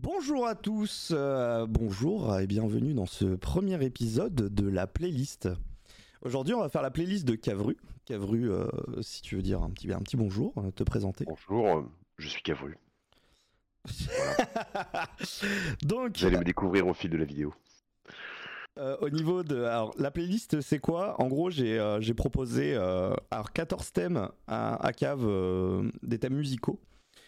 Bonjour à tous, bonjour et bienvenue dans ce premier épisode de la playlist. Aujourd'hui, on va faire la playlist de Cavru. Cavru, si tu veux dire un petit bonjour, te présenter. Bonjour, je suis Cavru. Voilà. Donc, Vous allez me découvrir au fil de la vidéo. au niveau de... Alors, la playlist, c'est quoi? En gros, j'ai proposé 14 thèmes à Cav, des thèmes musicaux.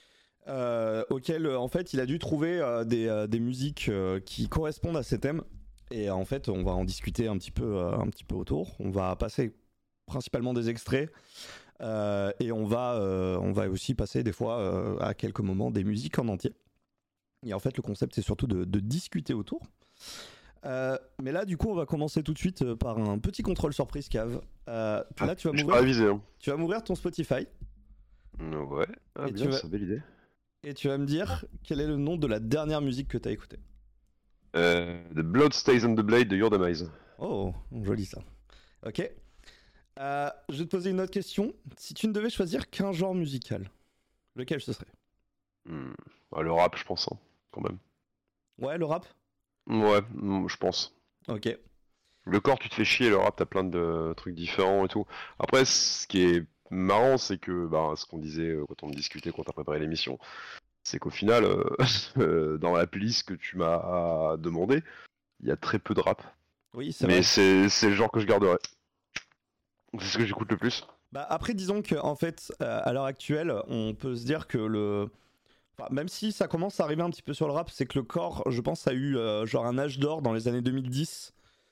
Auquel en fait il a dû trouver des musiques qui correspondent à ces thèmes, et en fait on va en discuter un petit peu autour. On va passer principalement des extraits, et on va aussi passer des fois à quelques moments des musiques en entier, et en fait le concept c'est surtout de discuter autour. Mais là du coup on va commencer tout de suite par un petit contrôle surprise Cave. Là tu vas m'ouvrir ton Spotify. Ouais, Et bien, c'est une belle idée. Et tu vas me dire quel est le nom de la dernière musique que tu as écoutée. The Blood Stays on the Blade de Your Demise. Oh, joli ça. Ok. Je vais te poser une autre question. Si tu ne devais choisir qu'un genre musical, lequel ce serait? Le rap, je pense, hein, quand même. Ouais, le rap? Ouais, je pense. Ok. Le corps, tu te fais chier, le rap, t'as plein de trucs différents et tout. Après, ce qui est marrant, c'est que, ce qu'on disait quand on discutait, quand t'as préparé l'émission, c'est qu'au final, dans la playlist que tu m'as demandé, il y a très peu de rap. Oui, c'est Mais vrai. c'est le genre que je garderai. C'est ce que j'écoute le plus. Après, disons que en fait, à l'heure actuelle, on peut se dire que même si ça commence à arriver un petit peu sur le rap, c'est que le corps, je pense, a eu genre un âge d'or dans les années 2010.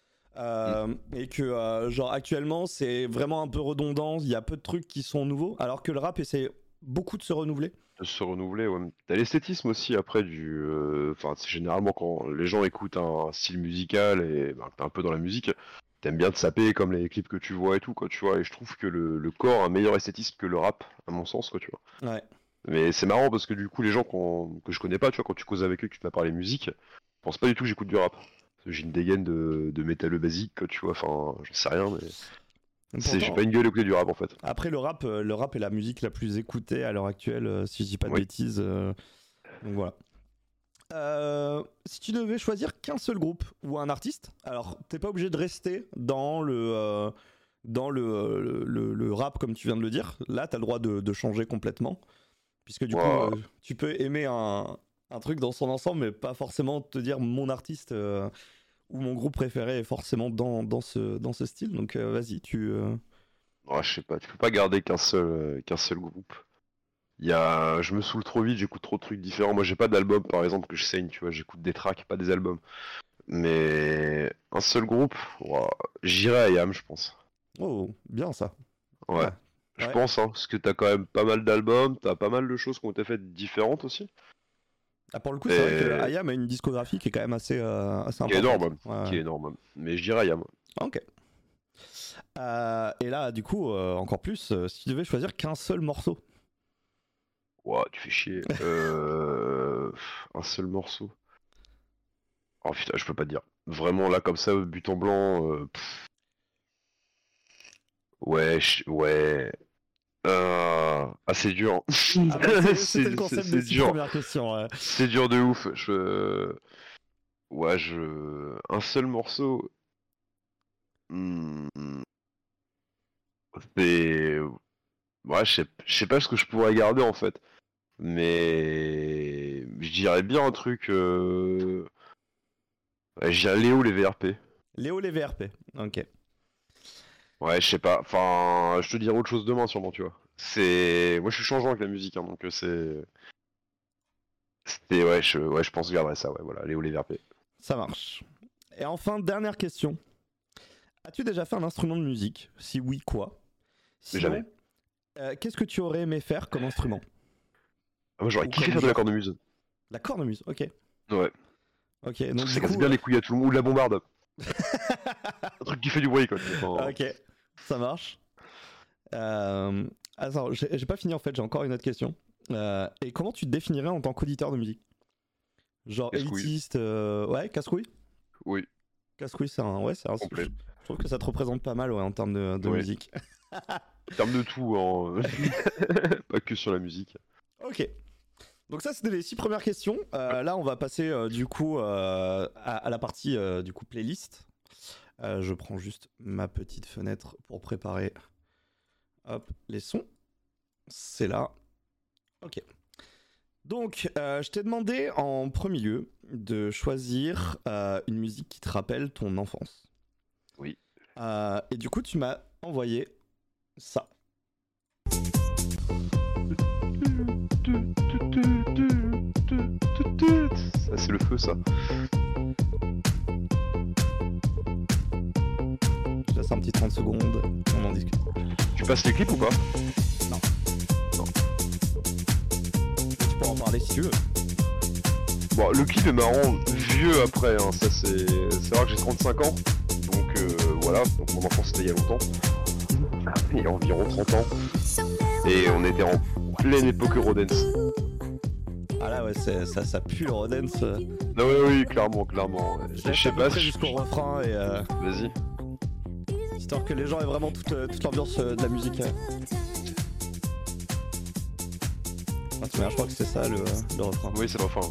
Et que genre actuellement c'est vraiment un peu redondant, il y a peu de trucs qui sont nouveaux, alors que le rap essaie beaucoup de se renouveler. De se renouveler, ouais. T'as l'esthétisme aussi après c'est généralement quand les gens écoutent un style musical et que t'es un peu dans la musique, t'aimes bien te saper comme les clips que tu vois et tout, quoi, tu vois. Et je trouve que le corps a un meilleur esthétisme que le rap, à mon sens, quoi, tu vois. Ouais. Mais c'est marrant parce que du coup, les gens que je connais pas, tu vois, quand tu causes avec eux, que tu m'as parlé musique, je pense pas du tout que j'écoute du rap. J'ai une dégaine de métalleux basique, quoi, tu vois, enfin, j'en sais rien, mais. J'ai pas une gueule écouter du rap en fait. Après le rap est la musique la plus écoutée à l'heure actuelle, si je dis pas de bêtises. Donc voilà. Si tu devais choisir qu'un seul groupe ou un artiste, alors t'es pas obligé de rester dans le rap comme tu viens de le dire. Là t'as le droit de changer complètement, puisque du coup tu peux aimer un truc dans son ensemble, mais pas forcément te dire mon artiste ou mon groupe préféré est forcément dans ce style. Donc vas-y, je sais pas, tu peux pas garder qu'un seul groupe. Je me saoule trop vite, j'écoute trop de trucs différents. Moi j'ai pas d'album par exemple que je saigne, tu vois, j'écoute des tracks, pas des albums. Mais un seul groupe, j'irai à IAM, je pense. Oh, bien ça. Ouais. Ah, Je ouais. pense, hein, parce que t'as quand même pas mal d'albums, t'as pas mal de choses qui ont été faites différentes aussi. Pour le coup, c'est vrai que IAM a une discographie qui est quand même assez importante. Qui est énorme, Ouais. qui est énorme. Mais je dirais IAM. Ok. Et là, du coup, encore plus, si tu devais choisir qu'un seul morceau. Ouah, tu fais chier. Un seul morceau. Oh putain, je peux pas te dire. Vraiment, là, comme ça, but en blanc. Ouais, ouais. C'est dur. C'était le concept de cette première question. Ouais. C'est dur de ouf. Un seul morceau. C'est. Ouais, je sais pas ce que je pourrais garder en fait. Mais. Je dirais bien un truc. Ouais, je dirais Léo les VRP. Léo les VRP, ok. Ouais, je sais pas. Enfin, je te dirai autre chose demain sûrement, tu vois. Moi je suis changeant avec la musique, hein, donc c'est. Je pense que je garderai ça, ouais, voilà, Léo les VRP. Ça marche. Et enfin, dernière question. As-tu déjà fait un instrument de musique? Si oui, quoi? Sinon, jamais. Qu'est-ce que tu aurais aimé faire comme instrument? Moi j'aurais kiffé faire de la cornemuse. La cornemuse, ok. Ouais. Ok, donc Ça casse bien les couilles à tout le monde, ou de la bombarde. Un truc qui fait du bruit, quoi. Enfin... Ok, ça marche. Attends, j'ai pas fini en fait, j'ai encore une autre question. Et comment tu te définirais en tant qu'auditeur de musique? Genre élitiste, ouais, casse-couille? Oui. Casse-couille, c'est un je trouve que ça te représente pas mal, ouais, en termes de musique. En termes de tout, hein. Pas que sur la musique. Ok. Donc ça c'était les 6 premières questions. Là on va passer du coup à la partie du coup playlist. Je prends juste ma petite fenêtre pour préparer hop, les sons. C'est là. Ok. Donc je t'ai demandé en premier lieu de choisir une musique qui te rappelle ton enfance. Oui. Et du coup tu m'as envoyé ça. Ça c'est le feu ça. Je laisse un petit 30 secondes, on en discute. Tu passes les clips ou pas? Non. Tu pourras en parler si tu veux. Bon, le clip est marrant, vieux après, hein. Ça c'est vrai que j'ai 35 ans, donc voilà, donc mon enfance c'était il y a longtemps, il y a environ 30 ans, et on était en pleine époque Eurodance. Ah là ouais, ça pue Eurodance. Non oui, clairement. Je sais pas si jusqu'au refrain et Vas-y. histoire que les gens aient vraiment toute l'ambiance de la musique. Ah, je crois que c'est ça le refrain. Oui, c'est le refrain.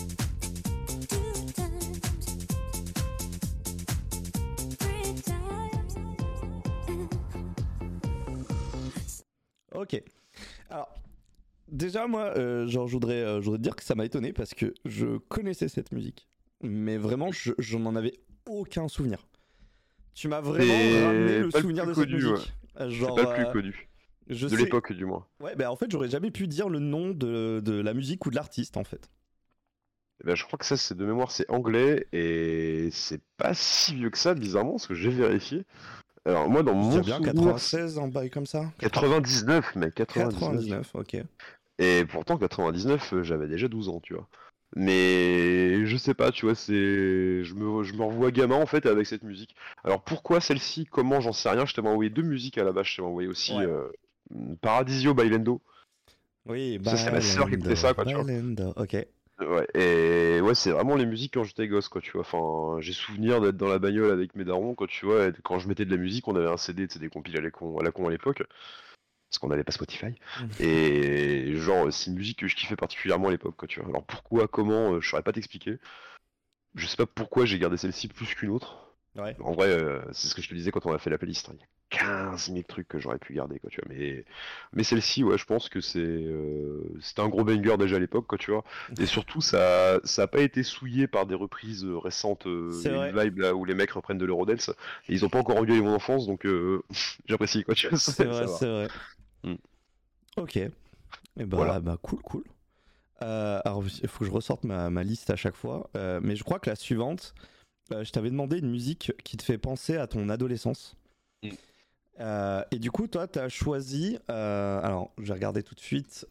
Ok. Alors, déjà, moi, genre, je voudrais dire que ça m'a étonné parce que je connaissais cette musique. Mais vraiment, je n'en avais aucun souvenir. Tu m'as vraiment ramené le souvenir de cette musique. Ouais. Genre, c'est pas le plus connu. De l'époque, du moins. Ouais, bah en fait, j'aurais jamais pu dire le nom de la musique ou de l'artiste, en fait. Eh ben, je crois que ça, c'est de mémoire, c'est anglais. Et c'est pas si vieux que ça, bizarrement, parce que j'ai vérifié. Alors moi dans mon bien souvenir, 96 en bail comme ça. 99 mec, 99, ok. Et pourtant 99 j'avais déjà 12 ans, tu vois. Mais je sais pas, tu vois, je me revois gamin en fait avec cette musique. Alors pourquoi celle-ci, comment, j'en sais rien. Je t'avais envoyé 2 musiques à la base, je t'avais envoyé aussi Paradisio by Lendo. Oui, Ça c'est ma sœur qui écoutait ça, quoi, tu vois. Ok. Ouais, et ouais, c'est vraiment les musiques quand j'étais gosse, quoi, tu vois. Enfin, j'ai souvenir d'être dans la bagnole avec mes darons, quand tu vois, et quand je mettais de la musique, on avait un CD, tu sais, des compiles à la con à l'époque, parce qu'on n'avait pas Spotify. Et genre, c'est une musique que je kiffais particulièrement à l'époque, quoi, tu vois. Alors pourquoi, comment, je saurais pas t'expliquer. Je sais pas pourquoi j'ai gardé celle-ci plus qu'une autre. Ouais. En vrai, c'est ce que je te disais quand on a fait la playlist. Il y a 15 000 trucs que j'aurais pu garder, quoi, tu vois. Mais celle-ci, ouais, je pense que c'était un gros banger déjà à l'époque, quoi, tu vois. Et surtout, ça a pas été souillé par des reprises récentes, une vibe là où les mecs reprennent de l'Eurodance. Et ils ont pas encore engueulé mon enfance, donc j'apprécie, quoi, tu vois. C'est vrai. Ok. Et bah, Voilà. bah cool. Alors, il faut que je ressorte ma liste à chaque fois. Mais je crois que la suivante, je t'avais demandé une musique qui te fait penser à ton adolescence. Et du coup, toi, t'as choisi. Alors, je vais regarder tout de suite.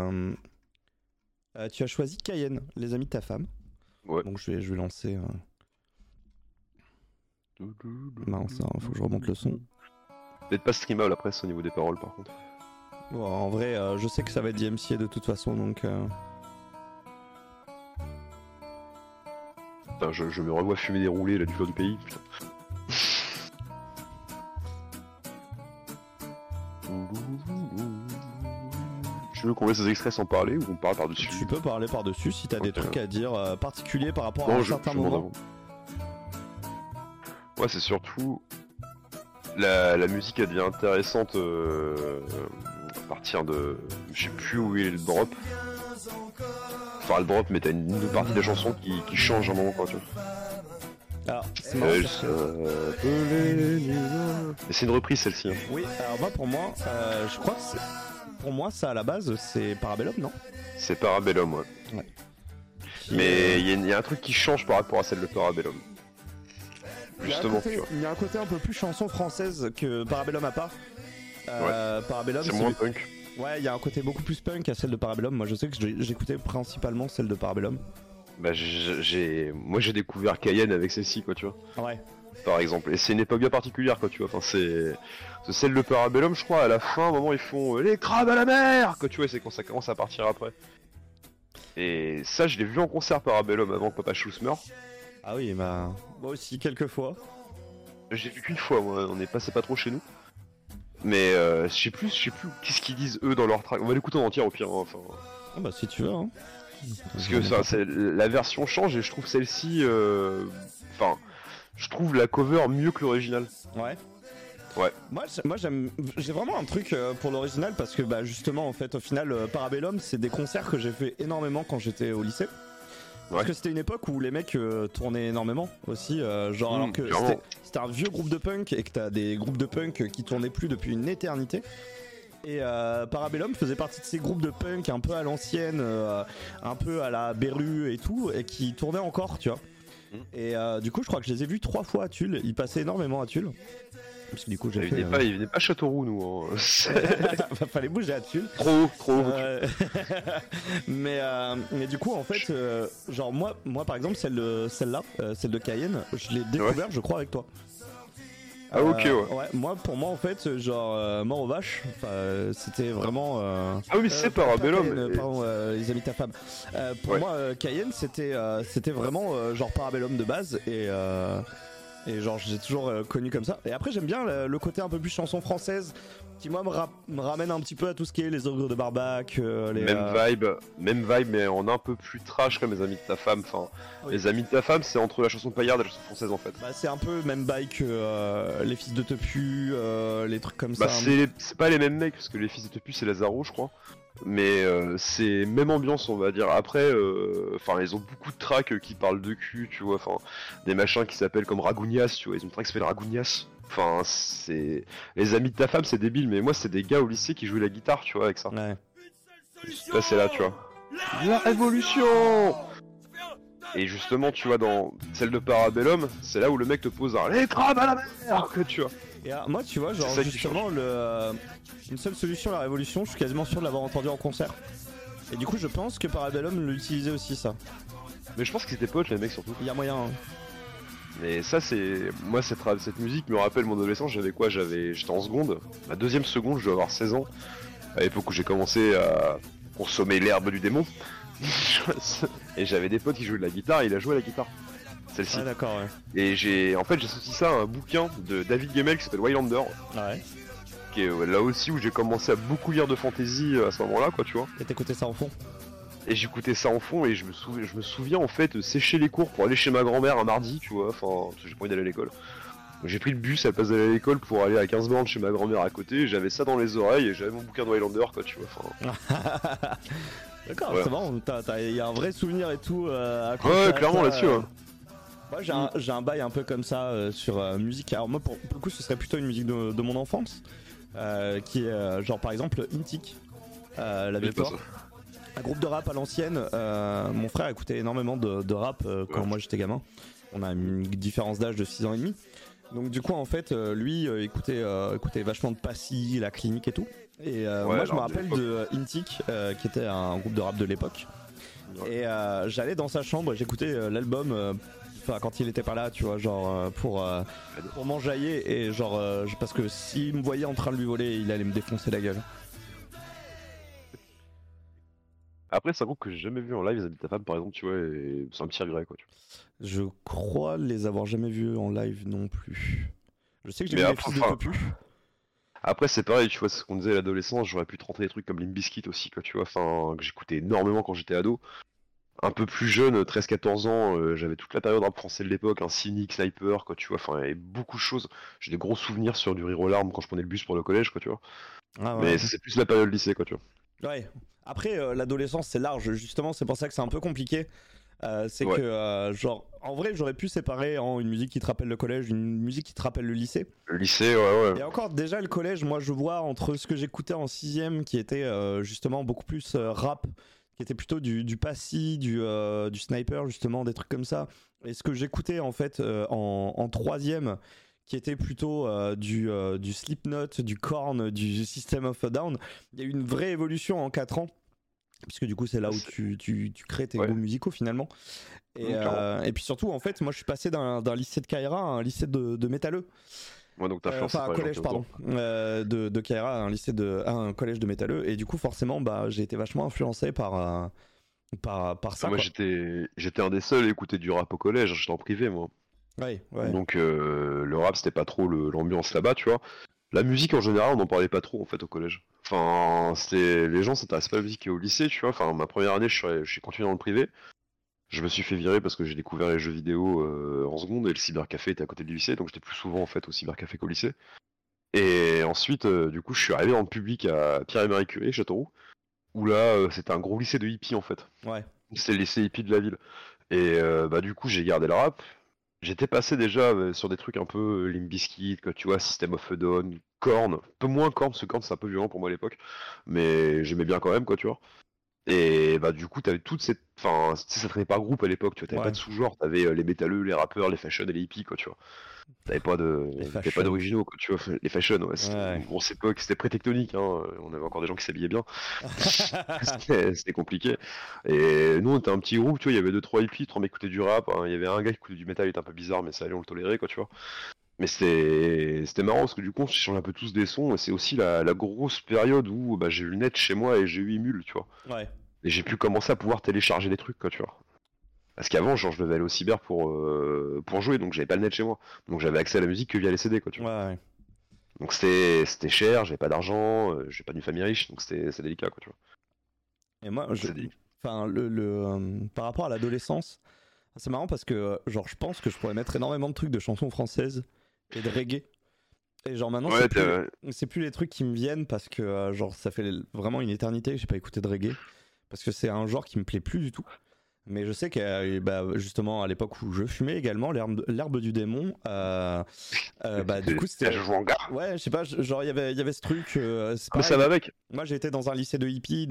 Tu as choisi Cayenne, les amis de ta femme. Ouais. Donc, je vais lancer. Mince, faut que je remonte le son. Peut-être pas streamable après, au niveau des paroles, par contre. Bon, en vrai, je sais que ça va être DMCA de toute façon, donc. Putain, je me revois fumer des roulés là du fleur du pays. Putain. Tu veux qu'on laisse ces extraits sans parler ou on parle par-dessus? Tu peux parler par-dessus si t'as des trucs à dire particuliers par rapport à un certain moment. Ouais, c'est surtout la musique elle devient intéressante à partir de... Je sais plus où est le drop. Enfin le drop, mais t'as une partie de la chanson qui change un moment, quoi, tu vois. Alors, c'est marrant. Mais c'est une reprise celle-ci. Hein. Oui, alors moi pour moi, je crois que pour moi ça à la base c'est Parabellum, non? C'est Parabellum, ouais. Mais il y a un truc qui change par rapport à celle de Parabellum. Justement, tu vois. Il y a un côté un peu plus chanson française que Parabellum à part. Parabellum, c'est moins punk. Ouais, il y a un côté beaucoup plus punk à celle de Parabellum. Moi je sais que j'écoutais principalement celle de Parabellum. Bah moi j'ai découvert Cayenne avec celle-ci, quoi, tu vois. Ouais. Par exemple, et c'est une époque bien particulière, quoi, tu vois. Enfin, c'est celle de Parabellum, je crois. À la fin, à un moment, ils font les crabes à la mer, quoi, tu vois. C'est quand ça commence à partir après. Et ça, je l'ai vu en concert Parabellum avant que Papa Schulz meure. Ah oui, bah moi aussi quelques fois. J'ai vu qu'une fois, moi. On est passé pas trop chez nous. Mais je sais plus qu'est-ce qu'ils disent eux dans leur track. On va l'écouter en entier au pire. Hein, enfin. Ah bah si tu veux, hein. Parce que ça, la version change et je trouve celle-ci, enfin, je trouve la cover mieux que l'original. Ouais. Ouais. Moi j'ai vraiment un truc pour l'original parce que bah justement en fait au final Parabellum c'est des concerts que j'ai fait énormément quand j'étais au lycée. Parce que c'était une époque où les mecs tournaient énormément aussi, genre alors que c'était un vieux groupe de punk et que t'as des groupes de punk qui tournaient plus depuis une éternité. Et Parabellum faisait partie de ces groupes de punk un peu à l'ancienne, un peu à la Beru et tout, et qui tournaient encore, tu vois. Et du coup, je crois que je les ai vus 3 fois à Tulle. Ils passaient énormément à Tulle. Parce que du coup, j'ai fait. Il venait pas à Châteauroux, nous. Hein. Fallait bouger à Tulle. Trop. Mais du coup, en fait, genre moi par exemple, celle-là, celle de Cayenne, je l'ai découvert, je crois, avec toi. Ah ok ouais. Pour moi en fait genre Mort aux vaches c'était vraiment ah oui c'est Parabellum pardon les amis de ta femme pour moi Cayenne c'était vraiment genre Parabellum de base et genre j'ai toujours connu comme ça et après j'aime bien le côté un peu plus chanson française qui moi me ramène un petit peu à tout ce qui est les ogres de Barbac même vibe mais en un peu plus trash comme les amis de ta femme enfin les amis de ta femme c'est entre la chanson paillarde et la chanson française en fait bah c'est un peu même bail que les fils de Tepu les trucs comme ça c'est pas les mêmes mecs parce que les fils de Tepu c'est Lazaro je crois mais c'est même ambiance on va dire après enfin ils ont beaucoup de tracks qui parlent de cul tu vois enfin des machins qui s'appellent comme Ragounias tu vois ils ont un track qui s'appelle Ragounias enfin c'est les amis de ta femme c'est débile mais moi c'est des gars au lycée qui jouaient la guitare tu vois avec ça ouais là c'est là tu vois la révolution et justement tu vois dans celle de Parabellum c'est là où le mec te pose un les crabes à la mer que tu vois. Et moi tu vois genre justement une seule solution à la révolution je suis quasiment sûr de l'avoir entendu en concert et du coup je pense que Parabellum l'utilisait aussi ça mais je pense qu'ils étaient potes les mecs surtout il y a moyen hein. Mais ça c'est moi cette musique me rappelle mon adolescence j'avais quoi j'étais en seconde ma deuxième seconde je dois avoir 16 ans à l'époque où j'ai commencé à consommer l'herbe du démon et j'avais des potes qui jouaient de la guitare et il a joué à la guitare celle-ci. Ah d'accord ouais. Et j'ai associé ça à un bouquin de David Gemmell qui s'appelle Waylander. Ouais. Qui est là aussi où j'ai commencé à beaucoup lire de fantasy à ce moment-là quoi tu vois. Et t'écoutais ça en fond. Et j'écoutais ça en fond et je me souviens en fait sécher les cours pour aller chez ma grand-mère un mardi tu vois, enfin parce que j'ai pas envie d'aller à l'école. Donc j'ai pris le bus à la place d'aller à l'école pour aller à 15 bornes chez ma grand-mère à côté, et j'avais ça dans les oreilles et j'avais mon bouquin de Waylander quoi tu vois. Enfin... D'accord, ouais. C'est bon, il y a un vrai souvenir et tout ouais, clairement là-dessus. Ouais. Moi j'ai un bail un peu comme ça sur musique. Alors moi pour le coup ce serait plutôt une musique de mon enfance qui est genre par exemple Intik, La Victoire. Un groupe de rap à l'ancienne. Mon frère écoutait énormément de rap quand moi j'étais gamin. On a une différence d'âge de 6 ans et demi. Donc du coup en fait lui écoutait vachement de Passy, La Clinique et tout. Et moi je me rappelle de Intik qui était un groupe de rap de l'époque. Ouais. Et j'allais dans sa chambre, j'écoutais l'album quand il était pas là, tu vois, genre pour m'enjailler et genre parce que s'il me voyait en train de lui voler, il allait me défoncer la gueule. Après c'est un groupe que j'ai jamais vu en live, les amis de ta femme par exemple, tu vois, et c'est un petit regret quoi. Tu vois. Je crois les avoir jamais vus en live non plus. Je sais que j'ai vu les fils de Tepu. Après c'est pareil, tu vois, c'est ce qu'on disait à l'adolescence, j'aurais pu te rentrer des trucs comme Limp Bizkit aussi quoi, tu vois, enfin que j'écoutais énormément quand j'étais ado. Un peu plus jeune, 13-14 ans, j'avais toute la période rap français de l'époque, un Cynic, Sniper, quoi, tu vois, enfin, il y avait beaucoup de choses. J'ai des gros souvenirs sur du rire aux larmes quand je prenais le bus pour le collège, quoi, tu vois. Ah, ouais. Mais ça, c'est plus la période lycée, quoi, tu vois. Ouais. Après, l'adolescence, c'est large, justement, c'est pour ça que c'est un peu compliqué. C'est que, genre, en vrai, j'aurais pu séparer en une musique qui te rappelle le collège, une musique qui te rappelle le lycée. Le lycée, ouais. Et encore, déjà, le collège, moi, je vois entre ce que j'écoutais en 6ème, qui était justement beaucoup plus rap, qui était plutôt du Passy, du Sniper, justement, des trucs comme ça. Et ce que j'écoutais, en fait, en 3ème, qui était plutôt du Slipknot, du Korn, du System of a Down, il y a eu une vraie évolution en 4 ans. Puisque du coup c'est là où tu crées tes goûts musicaux finalement et puis surtout en fait moi je suis passé d'un lycée de Caïra à un lycée de métalleux. Ouais, donc t'as fait un collège pardon de Caïra à un collège de métalleux et du coup forcément bah j'ai été vachement influencé par ça. Moi j'étais un des seuls à écouter du rap au collège, j'étais en privé moi. Ouais. Donc le rap c'était pas trop l'ambiance là-bas tu vois. La musique en général, on n'en parlait pas trop en fait au collège. Enfin, les gens s'intéressaient pas à la musique au lycée, tu vois. Enfin, ma première année, je suis continué dans le privé. Je me suis fait virer parce que j'ai découvert les jeux vidéo en seconde et le cybercafé était à côté du lycée, donc j'étais plus souvent en fait au cybercafé qu'au lycée. Et ensuite, du coup, je suis arrivé dans le public à Pierre et Marie Curie, Châteauroux, où là, c'était un gros lycée de hippies en fait. Ouais. C'était le lycée hippie de la ville. Et bah du coup, j'ai gardé le rap. J'étais passé déjà sur des trucs un peu Limp Bizkit, quoi, tu vois, System of a Down, Korn, un peu moins Korn, parce que Korn c'est un peu violent pour moi à l'époque, mais j'aimais bien quand même, quoi, tu vois. Et bah du coup, t'avais toute cette... Enfin, tu sais, ça traînait par groupe à l'époque, tu vois, t'avais Ouais. pas de sous-genre, t'avais les métalleux, les rappeurs, les fashion et les hippies, quoi, tu vois. T'avais pas fashion. d'originaux, quoi, tu vois, les fashion, ouais, c'était Ouais. une grosse époque, c'était pré-tectonique, hein, on avait encore des gens qui s'habillaient bien, c'était compliqué. Et nous, on était un petit groupe, tu vois, il y avait 2-3 hippies, 3 mecs qui écoutaient du rap, hein, il y avait un gars qui écoutait du métal, il était un peu bizarre, mais ça allait, on le tolérait, quoi, tu vois. Mais c'était marrant parce que du coup on changeait un peu tous des sons et c'est aussi la grosse période où bah, j'ai eu le net chez moi et j'ai eu Emule, tu vois. Ouais. Et j'ai pu commencer à pouvoir télécharger des trucs, quoi, tu vois. Parce qu'avant, genre, je devais aller au cyber pour jouer, donc j'avais pas le net chez moi. Donc j'avais accès à la musique que via les CD, quoi, tu vois. Ouais. Donc c'était cher, j'avais pas d'argent, j'ai pas d'une famille riche, donc c'est délicat, quoi, tu vois. Et moi, C'est délicat. enfin, par rapport à l'adolescence, c'est marrant parce que, genre, je pense que je pourrais mettre énormément de trucs de chansons françaises et de reggae. Et genre, maintenant, Ouais, c'est plus les trucs qui me viennent parce que, genre, ça fait vraiment une éternité que j'ai pas écouté de reggae. Parce que c'est un genre qui me plaît plus du tout. Mais je sais que, bah, justement, à l'époque où je fumais également, l'herbe du démon, bah, du coup, c'était. Je joue en gars. Ouais, je sais pas, genre, il y avait ce truc. C'est Mais pareil. ça va avec. Moi, j'ai été dans un lycée de hippies,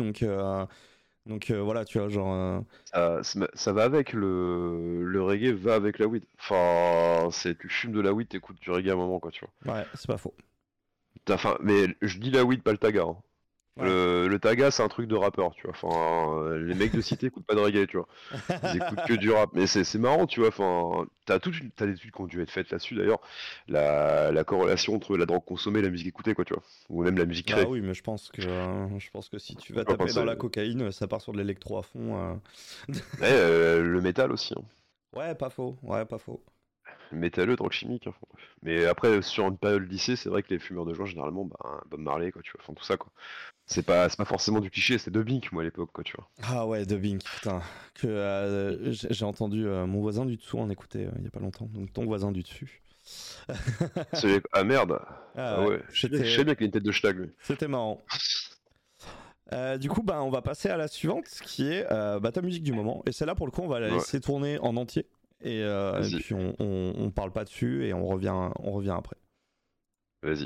donc voilà, tu vois, genre. Ça va avec, le reggae va avec la weed. Enfin, tu fumes de la weed, t'écoutes du reggae à un moment, quoi, tu vois. Ouais, c'est pas faux. Enfin, mais je dis la weed, pas le taga, hein. Ouais. Le taga, c'est un truc de rappeur, tu vois. Enfin, les mecs de cité écoutent pas de reggae, tu vois. Ils écoutent que du rap. Mais c'est marrant, tu vois. Enfin, t'as des études qui ont dû être faites là-dessus, d'ailleurs. La corrélation entre la drogue consommée et la musique écoutée, quoi, tu vois. Ou même la musique créée. Ah oui, mais je pense que si tu vas Enfin, taper dans la cocaïne, ça part sur de l'électro à fond. Ouais, le métal aussi, hein. Ouais, pas faux. Ouais, pas faux. Métalleux, drogue chimique, hein. Mais après, sur une période lycée, c'est vrai que les fumeurs de joint, généralement, bah, Bob Marley, quoi, tu vois. Enfin, tout ça, quoi. C'est pas forcément du cliché, c'était de Bink, moi, à l'époque, quoi, tu vois. Ah ouais, dubbing, putain. J'ai entendu mon voisin du dessous en écouter il y a pas longtemps. Donc ton voisin du dessus. Ah merde. Ah Ah ouais. Je sais bien qu'il a une tête de schlag, lui. C'était marrant. Du coup, bah, on va passer à la suivante, qui est bah, ta musique du moment. Et celle-là, pour le coup, on va la laisser tourner en entier. Et puis on parle pas dessus et on revient après. Vas-y.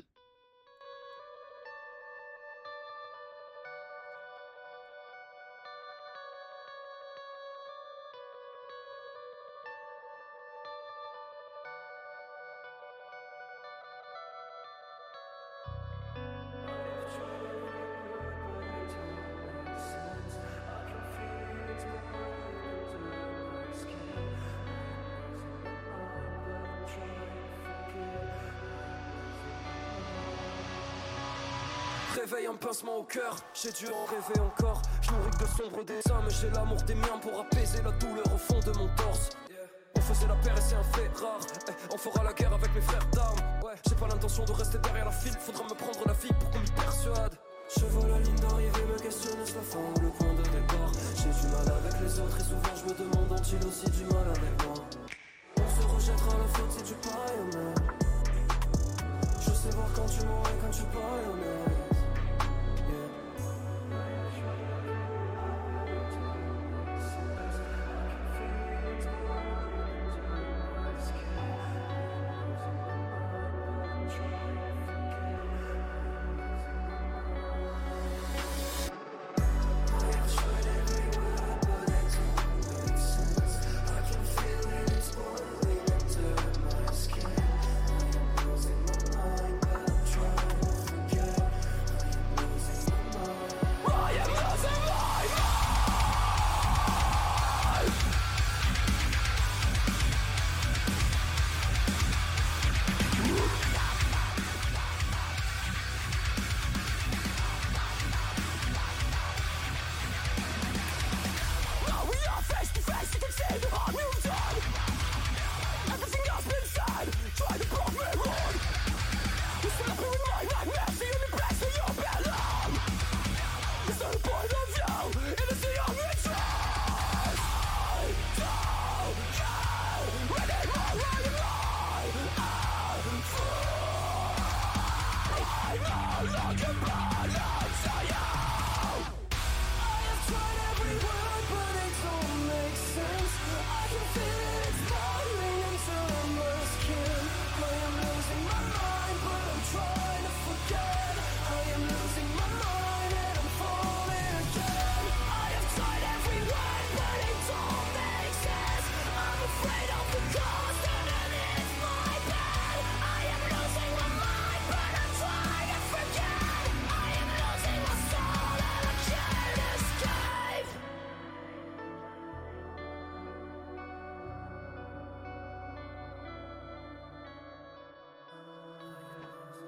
Réveille un pincement au cœur, j'ai dû en rêver encore. Je nourris que de sombres dessins, mais j'ai l'amour des miens pour apaiser la douleur au fond de mon torse. On faisait la paire et c'est un fait rare. On fera la guerre avec mes frères d'armes. Ouais, j'ai pas l'intention de rester derrière la file. Faudra me prendre la vie pour qu'on m'y persuade. Je vois la ligne d'arrivée, me questionne, est-ce la fin ou le point de départ? J'ai du mal avec les autres et souvent je me demande ont-ils aussi du mal avec moi? On se rejettera la faute si tu parais honnête. Je sais voir quand tu mens et quand tu parais honnête.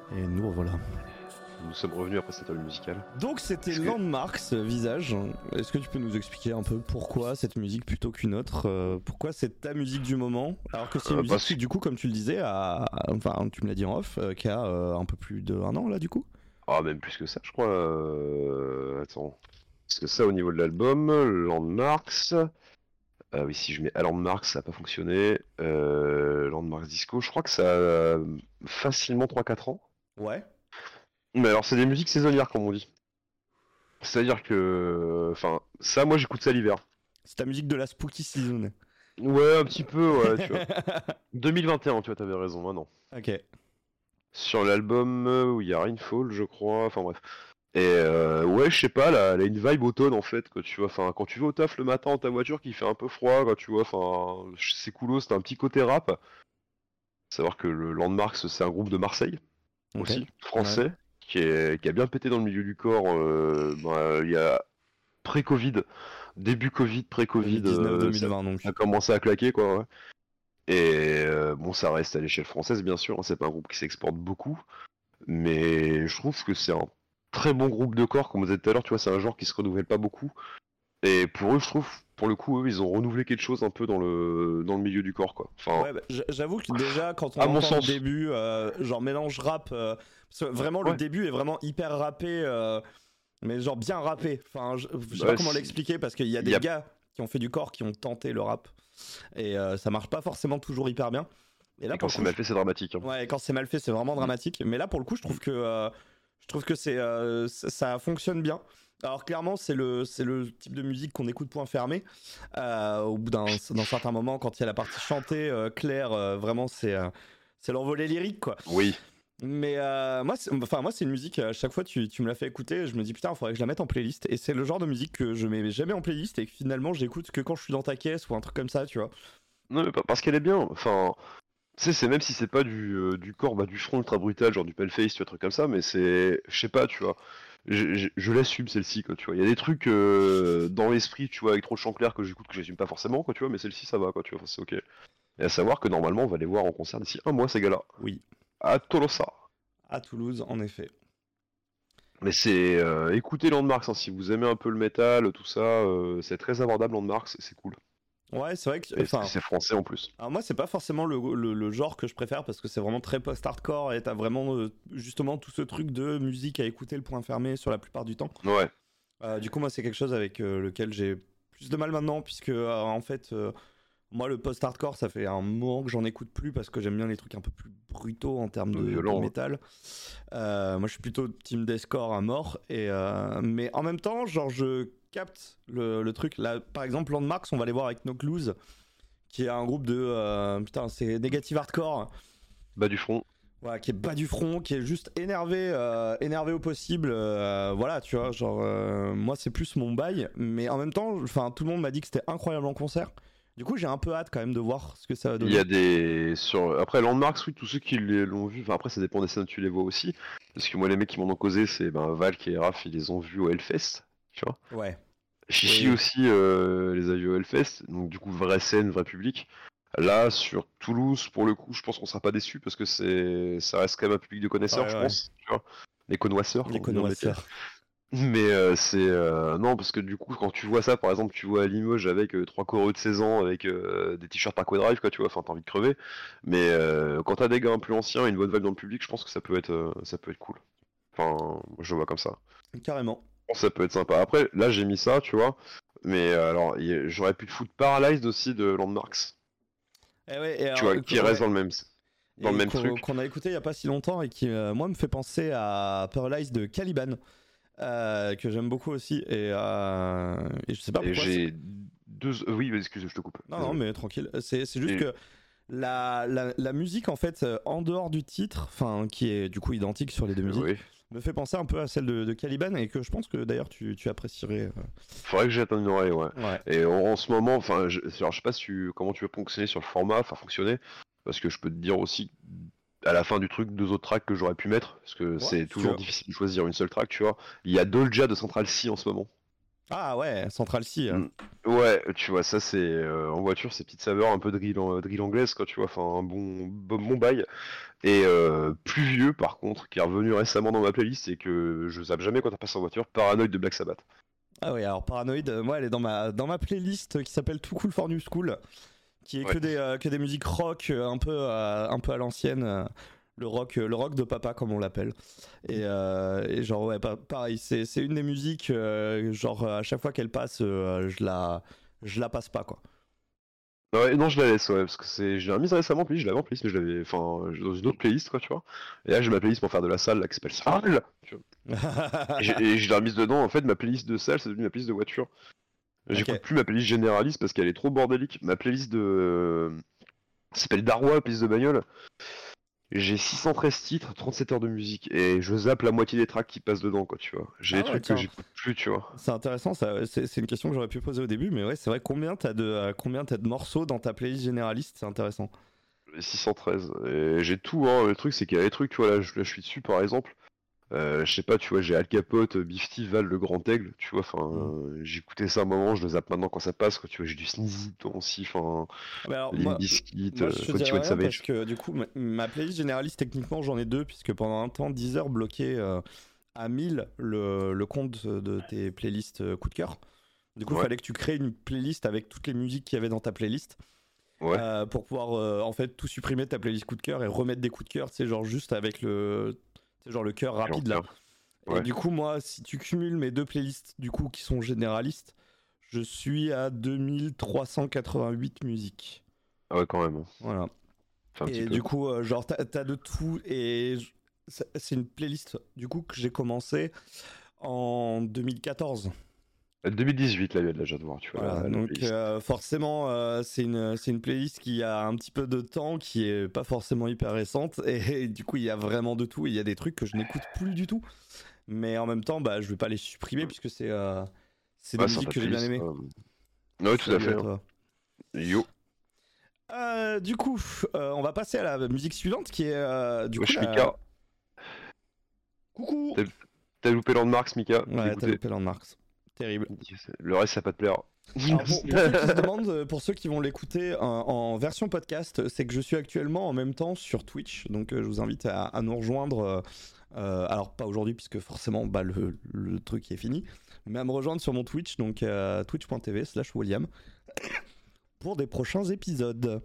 Et nous revoilà. Nous sommes revenus après cette table musicale. Donc c'était Est-ce que- Landmarks, Visage. Est-ce que tu peux nous expliquer un peu pourquoi cette musique plutôt qu'une autre pourquoi c'est ta musique du moment alors que c'est une musique parce qui du coup comme tu le disais enfin tu me l'as dit en off qui a un peu plus d'1 an là du coup. Ah, même plus que ça, je crois. Attends. Parce que ça, au niveau de l'album, Landmarks. Ah oui, si je mets à Landmarks, ça n'a pas fonctionné. Landmarks Disco, je crois que ça a facilement 3-4 ans. Ouais. Mais alors, c'est des musiques saisonnières, comme on dit. C'est-à-dire que. Enfin, ça, moi, j'écoute ça l'hiver. C'est ta musique de la spooky season. Ouais, un petit peu, ouais, tu vois. 2021, tu vois, t'avais raison, maintenant. Ok. Sur l'album où il y a Rainfall, je crois, enfin bref. Et ouais, je sais pas, elle a une vibe automne en fait, quoi, tu vois. Enfin, quand tu vas au taf le matin dans ta voiture qui fait un peu froid, quoi, tu vois, enfin, c'est coolos, c'est un petit côté rap. Savoir que le Landmarks, c'est un groupe de Marseille, Ok. aussi, français, qui a bien pété dans le milieu du corps. Il y a pré-Covid, début Covid, pré-Covid, 2019-2020 donc. ça a commencé à claquer, quoi, ouais. Et bon, ça reste à l'échelle française, bien sûr, hein, c'est pas un groupe qui s'exporte beaucoup, mais je trouve que c'est un très bon groupe de corps, comme vous êtes tout à l'heure, tu vois, c'est un genre qui se renouvelle pas beaucoup. Et pour eux, je trouve, pour le coup, eux, ils ont renouvelé quelque chose un peu dans le milieu du corps, quoi. Enfin, Ouais, bah, j'avoue que déjà quand on À mon entend le sens. début, genre mélange rap, parce que vraiment le Ouais. début est vraiment hyper rappé, mais genre bien rappé. Enfin, je sais Ouais, pas comment c'est- l'expliquer parce qu'il y a il des y a- gars qui ont fait du corps qui ont tenté le rap et ça marche pas forcément toujours hyper bien. Et là et pour quand le c'est coup, mal fait, c'est dramatique, hein. ouais, quand c'est mal fait, c'est vraiment dramatique. Mais là, pour le coup, je trouve que ça fonctionne bien. Alors clairement, c'est le type de musique qu'on écoute point fermé. Au bout d'un certain moment, quand il y a la partie chantée, claire, vraiment, c'est l'envolée lyrique, quoi. Oui, Mais moi, c'est une musique, à chaque fois, tu me l'as fait écouter, je me dis, putain, il faudrait que je la mette en playlist. Et c'est le genre de musique que je mets jamais en playlist et que finalement, j'écoute que quand je suis dans ta caisse ou un truc comme ça, tu vois. non, mais parce qu'elle est bien, enfin... Tu sais, c'est même si c'est pas du corps, bah, du front ultra brutal, genre du paleface, tu vois, truc comme ça, mais c'est... Je sais pas, tu vois. Je l'assume celle-ci, quoi, tu vois. Il y a des trucs dans l'esprit, tu vois, avec trop de chant clair que j'écoute que j'assume pas forcément, quoi, tu vois, mais celle-ci, ça va, quoi, tu vois, enfin, c'est ok. Et à savoir que normalement, on va les voir en concert d'ici 1 mois, ces gars-là. Oui, À Tolosa. à Toulouse, en effet. Mais c'est... écoutez Landmarks, hein, si vous aimez un peu le métal, tout ça, c'est très abordable, Landmarks, et c'est cool. Ouais, c'est vrai que. Et Enfin, c'est français en plus. alors moi, c'est pas forcément le genre que je préfère parce que c'est vraiment très post-hardcore et t'as vraiment justement tout ce truc de musique à écouter le point fermé sur la plupart du temps. Ouais. Du coup, moi, c'est quelque chose avec lequel j'ai plus de mal maintenant puisque en fait, moi, le post-hardcore, ça fait un moment que j'en écoute plus parce que j'aime bien les trucs un peu plus brutaux en termes de Violent, hein. métal. Moi, je suis plutôt team deathcore à mort mais en même temps, genre, je capte le truc. Là, par exemple, Landmarks, on va aller voir avec No Clues, qui est un groupe de putain, c'est Negative Hardcore, Bas du front. voilà, qui est bas du front, qui est juste énervé au possible, voilà, tu vois, genre moi c'est plus mon bail, mais en même temps, enfin tout le monde m'a dit que c'était incroyable en concert. Du coup, j'ai un peu hâte quand même de voir ce que ça va Il donner. y a des... Après, Landmarks, oui, tous ceux qui l'ont vu, enfin après ça dépend des scènes, tu les vois aussi. Parce que moi, les mecs qui m'en ont causé, c'est Valk et Raph, ils les ont vus au Hellfest, tu vois. Ouais. Chichi Oui. aussi les a vus au Hellfest, donc du coup, vraie scène, vrai public. Là, sur Toulouse, pour le coup, je pense qu'on sera pas déçus parce que ça reste quand même un public de connaisseurs, Ouais, je ouais. pense, tu vois. Les connoisseurs, Les comme on dit dans le métier. connoisseurs. Mais non, parce que du coup, quand tu vois ça, par exemple, tu vois à Limoges avec 3 coreux de 16 ans, avec des t-shirts Parkway Drive, quoi, tu vois, enfin, t'as envie de crever. Mais quand t'as des gars un peu anciens et une bonne vibe dans le public, je pense que ça peut être cool. Enfin, moi, je le vois comme ça. Carrément. Je pense que ça peut être sympa. Après, là, j'ai mis ça, tu vois. Mais alors, j'aurais pu te foutre Paralyzed aussi de Landmarks, Et ouais, et tu vois, alors, qui reste ouais. dans le même qu'on truc. qu'on a écouté il y a pas si longtemps et qui moi me fait penser à Paralyzed de Caliban, que j'aime beaucoup aussi et je sais pas Et pourquoi. j'ai deux... Oui, excuse, je te coupe. Non, non, Désolé. mais tranquille. C'est juste Et- que la musique, en fait, en dehors du titre, enfin, qui est du coup identique sur les deux musiques, Oui. me fait penser un peu à celle de Caliban et que je pense que d'ailleurs tu apprécierais. Faudrait que jette une oreille, ouais. Ouais. Et en ce moment, enfin, alors je sais pas comment tu veux fonctionner sur le format, enfin fonctionner, parce que je peux te dire aussi à la fin du truc 2 autres tracks que j'aurais pu mettre, parce que Ouais, c'est si tu toujours veux. difficile de choisir une seule track, tu vois. Il y a Dolja de Central C en ce moment. Ah ouais, Central C. Ouais, tu vois, ça c'est en voiture, ces petites saveurs un peu drill anglaise, quoi, tu vois, enfin un bon bail. Et plus vieux, par contre, qui est revenu récemment dans ma playlist et que je zappe jamais quand on passe en voiture, Paranoid de Black Sabbath. Ah oui, alors Paranoid, moi elle est dans ma playlist qui s'appelle Too Cool for New School, qui est que des musiques rock un peu à l'ancienne, le rock de papa comme on l'appelle. Et genre ouais, pareil, c'est une des musiques genre à chaque fois qu'elle passe, je la passe pas quoi. Ouais, non, je la laisse, ouais, parce que je l'ai remise récemment, puis je l'avais en playlist, mais je l'avais, enfin, dans une autre playlist, quoi, tu vois. Et là, j'ai ma playlist pour faire de la salle, là, qui s'appelle Salle, tu vois. Et je l'ai remise dedans, en fait, ma playlist de salle, c'est devenu ma playlist de voiture. J'écoute Ok. plus ma playlist généraliste parce qu'elle est trop bordélique. Ma playlist ça s'appelle Darwa, playlist de bagnole. J'ai 613 titres, 37 heures de musique, et je zappe la moitié des tracks qui passent dedans, quoi, tu vois. J'ai Ah des ouais, trucs que tiens. j'écoute plus, tu vois. C'est intéressant, ça. C'est une question que j'aurais pu poser au début, mais ouais, c'est vrai. Combien t'as de morceaux dans ta playlist généraliste? C'est intéressant. Les 613. Et j'ai tout, hein. Le truc, c'est qu'il y a des trucs, tu vois, là, je suis dessus, par exemple. Je sais pas, tu vois, j'ai Al Capote, Bifty, Val, le Grand Aigle, tu vois, enfin, j'écoutais ça à un moment, je le zappe maintenant quand ça passe, quoi, tu vois, j'ai du Sneezy dedans aussi, enfin, Mais alors, Limp Bizkit, moi je te 21 dirais rien parce Savage. que du coup, ma playlist généraliste, techniquement, j'en ai deux, puisque pendant un temps, Deezer bloquait à 1000 le compte de tes playlists coup de cœur. Du coup, il Ouais, fallait que tu crées une playlist avec toutes les musiques qu'il y avait dans ta playlist ouais, pour pouvoir en fait tout supprimer de ta playlist coup de cœur et remettre des coups de cœur, tu sais, genre juste avec le cœur rapide là. l'enfer. Et Ouais. du coup, moi, si tu cumules mes deux playlists du coup qui sont généralistes, je suis à 2388 musiques. Ah ouais, quand même, hein. Voilà. Enfin, un petit Et peu. du coup, genre, t'as de tout. Et c'est une playlist, du coup, que j'ai commencé en 2014. 2018, là, il y a de la Jaguar, tu vois, Voilà, la donc playlist. forcément, c'est une playlist qui a un petit peu de temps, qui est pas forcément hyper récente. Et, du coup, il y a vraiment de tout. Il y a des trucs que je n'écoute plus du tout. Mais en même temps, bah, je vais pas les supprimer puisque c'est des Ouais, c'est musiques ta que j'ai bien playlist. aimées. Ouais, tout à Salut fait, à hein. toi. Yo, Du coup, on va passer à la musique suivante qui est du coup wesh, la... Mika. Coucou. T'as t'as loupé Landmarks, Mika. Ouais, t'as Dégoûté. loupé Landmarks. Terrible. Le reste, ça va pas te plaire. Alors pour ceux qui se demandent, pour ceux qui vont l'écouter en version podcast, c'est que je suis actuellement en même temps sur Twitch, donc je vous invite à nous rejoindre. Alors pas aujourd'hui puisque forcément bah, le truc est fini, mais à me rejoindre sur mon Twitch, donc twitch.tv/William pour des prochains épisodes.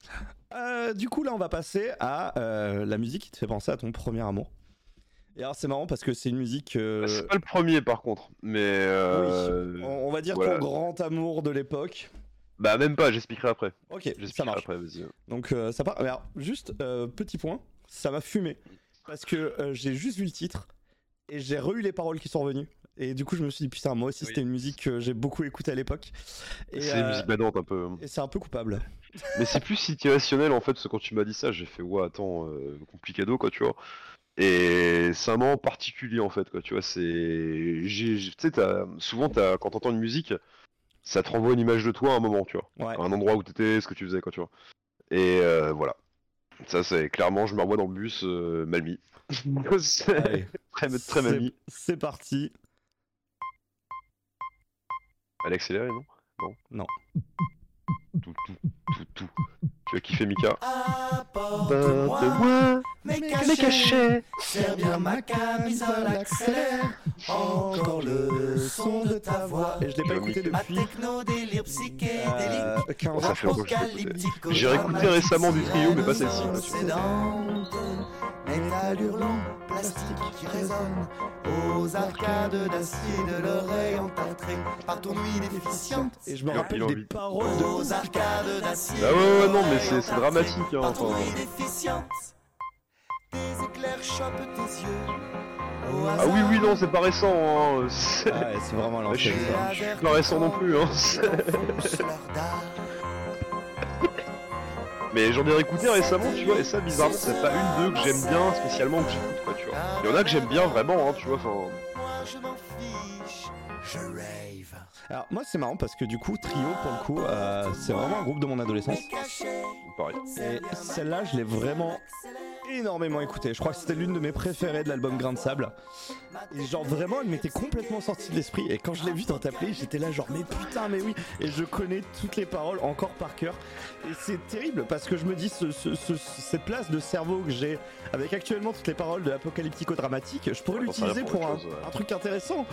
Du coup là on va passer à la musique qui te fait penser à ton premier amour. Et alors c'est marrant parce que c'est une musique... C'est pas le premier, par contre, mais Oui, on va dire voilà. ton grand amour de l'époque. Bah, même pas, j'expliquerai après. Ok, ça J'expliquerai marche. après, vas-y. Donc ça part. Alors juste petit point, ça m'a fumé parce que j'ai juste vu le titre et j'ai re-eu les paroles qui sont revenues. Et du coup je me suis dit putain moi aussi Oui. c'était une musique que j'ai beaucoup écoutée à l'époque. Et, C'est une musique badante un peu. et c'est un peu coupable. Mais c'est plus situationnel en fait, parce que quand tu m'as dit ça, j'ai fait ouais, attends, complicado quoi, tu vois. Et c'est un moment particulier en fait, quoi, tu vois. Tu sais, souvent, quand t'entends une musique, ça te renvoie une image de toi à un moment, tu vois. Ouais. À un endroit où t'étais, ce que tu faisais, quoi, tu vois. Et voilà. Ça, c'est clairement, je me revois dans le bus, mal mis. C'est Allez, très mal mis. c'est parti. Elle a accéléré, non? Non. Tout. Tu as kiffé, Mika? Apporte-moi mes mes cachets. serre bien ma camisole, accélère encore le son de ta voix. Et je l'ai pas écouté Ma depuis techno délire psychédélique, 15 ça ans. fait longtemps que je l'ai écouté. apocalyptique. J'ai réécouté récemment du trio, mais pas celle-ci, quoi, tu vois. Sédante, métal hurlant, plastique qui résonne aux arcades d'acier de l'oreille entartrée par ton ouïe déficiente. Et je me Il rappelle a des envie. paroles de Aux arcades d'acier. Ah ouais, de non, mais l'oreille c'est entartrée dramatique, hein, par ton enfin. ouïe déficiente. Tes éclairs chopent tes yeux. Au Ah oui, hasard, non, c'est pas récent, hein. Ouais, c'est vraiment Je suis l'ancienne ça. je suis pas récent non plus, hein. t'enfonce leur dard. Mais j'en ai réécouté récemment, tu vois, et ça, bizarrement, c'est pas une d'eux que j'aime bien spécialement, que j'écoute, quoi, tu vois. Il y en a que j'aime bien vraiment, hein, tu vois, enfin. Moi je m'en fiche, je rave. Alors moi c'est marrant parce que du coup Trio pour le coup c'est vraiment un groupe de mon adolescence. Pareil. Et celle-là je l'ai vraiment énormément écouté. Je crois que c'était l'une de mes préférées de l'album Grain de Sable. Et genre vraiment, elle m'était complètement sortie de l'esprit. Et quand je l'ai vue dans ta playlist, j'étais là genre mais putain, mais oui. Et je connais toutes les paroles encore par cœur. Et c'est terrible parce que je me dis cette place de cerveau que j'ai avec actuellement toutes les paroles de l'apocalyptico-dramatique, je pourrais l'utiliser pour un truc intéressant.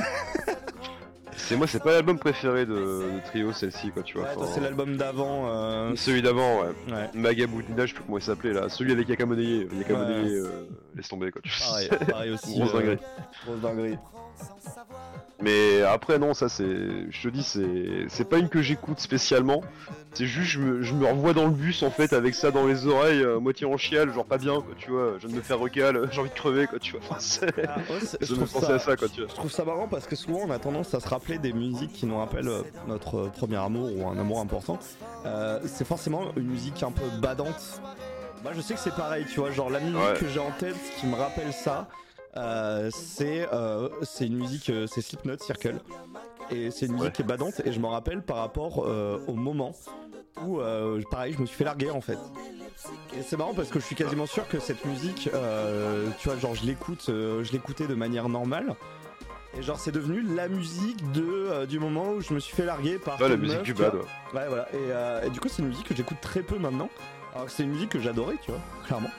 C'est pas l'album préféré de Trio, celle-ci, quoi, tu vois. Ouais, c'est l'album d'avant. Celui d'avant, ouais. Magaboudina, je sais plus comment il s'appelait là. Celui avec Yakamoneye. Laisse tomber, quoi. Pareil aussi. Grosse dinguerie. Grosse dinguerie. Mais après, non, ça c'est. Je te dis, c'est pas une que j'écoute spécialement. C'est juste, je me revois dans le bus en fait, avec ça dans les oreilles, moitié en chiale, genre pas bien, quoi, tu vois. Je viens de me faire recal, j'ai envie de crever, quoi, tu vois. Enfin, je me pensais à ça, quoi, tu vois. Je trouve ça marrant parce que souvent on a tendance à se rappeler des musiques qui nous rappellent notre premier amour ou un amour important. C'est forcément une musique un peu badante. Moi je sais que c'est pareil, tu vois, genre la musique que j'ai en tête qui me rappelle ça. C'est une musique, c'est Slipknot Circle, et c'est une musique qui est badante, et je m'en rappelle par rapport au moment où pareil je me suis fait larguer en fait. Et c'est marrant parce que je suis quasiment sûr que cette musique, tu vois, genre je l'écoutais de manière normale, et genre c'est devenu la musique du moment où je me suis fait larguer par la musique du bad, ouais voilà, et du coup c'est une musique que j'écoute très peu maintenant, alors que c'est une musique que j'adorais, tu vois, clairement.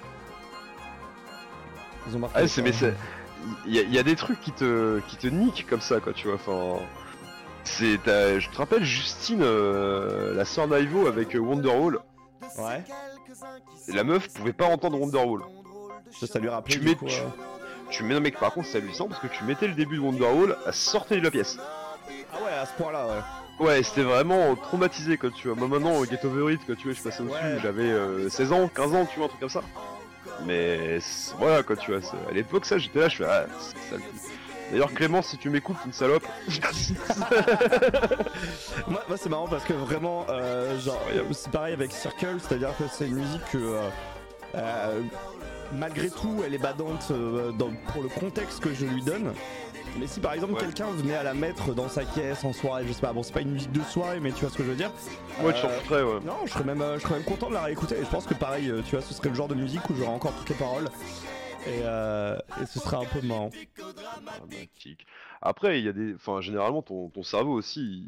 Il y a des trucs qui te niquent comme ça, quoi, tu vois. Enfin, je te rappelle Justine, la sœur d'Ivo avec Wonderwall. Ouais. Et la meuf pouvait pas entendre Wonderwall. Ça lui rappelait. Tu mets, non mec, par contre c'est hallucinant parce que tu mettais le début de Wonderwall, elle sortait de la pièce. Ah ouais, à ce point-là, ouais. Ouais, c'était vraiment traumatisé, quoi, tu vois. Moi maintenant, Get Over It, quoi, tu vois, je passais au-dessus, j'avais 16 ans, 15 ans, tu vois, un truc comme ça. Mais voilà, quoi, tu vois, à l'époque ça j'étais là, je fais c'est sale. D'ailleurs Clément, si tu m'écoutes, une salope. moi c'est marrant parce que vraiment genre c'est pareil avec Circle, c'est-à-dire que c'est une musique que malgré tout elle est badante pour le contexte que je lui donne. Mais si par exemple quelqu'un venait à la mettre dans sa caisse en soirée, je sais pas, bon c'est pas une musique de soirée mais tu vois ce que je veux dire. Ouais, tu t'en foutrais, ouais. Non, je serais même content de la réécouter, et je pense que pareil, tu vois, ce serait le genre de musique où j'aurais encore toutes les paroles, et ce serait un peu marrant. Après, il y a des... Enfin, généralement, ton cerveau aussi,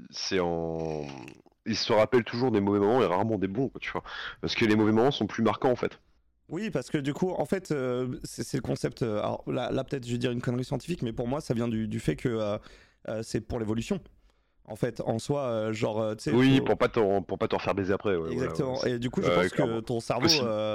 il se rappelle toujours des mauvais moments et rarement des bons, quoi, tu vois. Parce que les mauvais moments sont plus marquants, en fait. Oui, parce que du coup, en fait, c'est le concept. Alors là peut-être je vais dire une connerie scientifique, mais pour moi, ça vient du fait que c'est pour l'évolution. En fait, en soi, genre, tu sais. Oui, pour pas te refaire baiser après. Ouais, exactement. Voilà, et du coup, je pense clairement. que ton cerveau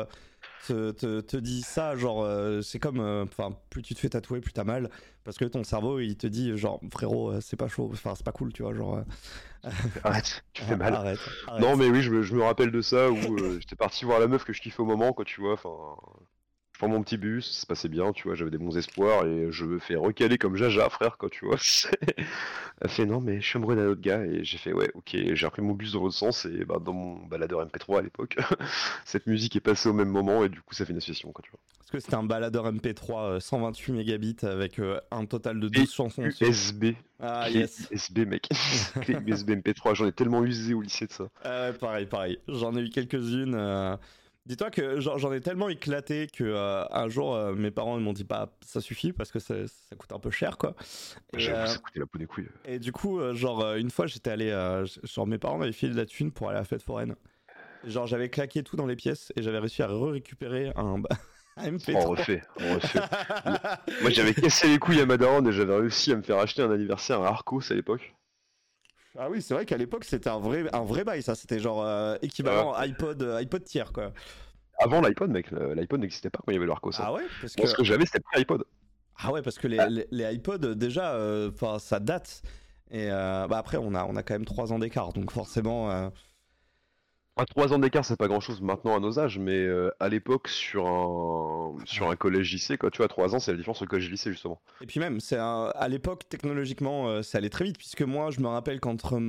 te dit ça, genre, c'est comme, enfin, plus tu te fais tatouer, plus t'as mal, parce que ton cerveau, il te dit, genre, frérot, c'est pas chaud, enfin, c'est pas cool, tu vois, genre. Arrête, tu fais mal. Arrête. Non, mais oui, je me rappelle de ça où j'étais parti voir la meuf que je kiffais au moment, quoi, tu vois, enfin. Je prends mon petit bus, ça se passait bien, tu vois, j'avais des bons espoirs et je me fais recaler comme Jaja, frère, quoi, tu vois. Elle fait non, mais je suis amoureux d'un autre gars, et j'ai fait ouais, ok, j'ai repris mon bus dans l'autre sens, et bah, dans mon baladeur MP3 à l'époque, cette musique est passée au même moment, et du coup ça fait une association, quoi, tu vois. Parce que c'était un baladeur MP3 128 mégabits avec un total de 12 chansons. USB. Ah clé yes. USB, mec. Clé USB MP3, j'en ai tellement usé au lycée de ça. Ouais, pareil. J'en ai eu quelques-unes. Dis-toi que j'en ai tellement éclaté que un jour mes parents m'ont dit bah ça suffit parce que ça coûte un peu cher quoi. J'avoue, ça coûtait la peau des couilles. Et du coup une fois j'étais allé genre mes parents m'avaient filé de la thune pour aller à la fête foraine. Genre j'avais claqué tout dans les pièces et j'avais réussi à récupérer un MP3. On refait. Moi j'avais cassé les couilles à ma daronne et j'avais réussi à me faire acheter un anniversaire à Arcos à l'époque. Ah oui, c'est vrai qu'à l'époque c'était un vrai bail, ça, c'était genre équivalent iPod tiers quoi. Avant l'iPod, mec, l'iPod n'existait pas quand il y avait le Arcos. Ah ouais, parce que ce que j'avais c'était pas iPod. Ah ouais, parce que les iPods déjà, ça date. Et après on a quand même 3 ans d'écart, donc forcément. 3 ans d'écart, c'est pas grand chose maintenant à nos âges, mais à l'époque, sur un collège-lycée, quoi, tu vois, 3 ans, c'est la différence entre collège-lycée, justement. Et puis même, à l'époque, technologiquement, ça allait très vite, puisque moi, je me rappelle qu'entre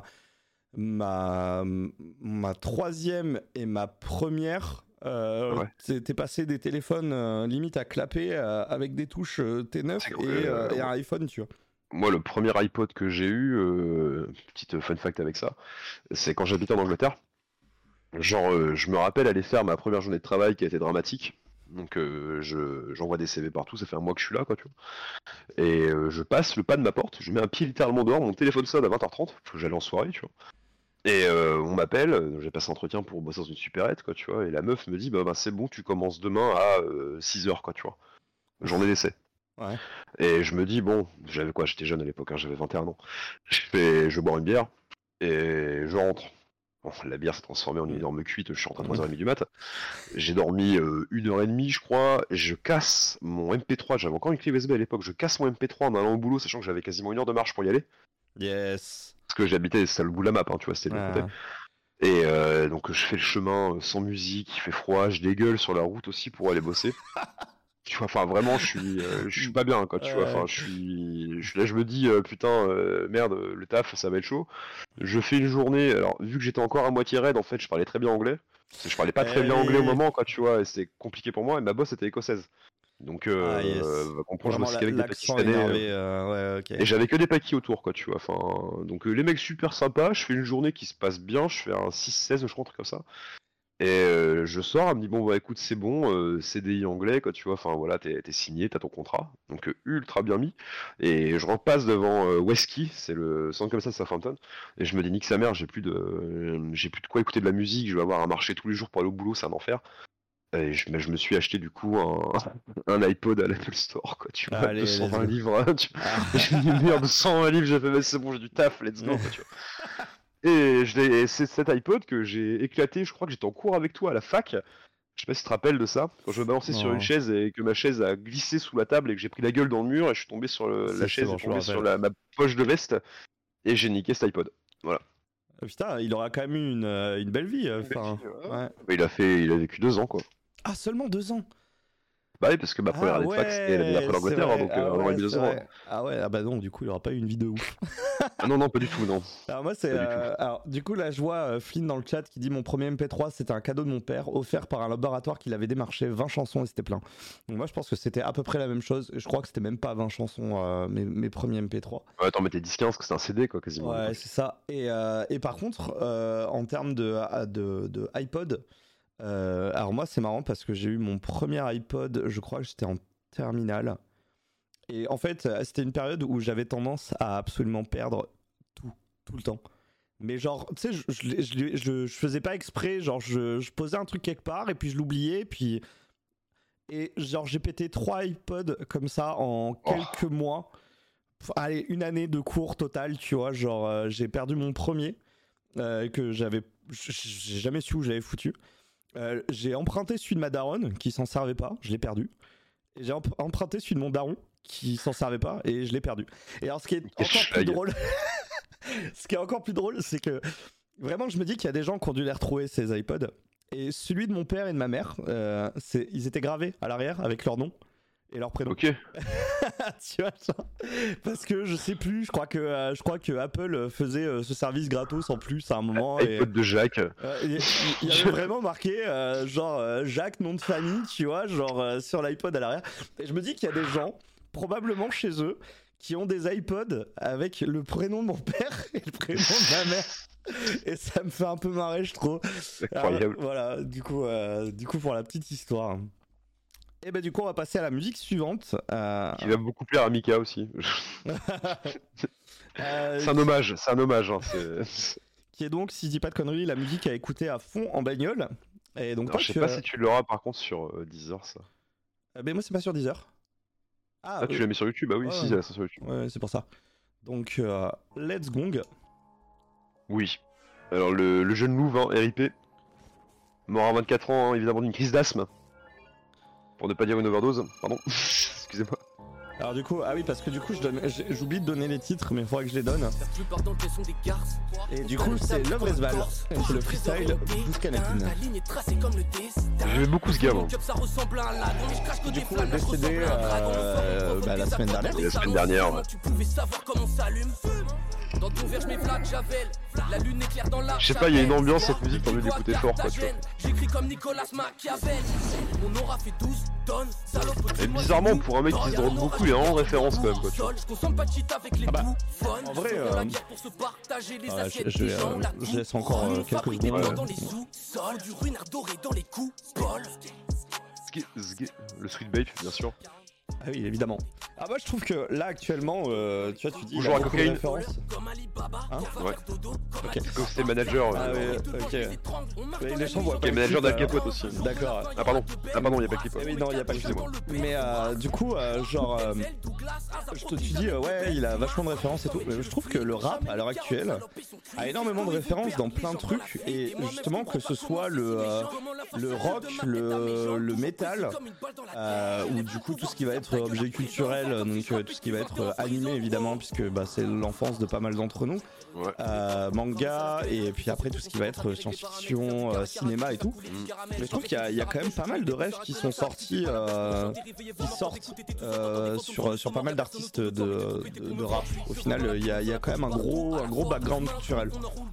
ma troisième et ma première, t'es passé des téléphones limite à clapper avec des touches T9 et un iPhone, tu vois. Moi, le premier iPod que j'ai eu, petite fun fact avec ça, c'est quand j'habitais en Angleterre. Genre, je me rappelle aller faire ma première journée de travail qui a été dramatique. Donc j'envoie des CV partout, ça fait un mois que je suis là, quoi, tu vois. Et je passe le pas de ma porte, je mets un pied littéralement dehors, mon téléphone sonne à 20h30, faut que j'aille en soirée, tu vois. Et on m'appelle, j'ai passé un entretien pour bosser dans une supérette, quoi, tu vois. Et la meuf me dit, bah c'est bon, tu commences demain à 6h, quoi, tu vois. Journée d'essai. Ouais. Et je me dis, bon, j'avais quoi, j'étais jeune à l'époque, hein, j'avais 21 ans. Je bois une bière, et je rentre. Bon, la bière s'est transformée en une énorme cuite, je suis rentré à 3h30 du mat. J'ai dormi 1h30, je crois. Je casse mon MP3, j'avais encore une clé USB à l'époque. Je casse mon MP3 en allant au boulot, sachant que j'avais quasiment 1 heure de marche pour y aller. Yes. Parce que j'habitais, c'était le bout de la map, hein, tu vois, c'était de l'autre côté. Et donc je fais le chemin sans musique, il fait froid, je dégueule sur la route aussi pour aller bosser. Tu vois, enfin vraiment, je suis pas bien, quoi, tu vois. Enfin, là, je me dis, putain, merde, le taf, ça va être chaud. Je fais une journée, alors vu que j'étais encore à moitié raide, en fait, je parlais très bien anglais. Parce que je parlais pas très bien anglais au moment, quoi, tu vois, et c'était compliqué pour moi, et ma boss était écossaise. Donc, comprends, je me suis avec des Pakistanais. Ouais, ok. Et j'avais que des Pakis autour, quoi, tu vois. Enfin, donc les mecs super sympas, je fais une journée qui se passe bien, je fais un 6-16, je crois, un truc comme ça. Et je sors, elle me dit, bon, bah écoute, c'est bon, CDI anglais, quoi, tu vois, enfin voilà, t'es signé, t'as ton contrat, donc ultra bien mis. Et je repasse devant Wesky, c'est le centre comme ça de Southampton, et je me dis, nique sa mère, j'ai plus de quoi écouter de la musique, je vais avoir à marcher tous les jours pour aller au boulot, c'est un enfer. Et je me suis acheté du coup un iPod à l'Apple Store, quoi, tu vois, Allez, 220 livres, hein, j'ai mis une heure de 120 livres, j'ai fait, mais c'est bon, j'ai du taf, let's go, quoi, tu vois. Et c'est cet iPod que j'ai éclaté, je crois que j'étais en cours avec toi à la fac. Je sais pas si tu te rappelles de ça, quand je me balançais sur une chaise et que ma chaise a glissé sous la table et que j'ai pris la gueule dans le mur et je suis tombé sur la chaise et tombé sur ma poche de veste et j'ai niqué cet iPod. Voilà. Putain, il aura quand même eu une belle vie. Ouais. Il a vécu 2 ans, quoi. Ah, seulement 2 ans. Bah oui, parce que ma première année de fac c'était l'année d'après l'Angleterre, hein, donc on aurait mis 2 ans. Ah ouais, ah bah non, du coup il aura pas eu une vie de ouf. Ah non, pas du tout, non. Alors moi c'est... alors du coup là je vois Flynn dans le chat qui dit mon premier MP3 c'était un cadeau de mon père offert par un laboratoire qui l'avait démarché, 20 chansons et c'était plein. Donc moi je pense que c'était à peu près la même chose, je crois que c'était même pas 20 chansons mes premiers MP3. Ouais, t'en mettais 10-15 que c'était un CD, quoi, quasiment. Ouais, c'est ça. Et par contre en termes de iPod, alors moi c'est marrant parce que j'ai eu mon premier iPod, je crois que j'étais en terminale. Et en fait, c'était une période où j'avais tendance à absolument perdre tout le temps. Mais genre, tu sais, je faisais pas exprès, genre je posais un truc quelque part et puis je l'oubliais, puis... Et genre j'ai pété 3 iPods comme ça en quelques mois. Allez, 1 année de cours total, tu vois, genre j'ai perdu mon premier, que j'ai jamais su où j'avais foutu. J'ai emprunté celui de ma daronne qui s'en servait pas, je l'ai perdu. Et j'ai emprunté celui de mon daron qui s'en servait pas et je l'ai perdu. Et alors ce qui est encore plus drôle, c'est que vraiment je me dis qu'il y a des gens qui ont dû les retrouver ces iPods. Et celui de mon père et de ma mère, ils étaient gravés à l'arrière avec leur nom et leur prénom. Ok. Tu vois ça, parce que je sais plus, je crois que Apple faisait ce service gratos en plus à un moment. iPod de Jacques. Il y avait vraiment marqué genre Jacques nom de famille, tu vois, genre sur l'iPod à l'arrière. Et je me dis qu'il y a des gens probablement chez eux qui ont des iPods avec le prénom de mon père et le prénom de ma mère. Et ça me fait un peu marrer, je trouve. Incroyable. Voilà, du coup pour la petite histoire. Et bah du coup on va passer à la musique suivante. Qui va beaucoup plaire à Mika aussi. C'est un hommage, hein, qui est donc, si je dis pas de conneries, la musique à écouter à fond en bagnole. Et donc, alors, je sais pas si tu l'auras par contre sur Deezer, ça. Mais moi c'est pas sur Deezer. Ah, tu l'as mis sur YouTube? Bah oui, ouais, si, c'est sur YouTube. Ouais, c'est pour ça. Donc Let's Gong. Oui. Alors le jeune Louvre, hein, RIP, mort à 24 ans, hein, évidemment d'une crise d'asthme. Pour ne pas dire une overdose, pardon. Excusez-moi. Alors du coup, ah oui, parce que du coup j'oublie de donner les titres, mais il faudra que je les donne. Et du coup c'est Love Resval, c'est le freestyle Bouscanakin. J'aimais beaucoup ce gars, moi. Du coup décédé la semaine dernière. La semaine dernière, ouais. Dans ton verre, je m'éclate, Javel. La lune éclaire dans la. Je sais pas, il y a une ambiance, cette musique, t'as envie d'écouter fort, quoi, tu vois. J'écris comme Nicolas Machiavel. Mon aura fait 12 tonnes. Et bizarrement, pour un mec qui se drôle beaucoup, il y a vraiment de référence quand même, quoi, tu vois. Je consomme pas de cheat avec les bouffons. En vrai, je laisse encore quelques secondes. Dans les sous-sols, du ruinard doré dans les coupoles. Le Sweet Babe, bien sûr. Ah oui, évidemment. Ah bah je trouve que là actuellement, tu vois, tu dis Bonjour à cocaïne. Hein Ouais. Ok. C'était manager. Ah oui, ok. Mais les gens voient pas. Et le manager clip, d'Al Capote aussi. D'accord. Ah pardon, il y a pas de clip. Eh oui, non, il y a pas le clip. Excusez-moi. Mais du coup, tu dis ouais, il a vachement de références et tout. Mais je trouve que le rap à l'heure actuelle a énormément de références dans plein de trucs et justement que ce soit le rock, le métal, ou du coup tout ce qui va être objet culturel, donc tout ce qui va être animé évidemment puisque bah, c'est l'enfance de pas mal d'entre nous. Ouais. Manga et puis après tout ce qui va être science-fiction, cinéma et tout. Mais je trouve qu'il y a quand même pas mal de rêves qui sont sortis, qui sortent sur pas mal d'artistes de rap. Au final, il y a quand même un gros background culturel.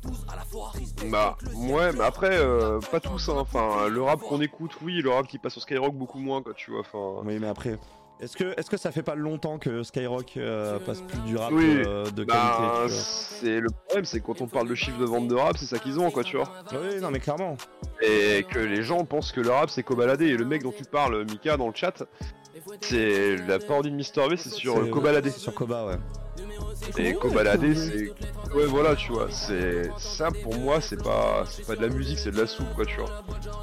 Bah ouais, mais après pas tous, hein. Enfin le rap qu'on écoute, oui, le rap qui passe sur Skyrock beaucoup moins, quoi, tu vois. Enfin. Oui, mais après. Est-ce que ça fait pas longtemps que Skyrock passe plus du rap Oui, de bah, qualité, tu vois. c'est le problème, c'est que quand on parle de chiffre de vente de rap, c'est ça qu'ils ont, quoi, tu vois. Oui, non mais clairement. Et que les gens pensent que le rap c'est Kobalade, et le mec dont tu parles, Mika, dans le chat, c'est la parodie de Mister V, c'est sur Kobalade. C'est sur Koba, ouais. Et Kobalade, c'est. Ouais, voilà, tu vois, c'est. Ça pour moi, c'est pas de la musique, c'est de la soupe, quoi, tu vois.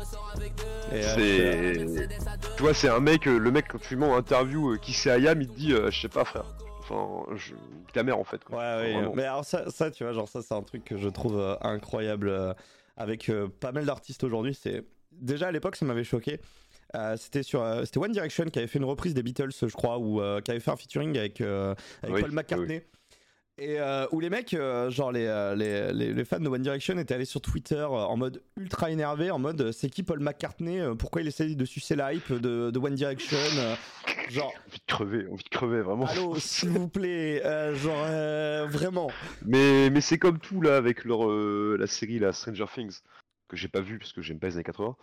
Et, C'est. Tu vois, c'est un mec, le mec, quand tu mets en interview qui c'est Ayam, il te dit, je sais pas, frère. Enfin, ta mère en fait, quoi. Ouais, Vraiment. mais alors ça, tu vois, genre ça, c'est un truc que je trouve incroyable avec pas mal d'artistes aujourd'hui. C'est déjà à l'époque, ça m'avait choqué. C'était One Direction qui avait fait une reprise des Beatles, je crois, ou qui avait fait un featuring avec Oui, Paul McCartney. oui. Et où les mecs, genre les fans de One Direction étaient allés sur Twitter en mode ultra énervé, en mode c'est qui Paul McCartney, pourquoi il essaye de sucer la hype de One Direction, genre Envie de crever, vraiment. allô s'il vous plaît, vraiment. Mais c'est comme tout là avec la série la Stranger Things que j'ai pas vu parce que j'aime pas les années 80.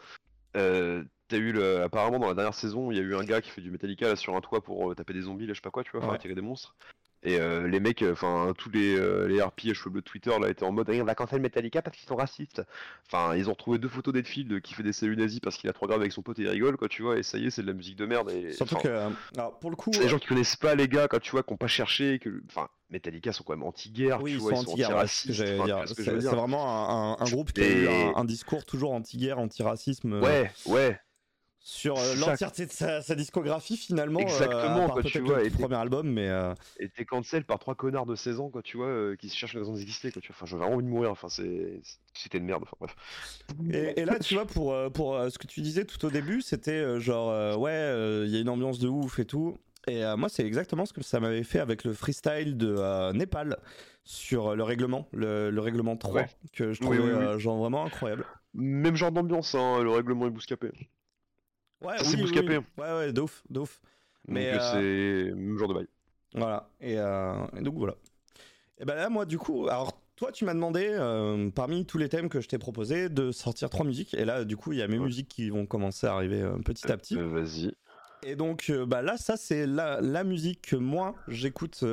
T'as eu apparemment dans la dernière saison, il y a eu un gars qui fait du Metallica là sur un toit pour taper des zombies, là je sais pas quoi, tu vois, enfin Ouais. tirer des monstres. Et les mecs, enfin tous les harpies à cheveux bleus de Twitter là étaient en mode on va cancel Metallica parce qu'ils sont racistes. Enfin ils ont retrouvé 2 photos d'Edfield qui fait des saluts nazis parce qu'il a trop grave avec son pote et il rigole, quoi, tu vois, et ça y est, c'est de la musique de merde. Et Surtout enfin, que alors, pour le coup c'est des gens qui connaissent pas les gars, quand tu vois, qui ont pas cherché, que enfin Metallica sont quand même anti-guerre, oui, tu ils vois, sont anti-guerre, ouais, c'est ce que anti-racistes, j'allais enfin, dire. tu vois ce que je veux C'est dire. vraiment un groupe qui a eu un discours toujours anti-guerre, anti-racisme Ouais. sur C'est ça. l'entièreté de sa discographie finalement. Exactement, à part quoi, tu peut-être vois, le et tout premier album, mais Et t'es cancel par 3 connards de 16 ans, quoi, tu vois, qui se cherchent une raison d'exister, quoi, tu vois. Enfin, j'avais vraiment envie de mourir, enfin, c'était une merde, enfin, bref. et là tu vois pour ce que tu disais tout au début, c'était genre ouais, il y a une ambiance de ouf et tout. Et moi c'est exactement ce que ça m'avait fait avec le freestyle de Népal sur le règlement 3, Ouais. que je Oui, trouvais oui, oui. genre vraiment incroyable. Même genre d'ambiance, hein, le règlement est bouscapé. Ouais, Ça, c'est bouscapé. Ouais, de ouf. Mais Donc c'est même genre de bail. voilà, et donc voilà. Et ben là, moi, du coup, alors toi, tu m'as demandé, parmi tous les thèmes que je t'ai proposé, de sortir 3 musiques. Et là, du coup, il y a mes Ouais. musiques qui vont commencer à arriver petit à petit. Vas-y. Et donc, bah là, ça, c'est la musique que moi, j'écoute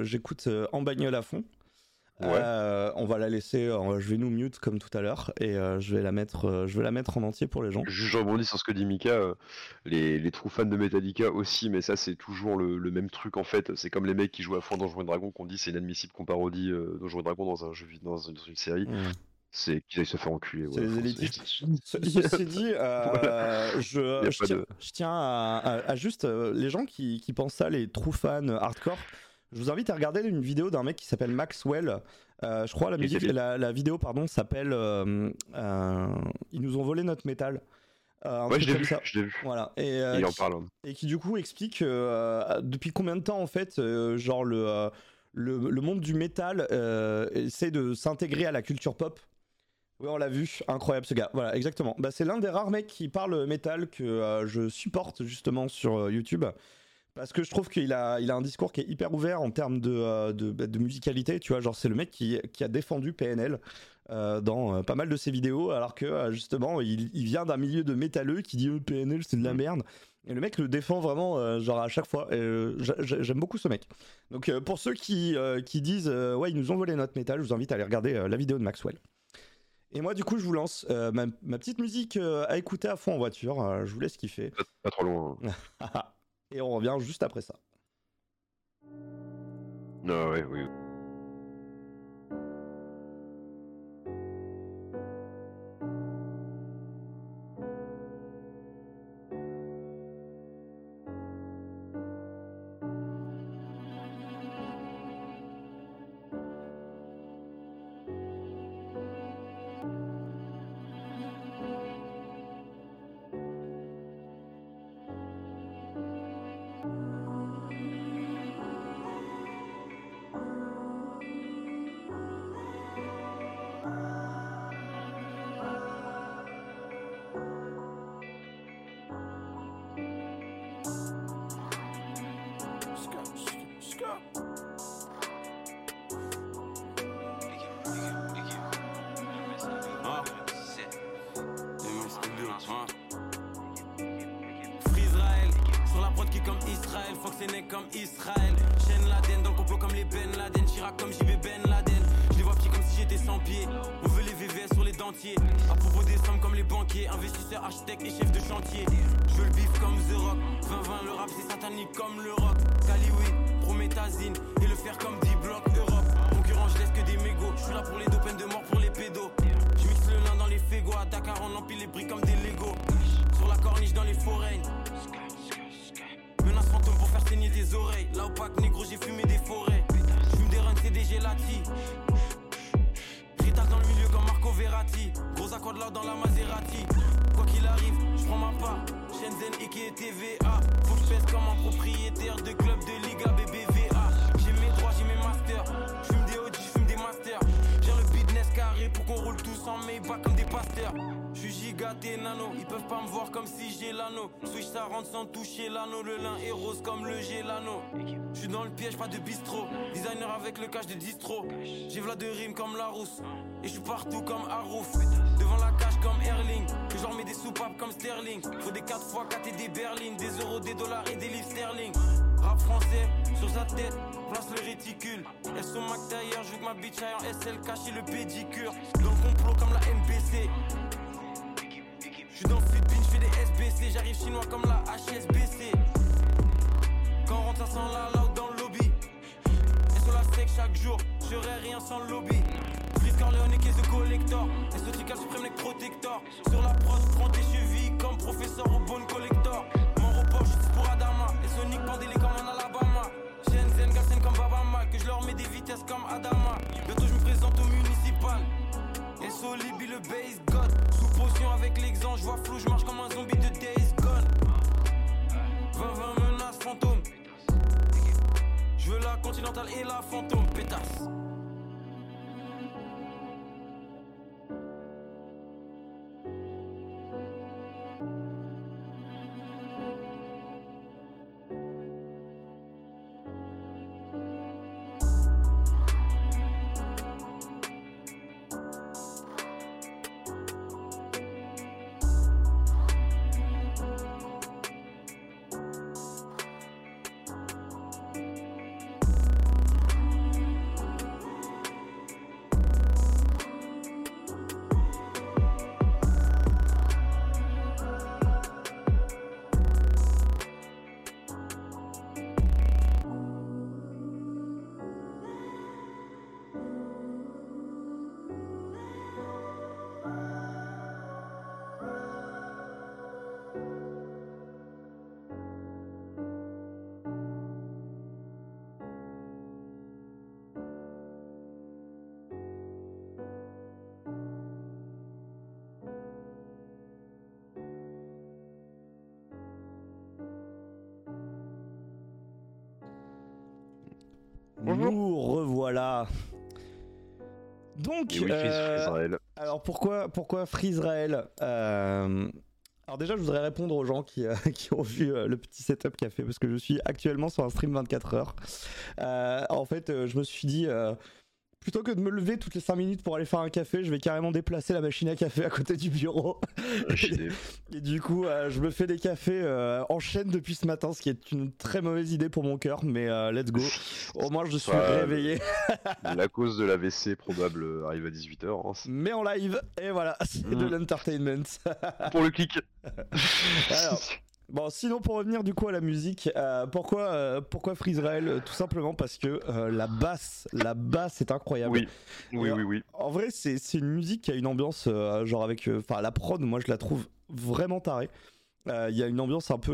en bagnole à fond. Ouais. On va la laisser, je vais nous mute comme tout à l'heure, et je vais la mettre en entier pour les gens. Juste je rebondis sur ce que dit Mika, les true fans de Metallica aussi, mais ça c'est toujours le même truc en fait. C'est comme les mecs qui jouent à fond dans Donjons et Dragons qu'on dit c'est inadmissible qu'on parodie Donjons et Dragons dans un jeu dans une série. C'est qu'ils aillent se faire enculer. C'est Ouais, les enfin, élitistes. Ceci dit, je de- tiens à juste les gens qui pensent ça, les true fans hardcore. Je vous invite à regarder une vidéo d'un mec qui s'appelle Maxwell. Je crois la vidéo pardon s'appelle Ils nous ont volé notre métal. Un Ouais, truc je l'ai comme vu, ça. je l'ai vu. Voilà. Et Il en parle. et qui du coup explique depuis combien de temps en fait genre le monde du métal essaie de s'intégrer à la culture pop. Oui, on l'a vu, incroyable ce gars. Voilà, exactement. Bah, c'est l'un des rares mecs qui parle métal que je supporte justement sur YouTube Parce que je trouve qu'il a un discours qui est hyper ouvert en termes de musicalité, tu vois, genre c'est le mec qui a défendu PNL dans pas mal de ses vidéos, alors que justement il vient d'un milieu de métalleux qui dit PNL c'est de la merde, et le mec le défend vraiment genre à chaque fois, j'aime beaucoup ce mec. Donc pour ceux qui disent ouais ils nous ont volé notre métal, je vous invite à aller regarder la vidéo de Maxwell. Et moi du coup je vous lance ma petite musique à écouter à fond en voiture, je vous laisse kiffer. Pas trop loin. Et on revient juste après ça. Ah ouais, oui. Comme Israël, Chaîne Laden dans le complot comme les Ben Laden, Chirac comme JB Ben Laden. Je les vois petits comme si j'étais sans pied. On veut les VVS sur les dentiers. À propos des sommes comme les banquiers, investisseurs, architectes et chefs de chantier. Je veux le bif comme The Rock. 20-20 le rap c'est satanique comme le rock. Caliwi, Prométhazine et le fer comme 10 blocs Europe. Concurrent je laisse que des mégots. Je suis là pour les dos, peine de mort pour les pédos. Je mixe le lin dans les fégos. À Dakar on empile les briques comme des Legos. Sur la corniche dans les forêts. Menace fantôme pour faire saigner tes oreilles. Là au pack négro j'ai fumé des forêts. J'fume des runs c'est des gelati. Ritard dans le milieu comme Marco Verratti. Gros accord de l'or dans la Maserati. Quoi qu'il arrive, j'prends ma part. Shenzhen et TVA. Faut que j'pèse comme un propriétaire de club de Liga BBVA. J'ai mes droits, j'ai mes masters. J'fume des OG, j'fume des masters. J'ai le business carré pour qu'on roule tous en Maybach comme des pasteurs. J'suis gigaté nano, ils peuvent pas me voir comme si j'ai l'anneau. Switch ça rentre sans toucher l'anneau, le lin est rose comme le gélano. J'suis dans le piège, pas de bistrot. Designer avec le cash de distro. J'ai v'là de rimes comme Larousse. Et j'suis partout comme Harouf. Devant la cage comme Erling. Que j'en mets des soupapes comme Sterling. Faut des 4x4 et des berlines. Des euros, des dollars et des livres sterling. Rap français, sur sa tête, place le réticule. Elle sont Mac d'ailleurs, joue que ma bitch aille en SL caché le pédicure. Dans le complot comme la MBC. J'suis dans le Philippines, j'fais des SBC. J'arrive chinois comme la HSBC. Quand on rentre ça sent la loud dans le lobby. Et sur la sec chaque jour, j'aurais rien sans le lobby. Freeze Corleone et Case de collector. Exotica suprême neck protector. Sur la prod, j'prends tes chevilles comme professeur au bon collector. Mon report, j'suis pour Adama. Et Sonic pendez les comme en Alabama. Shenzhen, Galsen comme Babama. Que je leur mets des vitesses comme Adama. Bientôt j'me présente au municipal. SO Libby le base god. Sous potion avec l'exemple, j'vois flou, j'marche comme un zombie de Days Gone. 20-20 menaces fantômes. J'veux la continentale et la fantôme, pétasse. Nous revoilà. Donc, et oui, Freeze Israël. alors pourquoi Freezerael Alors déjà, je voudrais répondre aux gens qui ont vu le petit setup qu'il a fait, parce que je suis actuellement sur un stream 24 heures. En fait, je me suis dit, plutôt que de me lever toutes les 5 minutes pour aller faire un café, je vais carrément déplacer la machine à café à côté du bureau. Et du coup, je me fais des cafés en chaîne depuis ce matin, ce qui est une très mauvaise idée pour mon cœur, mais let's go. Au moins, je suis réveillé. La cause de l'AVC probable arrive à 18h. Hein. Mais en live, et voilà, c'est de l'entertainment. Pour le clic. Alors, bon, sinon pour revenir du coup à la musique, pourquoi Freezerael? Tout simplement parce que la basse est incroyable. Oui. En vrai, c'est une musique qui a une ambiance genre avec, enfin la prod, moi je la trouve vraiment tarée. Il y a une ambiance un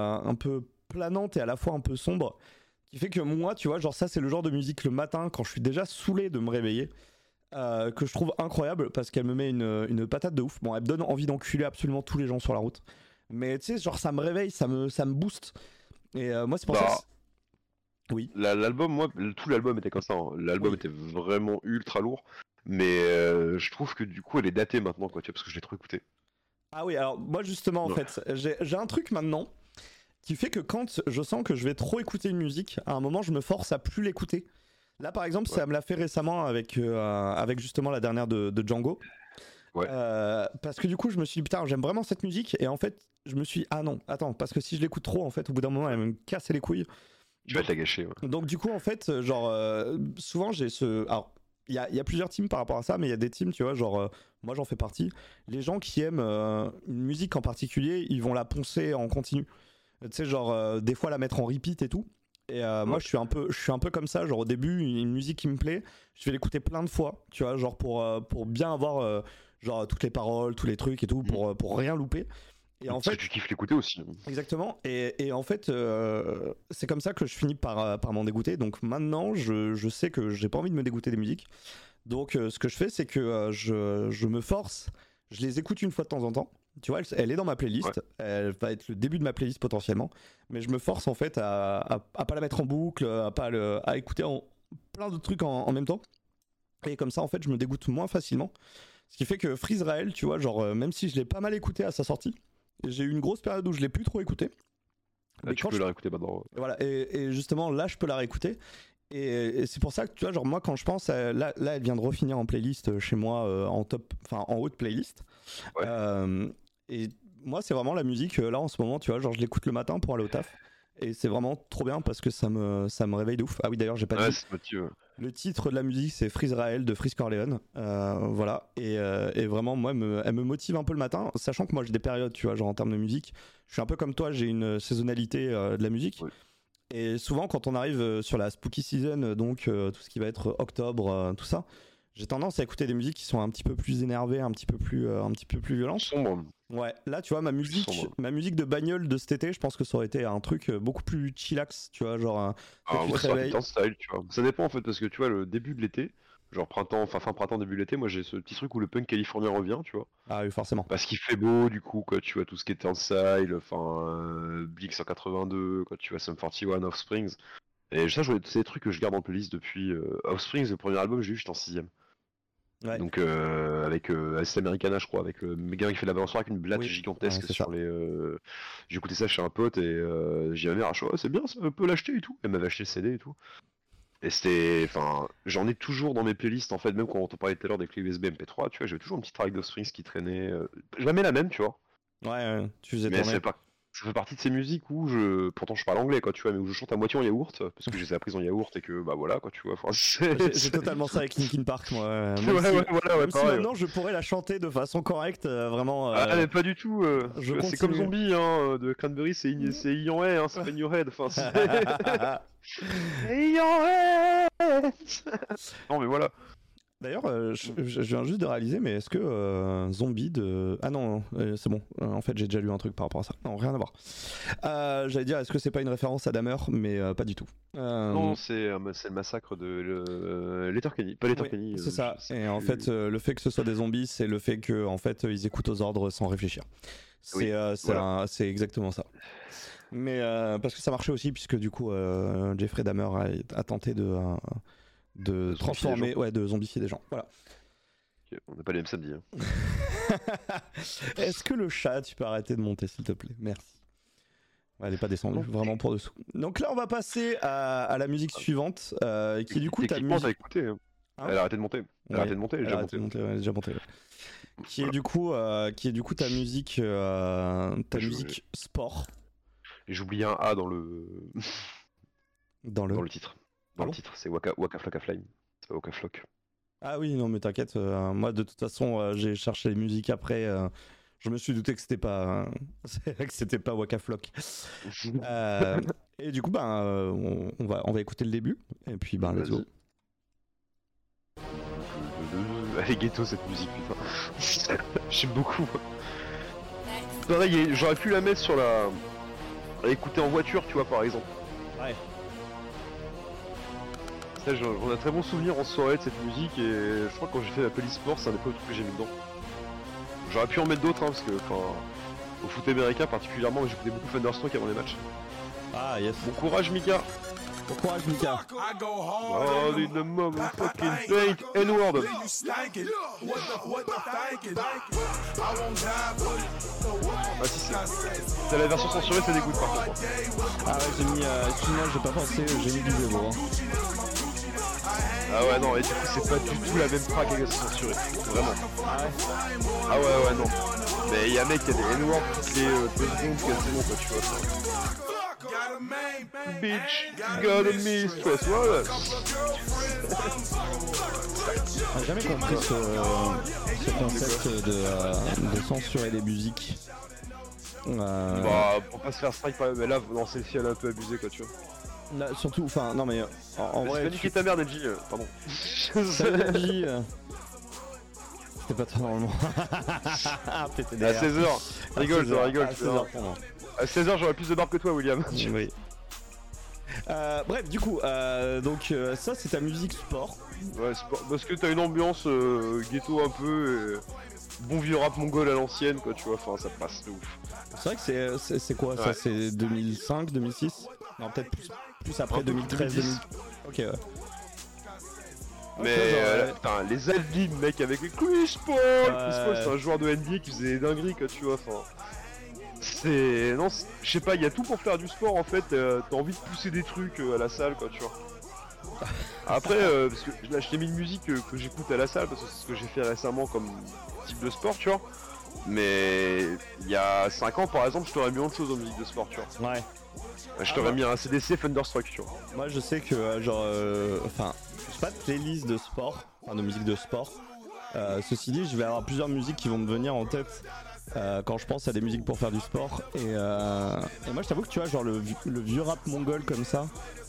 peu planante et à la fois un peu sombre, qui fait que moi, tu vois, genre ça c'est le genre de musique le matin quand je suis déjà saoulé de me réveiller. Que je trouve incroyable parce qu'elle me met une patate de ouf. Bon, elle me donne envie d'enculer absolument tous les gens sur la route. Mais tu sais, genre ça me réveille, ça me booste. Et moi, c'est pour ça que... Oui. L'album, moi, tout l'album était comme ça. Hein. L'album était vraiment ultra lourd. Mais je trouve que du coup, elle est datée maintenant, quoi, tu vois, parce que je l'ai trop écouté. Ah oui, alors moi, justement, en fait, j'ai un truc maintenant qui fait que quand je sens que je vais trop écouter une musique, à un moment, je me force à plus l'écouter. Là, par exemple, ça me l'a fait récemment avec justement la dernière de Django. Ouais. Parce que du coup, je me suis dit, putain, j'aime vraiment cette musique. Et en fait, je me suis dit, ah non, attends, parce que si je l'écoute trop, en fait, au bout d'un moment, elle va me casser les couilles. Tu vas te la gâcher. Ouais. Donc, du coup, en fait, genre, souvent, j'ai ce. Alors, il y a plusieurs teams par rapport à ça, mais il y a des teams, tu vois, genre, moi, j'en fais partie. Les gens qui aiment une musique en particulier, ils vont la poncer en continu. Tu sais, genre, des fois, la mettre en repeat et tout. Et moi je suis un peu comme ça, genre au début une musique qui me plaît, je vais l'écouter plein de fois, tu vois, genre pour bien avoir genre toutes les paroles, tous les trucs et tout, pour rien louper. Et en fait, tu kiffes l'écouter aussi. Exactement. Et en fait, c'est comme ça que je finis par m'en dégoûter. Donc maintenant, je sais que j'ai pas envie de me dégoûter des musiques. Donc ce que je fais, c'est que je me force, je les écoute une fois de temps en temps. Tu vois, elle est dans ma playlist, elle va être le début de ma playlist potentiellement, mais je me force en fait à pas la mettre en boucle, à écouter plein de trucs en même temps. Et comme ça, en fait, je me dégoûte moins facilement. Ce qui fait que Freezerael, tu vois, genre, même si je l'ai pas mal écouté à sa sortie, j'ai eu une grosse période où je l'ai plus trop écouté. Là, tu peux la réécouter maintenant. Voilà, et justement, là, je peux la réécouter. Et c'est pour ça que, tu vois, genre, moi, quand je pense, là, elle vient de refinir en playlist chez moi, en haut de playlist. Ouais. Et moi, c'est vraiment la musique, là, en ce moment, tu vois, genre, je l'écoute le matin pour aller au taf. Et c'est vraiment trop bien parce que ça me réveille de ouf. Ah oui, d'ailleurs, j'ai pas dit. Le titre de la musique, c'est Freezerael de Freeze Corleone. Voilà. Et vraiment, moi, elle me motive un peu le matin, sachant que moi, j'ai des périodes, tu vois, genre en termes de musique. Je suis un peu comme toi, j'ai une saisonnalité de la musique. Oui. Et souvent, quand on arrive sur la spooky season, donc tout ce qui va être octobre, tout ça, j'ai tendance à écouter des musiques qui sont un petit peu plus énervées, un petit peu plus violentes. Sombre. Ouais, là tu vois ma musique de bagnole de cet été, je pense que ça aurait été un truc beaucoup plus chillax, tu vois, genre moi ça aurait été en style, tu vois. Ça dépend en fait parce que tu vois le début de l'été, genre fin printemps début de l'été, moi j'ai ce petit truc où le punk californien revient, tu vois. Ah oui, forcément. Parce qu'il fait beau du coup quoi, tu vois tout ce qui est en style, Blink 182, quoi, tu vois Sum 41, Offsprings. Et ça c'est des trucs que je garde en playlist depuis Offsprings, le premier album j'ai eu, j'étais en 6ème. Ouais. Donc avec Acid Americana je crois, avec le gars qui fait de la balance avec une blatte gigantesque sur les... J'ai écouté ça chez un pote et j'ai dit à ma mère, c'est bien, ça peut l'acheter et tout. Elle m'avait acheté le CD et tout. Et c'était... Enfin, j'en ai toujours dans mes playlists en fait, même quand on parlait tout à l'heure des clés USB MP3, tu vois, j'avais toujours un petit track d'Offsprings qui traînait. Jamais la même, tu vois. Ouais, tu faisais tourner. Ça fait partie de ces musiques où pourtant je parle anglais quoi tu vois, mais où je chante à moitié en yaourt parce que je les ai apprises en yaourt et que bah voilà quoi tu vois. J'ai totalement ça avec Linkin Park moi. Même si maintenant je pourrais la chanter de façon correcte vraiment. Ah mais pas du tout. C'est comme Zombie hein, de Cranberry, c'est In Your Head, c'est pas In Your Head. Enfin c'est. In Your Head. Non mais voilà. D'ailleurs, je viens juste de réaliser, mais est-ce que Zombie de... Ah non, c'est bon, en fait j'ai déjà lu un truc par rapport à ça. Non, rien à voir. J'allais dire, est-ce que c'est pas une référence à Dahmer, mais pas du tout. Non, c'est le massacre de Letterkenny, pas Letterkenny. Oui, c'est ça, et en fait, le fait que ce soit des zombies, c'est le fait que en fait, ils écoutent aux ordres sans réfléchir. C'est c'est exactement ça. Mais parce que ça marchait aussi, puisque du coup, Jeffrey Dahmer a tenté de transformer, de zombifier des gens. Voilà. Ok, on n'a pas les mêmes samedis. Hein. Est-ce que le chat, tu peux arrêter de monter, s'il te plaît? Merci. Ouais, elle est pas descendue, vraiment pour dessous. Donc là, on va passer à la musique suivante, qui est du coup ta Techniquement, musique. t'as écouté. Hein. Hein Elle a arrêté de monter. Elle a arrêté de monter, elle est Elle a déjà arrêté de montée. monter, ouais, elle est déjà montée, ouais. Qui est du coup ta musique, musique sport Et j'oublie un A dans le dans le. dans le titre. Dans le titre, c'est Waka Flocka Flame. C'est pas Waka Flock. Ah oui, non mais t'inquiète, moi de toute façon j'ai cherché les musiques après, je me suis douté que c'était pas Waka Flock. Et du coup on va écouter le début et puis let's go. Elle est ghetto cette musique, putain. J'aime beaucoup. Pareil, j'aurais pu la mettre sur la. À écouter en voiture, tu vois, par exemple. Ouais. Ça, j'en ai un très bon souvenir en soirée de cette musique et je crois que quand j'ai fait la police sport, c'est un des premiers trucs que j'ai mis dedans. J'aurais pu en mettre d'autres, hein, parce que, au foot américain particulièrement, j'écoutais beaucoup Thunderstruck avant les matchs. Ah yes. Bon courage, Mika. Bon courage, Mika. Oh, in the motherfucking paint, N-word. Ah si, c'est la version censurée, ça dégoûte par contre. Ah ouais, j'ai mis, excuse-moi, j'ai pas pensé, j'ai mis du zéro. Hein. Ah ouais, non, et du coup, c'est pas du tout la même track avec la censurée, vraiment. Ah ouais, non. Mais il y a un mec qui a des N-word toutes les 2 secondes quasiment, quoi, tu vois. Bitch, got a mistress, voilà. J'ai jamais compris ce concept de censurer des musiques. Bah, pour pas se faire strike, mais là, non, celle-ci, elle a un peu abusé, quoi, tu vois. Là, surtout, enfin, non mais en vrai. C'est pas niquer ta mère, Nedji, pardon. Nedji. C'était pas toi normalement. À 16h, rigole, ça rigole. À 16h, à 16h, j'aurais plus de barbe que toi, William. Oui. Bref, du coup, donc ça c'est ta musique sport. Ouais, sport, parce que t'as une ambiance ghetto un peu, et bon vieux rap mongol à l'ancienne, quoi, tu vois, enfin ça passe de ouf. C'est vrai que c'est quoi ça? C'est 2005, 2006? Non, peut-être plus après 2013, 2010. Ok, ouais. Mais putain, les Alvin, mec, avec Chris Paul. Chris Paul, c'est un joueur de NBA qui faisait des dingueries, quoi, tu vois, enfin. C'est. Non, je sais pas, il y a tout pour faire du sport en fait. T'as envie de pousser des trucs à la salle, quoi, tu vois. Après, parce que là, je t'ai mis une musique que j'écoute à la salle parce que c'est ce que j'ai fait récemment comme type de sport, tu vois. Mais il y a 5 ans, par exemple, je t'aurais mis autre chose en musique de sport, tu vois. Ouais. Je t'aurais mis un CDC Thunderstruck, tu vois. Moi, je sais que, genre, enfin, j'ai pas de playlist de sport, enfin de musique de sport. Ceci dit, je vais avoir plusieurs musiques qui vont me venir en tête. Quand je pense à des musiques pour faire du sport et moi je t'avoue que tu vois genre le vieux rap mongol comme ça,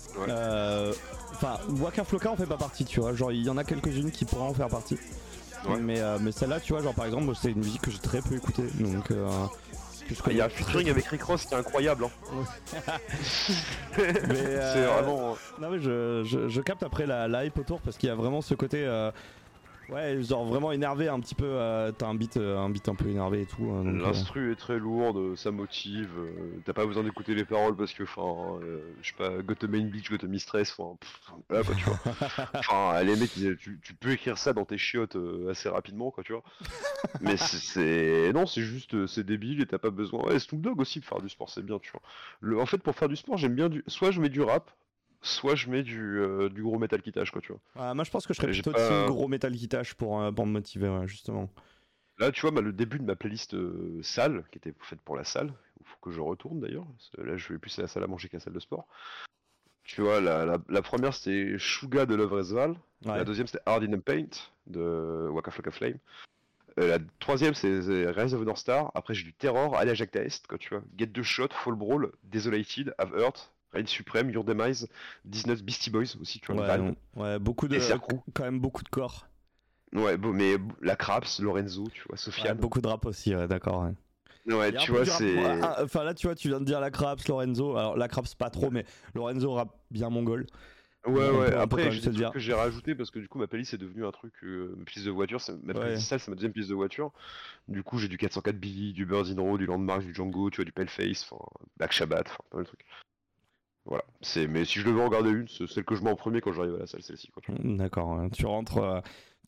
enfin Waka Flocka en fait pas partie, tu vois, genre il y en a quelques-unes qui pourraient en faire partie, mais celle-là tu vois genre par exemple c'est une musique que j'ai très peu écoutée donc il y a un featuring avec Rick Ross qui est incroyable, hein. Mais, c'est vraiment non mais je capte après la hype autour parce qu'il y a vraiment ce côté ouais, genre vraiment énervé un petit peu, t'as un beat un peu énervé et tout. L'instru est très lourde, ça motive, t'as pas besoin d'écouter les paroles parce que, enfin, je sais pas, go to main bitch, go to mistress, enfin, voilà quoi, tu vois. Enfin, les mecs, tu peux écrire ça dans tes chiottes assez rapidement, quoi, tu vois. Mais non, c'est juste, c'est débile et t'as pas besoin. Ouais, Snoop Dogg aussi, pour faire du sport, c'est bien, tu vois. En fait, pour faire du sport, j'aime bien soit je mets du rap, soit je mets du gros metal kittage, quoi, tu vois. Moi je pense que je serais plutôt team gros metal kittage pour me motiver, ouais, justement. Là tu vois le début de ma playlist salle, qui était faite pour la salle, il faut que je retourne d'ailleurs, là je vais plus à la salle à manger qu'à la salle de sport. Tu vois, la première c'était Suga de Love Resval, la deuxième c'était Hard in the Paint de Waka Flocka Flame. La troisième c'est Rise of the North Star, après j'ai du Terror, Alia Jacta Est, quoi, tu vois, Get the Shot, Fall Brawl, Desolated, Have Hurt, Reign Supreme, Your Demise, 19 Beastie Boys aussi, tu vois. Ouais, beaucoup de quand même beaucoup de corps. Ouais, mais la Craps, Lorenzo, tu vois, Sofiane. Ouais, beaucoup de rap aussi, ouais, d'accord. Ouais, tu vois, c'est. Enfin là, tu vois, tu viens de dire la Craps, Lorenzo. Alors la Craps pas trop, mais Lorenzo rappe bien mongol. Ouais. Après, j'ai des trucs que j'ai rajouté parce que du coup, ma playlist est devenue un truc, une piste de voiture. Ma playlist salle, c'est ma deuxième piste de voiture. Du coup, j'ai du 404 Billy, du Birds in Row, du Landmark, du Django, tu vois, du Paleface, enfin, Black Shabbat, enfin, pas mal de trucs. Voilà, mais si je devais en regarder une, c'est celle que je mets en premier quand j'arrive à la salle, celle-ci, quoi. D'accord, tu rentres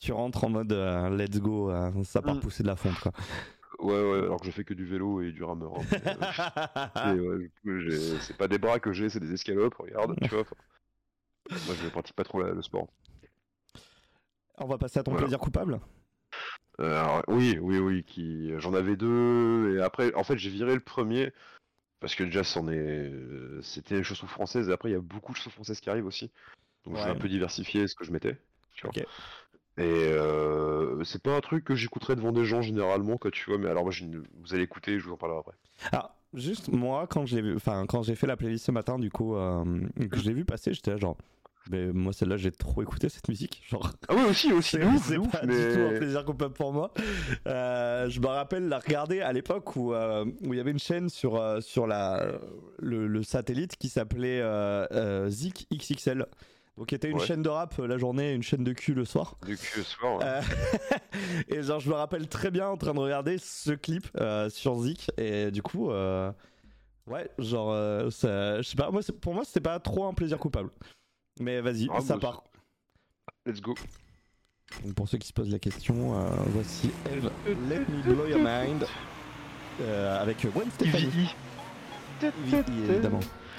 Tu rentres en mode let's go, ça part pousser de la fonte quoi. Ouais, alors que je fais que du vélo et du rameur. Hein. C'est pas des bras que j'ai, c'est des escalopes, regarde, tu vois. Moi je ne pratique pas trop le sport. On va passer à ton plaisir coupable. Alors, oui, j'en avais 2, et après, en fait, j'ai viré le premier, parce que déjà, c'était les chansons françaises, et après, il y a beaucoup de chansons françaises qui arrivent aussi, donc je vais un peu diversifier ce que je mettais, tu vois. Okay. Et c'est pas un truc que j'écouterais devant des gens généralement, quoi, tu vois, mais alors moi, vous allez écouter, je vous en parlerai après. Alors, juste, moi, quand j'ai fait la playlist ce matin, du coup, que je l'ai vu passer, j'étais là genre... Mais moi celle-là j'ai trop écouté cette musique genre. Ah oui aussi c'est pas du tout un plaisir coupable pour moi. Je me rappelle la regarder à l'époque où il y avait une chaîne sur le satellite qui s'appelait Zik XXL. Donc qui était une chaîne de rap la journée, une chaîne de cul le soir. De cul le soir. Ouais. Et genre je me rappelle très bien en train de regarder ce clip sur Zik et du coup ouais genre je sais pas, pour moi c'était pas trop un plaisir coupable. Mais vas-y, ça part. Let's go. Donc pour ceux qui se posent la question, voici Eve, Let Me Blow Your Mind avec Gwen Stefani. Évidemment.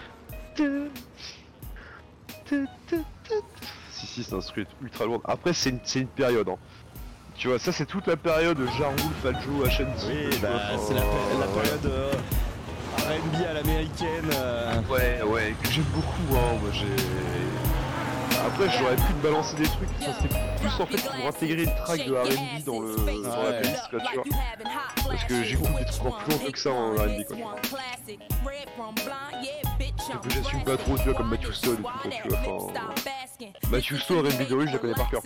Si, c'est un truc ultra lourd. Après, c'est une période. Hein. Tu vois, ça c'est toute la période Ja Rule, Fat Joe, HNC. Oui, c'est la période R&B à l'américaine. Ouais, que j'aime beaucoup. Hein. Moi, Après, j'aurais pu te balancer des trucs, ça c'est plus en fait pour intégrer une track de R&B dans la playlist, quoi, tu vois. Parce que j'écoute des trucs encore plus longtemps que ça en R&B, quoi. Que j'assume pas trop, tu vois, comme Matthew Stone et tout, quoi, tu vois. Enfin, Matthew Stone, R&B de rue, je la connais par cœur.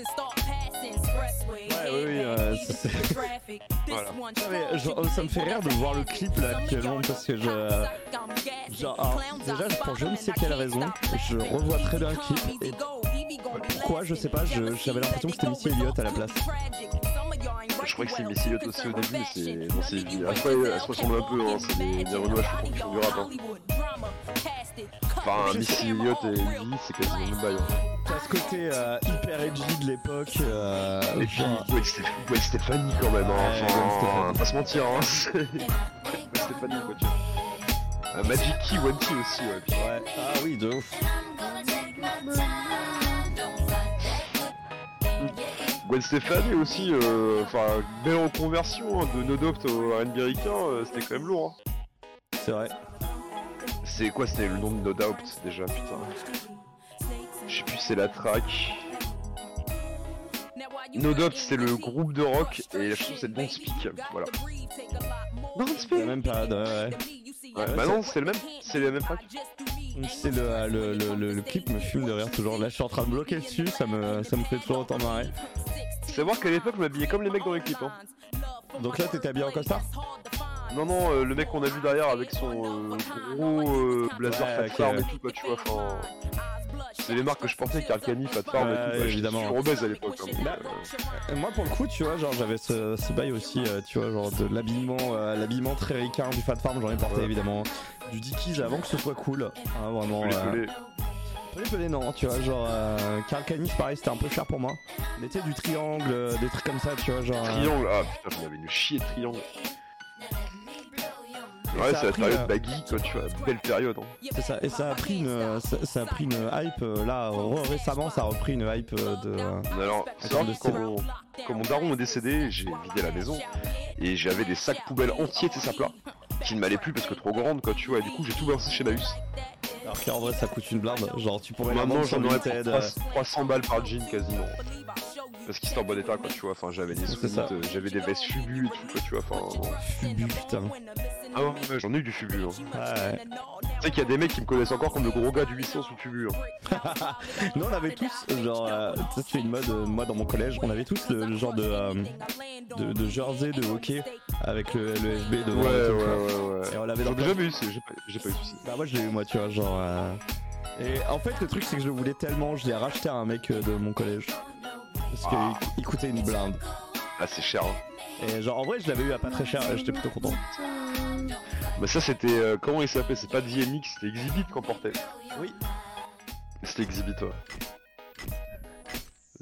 Oui, ça c'est... Voilà. Mais, genre, ça me fait rire de voir le clip là actuellement parce que déjà pour je ne sais quelle raison, je revois très bien le clip et pourquoi je sais pas, j'avais l'impression que c'était Missy Elliott à la place. Je croyais que c'était Missy Elliott aussi au début, mais c'est après elle se ressemble un peu, hein, c'est des renois qui font du rap. Hein. Enfin, Missy Elliott et Lily, c'est quasiment le même bail. T'as ce côté hyper edgy de l'époque. Et puis Gwen Stefani quand même, hein. Enfin, pas se mentir, hein. Gwen Stefani, quoi, tu vois. Magic Key, One Key aussi, ouais. Ah oui, de ouf. Gwen Stefani aussi, belle reconversion de No Doubt au R&B américain, c'était quand même lourd. Hein. C'est vrai. C'est quoi, c'était le nom de No Doubt déjà, putain. Je sais plus, c'est la track. No Doubt, c'est le groupe de rock et la chanson c'est Don't Speak. Voilà. Don't Speak. C'est la même période, ouais, bah non, c'est la même track. C'est le clip me fume de rire toujours. Là, je suis en train de bloquer dessus, ça me fait toujours autant marrer. Savoir qu'à l'époque, je m'habillais comme les mecs dans les clips. Hein. Donc là, t'étais habillé en costard ? Non, le mec qu'on a vu derrière avec son gros blazer Fat Farm et tout, quoi, tu vois. Enfin, c'est les marques que je portais, Karl Kani, Fat Farm et tout. Évidemment. Je suis obèse à l'époque. Hein, moi, pour le coup, tu vois, genre j'avais ce bail aussi, tu vois, genre de l'habillement très ricain du Fat Farm, j'en ai porté évidemment. Du Dickies avant que ce soit cool. Hein, vraiment. Les pelés non, tu vois, genre Karl Kani, pareil, c'était un peu cher pour moi. Mais tu sais, du triangle, des trucs comme ça, tu vois, genre. Triangle, ah putain, j'en avais une chier de triangle. Ouais, c'est la période baggy, quoi, tu vois, belle période. Hein. C'est ça, et ça a pris une hype, là, récemment, ça a repris une hype de... Alors, quand mon daron est décédé, j'ai vidé la maison, et j'avais des sacs poubelles entiers de ces sacs-là, qui ne m'allaient plus parce que trop grandes, quoi, tu vois, et du coup, j'ai tout balancé chez Naus. Alors qu'en vrai, ça coûte une blinde, genre, tu pourrais maintenant, j'en aurais pour 300 balles par jean, quasiment. Parce qu'ils étaient en bon état, quoi, tu vois, enfin, j'avais des sous-mites, j'avais des vestes Fubu et tout, quoi, tu vois, enfin... Fubu, putain. Ah ouais, j'en ai eu du Fubu, hein. Ouais. Tu sais qu'il y a des mecs qui me connaissent encore comme le gros gars du 800 sous Fubu, hein. Nous, on avait tous, genre, ça c'est une mode, moi, dans mon collège, on avait tous le genre de jersey de hockey avec le FB devant. Ouais. Et on l'avait dans j'ai jamais eu, j'ai pas eu ceci. Bah moi, je l'ai eu, moi, tu vois, genre... Et en fait, le truc, c'est que je le voulais tellement, je l'ai racheté à un mec de mon collège. Parce qu'il coûtait une blinde. Ah, c'est cher, hein. Et genre, en vrai, je l'avais eu à pas très cher, j'étais plutôt content. Bah ça, c'était... comment il s'appelait? C'est pas DMX, c'était Exhibit qu'on portait. Oui. C'était Exhibit, ouais.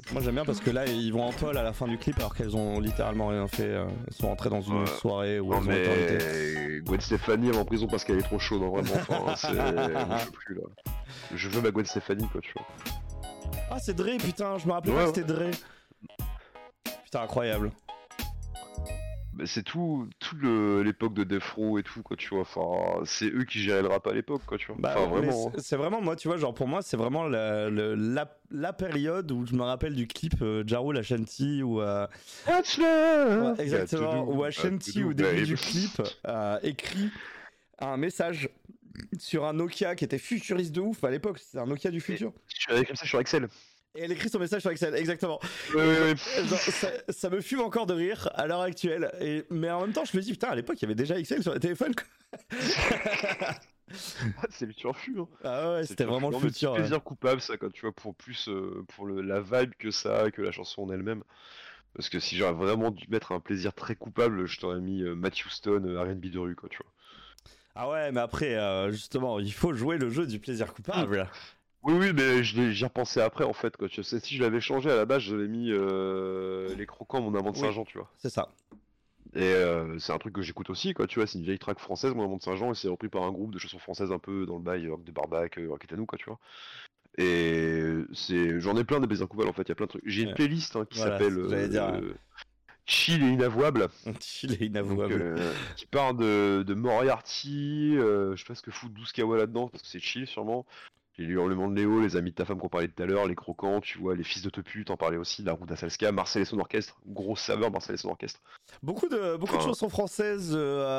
Moi j'aime bien parce que là ils vont en pôle à la fin du clip alors qu'elles ont littéralement rien fait. Elles sont rentrées dans une soirée où Non elles ont été invitées. mais Gwen Stefani elle est en prison parce qu'elle est trop chaude, hein, vraiment. Enfin, moi, je peux plus là. Je veux ma Gwen Stefani quoi, tu vois. Ah c'est Dre, putain, je me rappelais pas que c'était Dre. Putain, incroyable. Bah, c'est tout l'époque de Death Row et tout quoi, tu vois. Enfin, c'est eux qui géraient le rap à l'époque quoi, tu vois. Bah, Enfin mais vraiment. c'est vraiment, moi tu vois, genre pour moi c'est vraiment la période où je me rappelle du clip Ja Rule Ashanti ou exactement, où Ashanti au début du clip écrit un message sur un Nokia qui était futuriste de ouf à l'époque, c'était un Nokia du futur. Je suis comme ça sur Excel. Et elle écrit son message sur Excel, exactement. Oui. Genre, ça me fume encore de rire à l'heure actuelle. Mais en même temps, je me dis, putain, à l'époque, il y avait déjà Excel sur les téléphones, quoi. C'est le turfu. Hein. Ah ouais, c'était vraiment le futur. C'est plaisir coupable, ça, quand tu vois, pour plus pour la vibe que ça, que la chanson en elle-même. Parce que si j'aurais vraiment dû mettre un plaisir très coupable, je t'aurais mis Matt Houston, R&B de rue, quoi, tu vois. Ah ouais, mais après, justement, il faut jouer le jeu du plaisir coupable. Oui, mais j'y ai repensé après, en fait, quoi. Tu sais, si je l'avais changé à la base, j'avais mis Les Croquants, mon amant de Saint-Jean, tu vois. C'est ça. Et c'est un truc que j'écoute aussi, quoi, tu vois, c'est une vieille track française, mon amant de Saint-Jean, et c'est repris par un groupe de chansons françaises un peu dans le bail, rock de Barbac, Rocketanou, quoi, tu vois. Et j'en ai plein des plaisirs coupables, en fait, il y a plein de trucs. J'ai une playlist hein, qui s'appelle Chill et Inavouable. Chill et Inavouable. Qui parle de Moriarty, je sais pas ce que fout 12 Kawa là-dedans, parce que c'est chill sûrement. J'ai lu Hurlement de Léo, Les Amis de ta femme qu'on parlait tout à l'heure, Les Croquants, tu vois, Les Fils de Tepu, t'en parlais aussi, La Route d'Assalska, Marcel et son orchestre, grosse saveur Marcel et son orchestre. Beaucoup de chansons françaises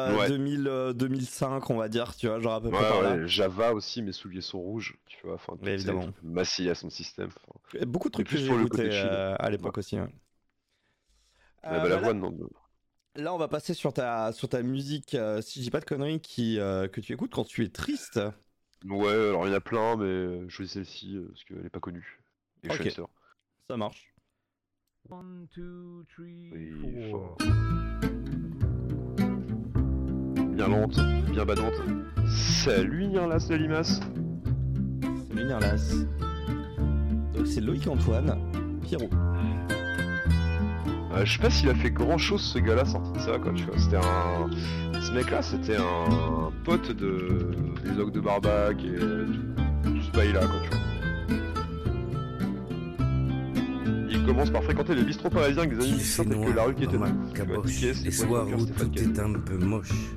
2005 on va dire, tu vois, genre à peu près par là. Java aussi, Mes souliers sont rouges, tu vois, enfin évidemment. Massy à son système. Beaucoup de trucs que j'ai écoutés à l'époque aussi. Ouais. Là on va passer sur ta musique, si je dis pas de conneries, que tu écoutes quand tu es triste. Ouais, alors il y en a plein, mais je choisis celle-ci parce qu'elle est pas connue. Et je suis une sœur. Ça marche. 1, 2, 3, 4. Bien lente, bien badante. Salut Nirlas le limace. Salut Nirlas. Donc c'est Loïc Antoine Pierrot. Je sais pas s'il a fait grand chose ce gars-là sorti de ça, quoi, tu vois. Ce mec-là, c'était un pote des Ogres de Barbac et tout ce bail-là, quoi, tu vois. Il commence par fréquenter les bistrots parisiens avec des amis musiciens tels que La Rue qui était mal. Les soirs où tout est un peu moche,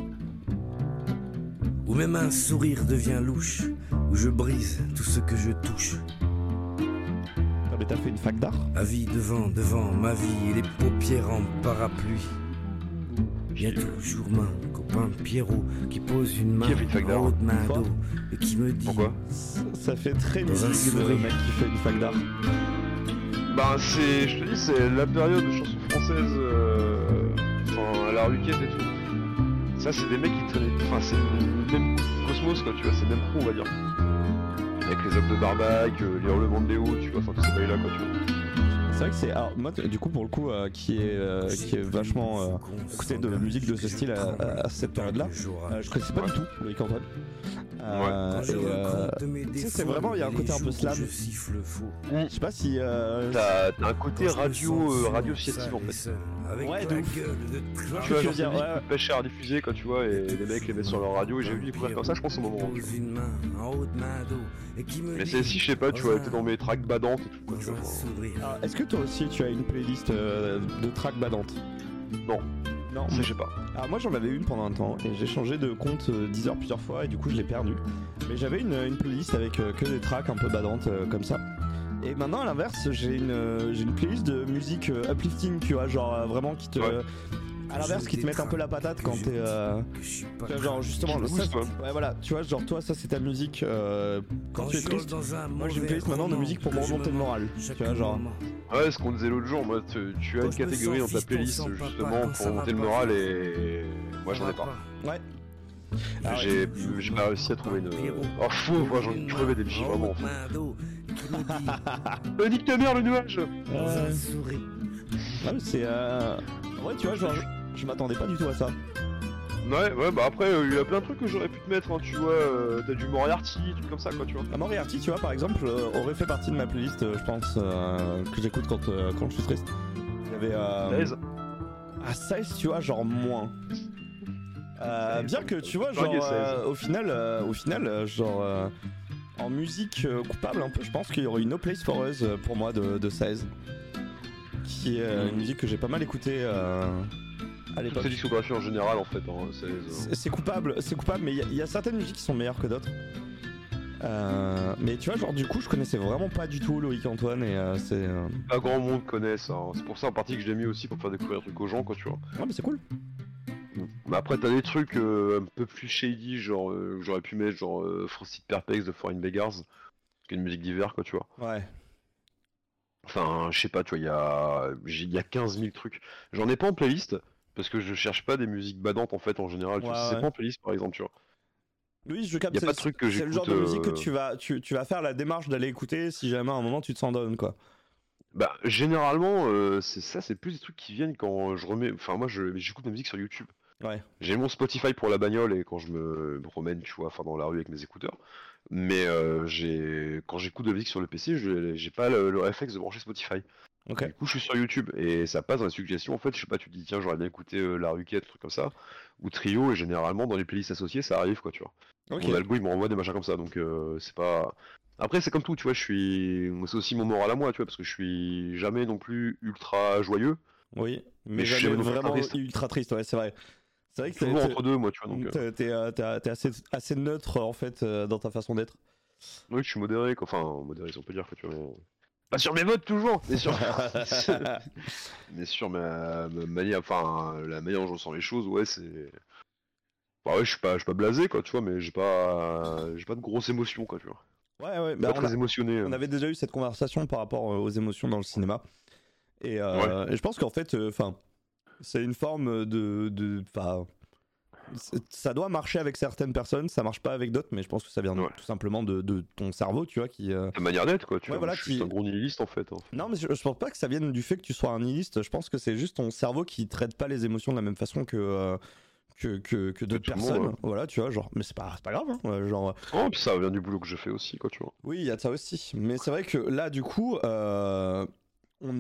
où même un sourire devient louche, où je brise tout ce que je touche. Mais t'as fait une fac d'art ? Avis devant ma vie et les paupières en parapluie. Il y a toujours mon copain Pierrot qui pose une main en haut de ma dos et qui me dit. Pourquoi ? Ça fait très musique le mec qui fait une fac d'art. Bah je te dis, c'est la période de chansons françaises, à la Ruquette et tout. Ça c'est des mecs qui traînaient, c'est le même cosmos quoi, tu vois, c'est le même crew on va dire. Avec les Ogres de Barbac, les Hurlements de Léo, tu vois, tous ces bails là quoi, tu vois. C'est vrai que c'est. Alors, moi, du coup, pour le coup, qui est vachement écouté de musique de ce style à cette période-là, je connaissais pas du tout Loïc Antoine. C'est vraiment, il y a un côté un peu slam. Je sais pas si. T'as un côté radio associatif en fait. Ouais, de ouf. Tu vois, genre, c'est pas cher à diffuser quand tu vois, et les mecs les mettent sur leur radio, et j'ai vu découvrir comme ça, je pense au moment. Mais celle-ci, je sais pas, tu vois, elle était dans mes tracks badantes et tout quoi, tu vois. Est-ce que toi aussi tu as une playlist de tracks badantes ? Non. Non, ça je sais pas. Alors moi j'en avais une pendant un temps et j'ai changé de compte Deezer plusieurs fois et du coup je l'ai perdu. Mais j'avais une playlist avec que des tracks un peu badantes comme ça. Et maintenant à l'inverse j'ai une playlist de musique uplifting, tu vois, genre vraiment qui te... Ouais. À l'inverse, qui te mettent un peu la patate quand t'es. Tu vois, genre justement. Ouais, voilà, tu vois, genre toi, ça c'est ta musique quand tu es triste. Moi j'ai une playlist maintenant de musique pour me remonter le moral. Tu vois, genre. Ouais, ce qu'on disait l'autre jour, moi, tu as une catégorie dans ta playlist justement pour remonter le moral et. Moi j'en ai pas. Ouais. J'ai pas réussi à trouver une. Oh, fou, moi j'en ai crevé des biches vraiment. Nique ta mère le nuage! Ouais, mais c'est. Ouais, tu vois, genre. Je m'attendais pas du tout à ça. Ouais, bah après, il y a plein de trucs que j'aurais pu te mettre, hein, tu vois, t'as du Moriarty, des trucs comme ça, quoi, tu vois. Ah, Moriarty, tu vois, par exemple, aurait fait partie de ma playlist, je pense, que j'écoute quand je suis triste. Il y avait... 16. Ah, 16, tu vois, genre moins. Bien que, tu vois, genre, au final, genre... en musique coupable un peu, je pense qu'il y aurait une No Place for Us pour moi de 16, qui est une musique que j'ai pas mal écoutée à l'époque. C'est discographie en général en fait, hein, c'est coupable, mais il y a certaines musiques qui sont meilleures que d'autres. Mais tu vois, genre du coup, je connaissais vraiment pas du tout Loïc Antoine et c'est. Pas grand monde connaît ça, hein. C'est pour ça en partie que je l'ai mis aussi pour faire découvrir des trucs aux gens, quoi, tu vois. Ouais, mais c'est cool. Mais après, t'as des trucs un peu plus shady, genre j'aurais pu mettre genre Frosted Perpex de Foreign Beggars, qui est une musique d'hiver, quoi, tu vois. Ouais. Enfin, je sais pas, tu vois, il y a 15 000 trucs. J'en ai pas en playlist, parce que je cherche pas des musiques badantes en fait en général, tu vois. C'est pas en playlist par exemple, tu vois. Oui, je capte. Y a pas de truc que c'est le genre de musique que tu vas faire la démarche d'aller écouter si jamais à un moment tu te sens down, quoi. Bah généralement c'est plus des trucs qui viennent quand je remets, enfin moi j'écoute ma musique sur YouTube. Ouais. J'ai mon Spotify pour la bagnole et quand je me promène, tu vois, enfin dans la rue avec mes écouteurs. Mais quand j'écoute de la musique sur le PC, j'ai pas le réflexe de brancher Spotify. Ok. Du coup, je suis sur YouTube et ça passe dans les suggestions. En fait, je sais pas, tu te dis tiens, j'aurais bien écouté La Ruquette, truc comme ça, ou Trio, et généralement dans les playlists associées, ça arrive, quoi, tu vois. Ok. Mon algo il me renvoie des machins comme ça, donc c'est pas. Après, c'est comme tout, tu vois, c'est aussi mon moral à moi, tu vois, parce que je suis jamais non plus ultra joyeux. Oui, mais je suis jamais jamais vraiment triste. ultra triste, ouais, c'est vrai. C'est vrai que Toujours entre deux, moi, tu vois. Donc, t'es assez neutre en fait dans ta façon d'être. Oui, je suis modéré, quoi. Enfin, modéré, si on peut dire, quoi, tu vois. Mais... Pas sur mes votes toujours, mais sur, mais sur ma manière, enfin la manière dont je ressens les choses, ouais, c'est. Bah ouais, je suis pas blasé, quoi, tu vois, mais j'ai pas de grosses émotions, quoi, tu vois. Ouais, Pas très émotionné. On avait déjà eu cette conversation par rapport aux émotions dans le cinéma, et je pense qu'en fait, enfin, c'est une forme ça doit marcher avec certaines personnes, ça marche pas avec d'autres, mais je pense que ça vient tout simplement de ton cerveau, tu vois, qui... Ta manière d'être, quoi, tu vois, voilà, je suis un gros nihiliste, en fait. Non, mais je pense pas que ça vienne du fait que tu sois un nihiliste, je pense que c'est juste ton cerveau qui traite pas les émotions de la même façon que d'autres personnes, ouais. Voilà, tu vois, genre, mais c'est pas grave, hein, genre... Oh, puis ça vient du boulot que je fais aussi, quoi, tu vois. Oui, il y a de ça aussi, mais c'est vrai que là, du coup... on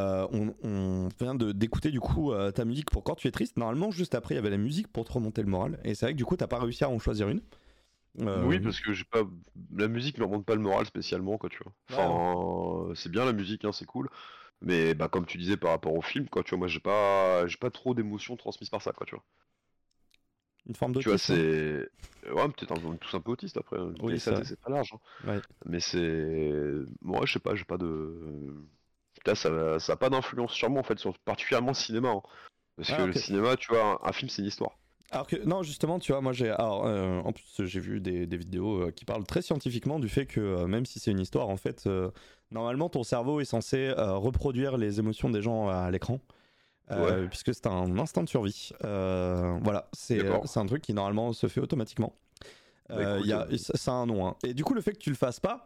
vient d'écouter du coup ta musique pour quand tu es triste. Normalement, juste après, il y avait la musique pour te remonter le moral. Et c'est vrai que du coup, t'as pas réussi à en choisir une. Oui, parce que j'ai pas la musique me remonte pas le moral spécialement, quoi, tu vois. Enfin, c'est bien la musique, hein, c'est cool. Mais bah comme tu disais par rapport au film, quoi, tu vois, moi j'ai pas trop d'émotions transmises par ça, quoi, tu vois. Une forme d'autisme. Tu vois, c'est ouais, peut-être tous un peu autiste après. Oui, c'est pas large. Hein. Ouais. Mais c'est moi, je sais pas, j'ai pas de. Là, ça a pas d'influence sur moi en fait, sur particulièrement le cinéma. Hein. Parce que le cinéma, tu vois, un film c'est une histoire. Alors que non, justement, tu vois, moi en plus j'ai vu des vidéos qui parlent très scientifiquement du fait que même si c'est une histoire, en fait, normalement ton cerveau est censé reproduire les émotions des gens à l'écran. Puisque c'est un instinct de survie. Voilà, c'est un truc qui normalement se fait automatiquement. Ça a un nom, hein. Et du coup, le fait que tu le fasses pas,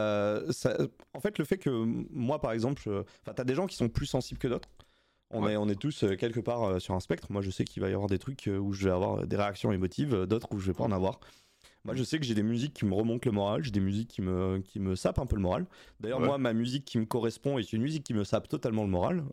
en fait, le fait que moi, par exemple, t'as des gens qui sont plus sensibles que d'autres. On est tous quelque part sur un spectre. Moi, je sais qu'il va y avoir des trucs où je vais avoir des réactions émotives, d'autres où je vais pas en avoir. Moi, je sais que j'ai des musiques qui me remontent le moral, j'ai des musiques qui me sapent un peu le moral. D'ailleurs, moi, ma musique qui me correspond est une musique qui me sape totalement le moral.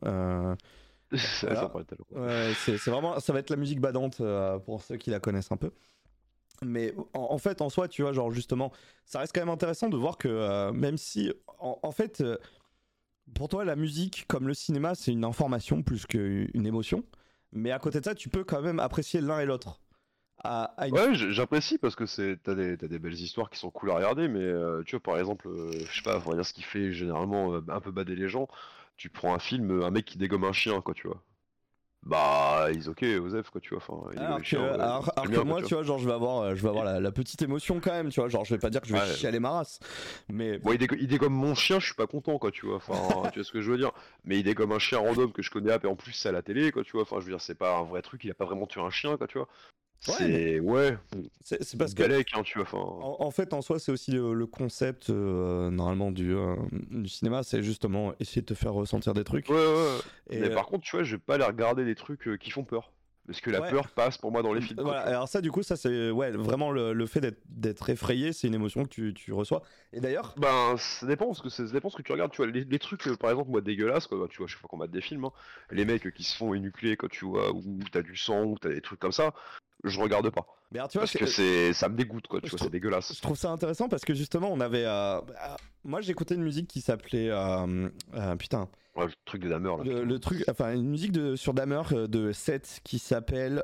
Voilà. C'est vraiment, ça va être la musique badante pour ceux qui la connaissent un peu. Mais en fait, en soi, tu vois, genre justement, ça reste quand même intéressant de voir que même si, en fait, pour toi, la musique, comme le cinéma, c'est une information plus qu'une émotion. Mais à côté de ça, tu peux quand même apprécier l'un et l'autre. Ouais, j'apprécie parce que t'as des belles histoires qui sont cool à regarder, mais tu vois, par exemple, je sais pas, on va dire ce qui fait généralement un peu bader les gens. Tu prends un film, un mec qui dégomme un chien, quoi, tu vois. Bah, ils ok, Osef, quoi, tu vois. Enfin, alors que moi, tu vois, genre, je vais avoir la petite émotion quand même, tu vois. Genre, je vais pas dire que je vais chialer ma race, mais. Bon, il dégomme mon chien, je suis pas content, quoi, tu vois. Enfin, tu vois ce que je veux dire. Mais il dégomme un chien random que je connais et en plus c'est à la télé, quoi, tu vois. Enfin, je veux dire, c'est pas un vrai truc, il a pas vraiment tué un chien, quoi, tu vois. C'est parce que galèque, hein, tu vois. En fait, en soi, c'est aussi le concept normalement du cinéma, c'est justement essayer de te faire ressentir des trucs. Ouais. Mais par contre, tu vois, je vais pas aller regarder des trucs qui font peur. Parce que la Ouais. peur passe pour moi dans les films. Voilà, alors ça du coup ça c'est vraiment le fait d'être effrayé, c'est une émotion que tu reçois. Et d'ailleurs, Ben, ça dépend, parce que ça dépend ce que tu regardes, tu vois, les trucs, par exemple, moi, dégueulasses, quoi, tu vois, chaque fois qu'on mate des films, hein, les mecs qui se font énucléer, quand tu vois, ou t'as du sang, ou t'as des trucs comme ça, je regarde pas. mais alors, tu vois, Parce que ça me dégoûte, quoi, tu je vois, trouve- c'est dégueulasse. je trouve ça intéressant parce que justement on avait moi j'écoutais une musique qui s'appelait putain, Ouais, le truc des dameurs, là. le truc, enfin une musique sur Dahmer de Seth qui s'appelle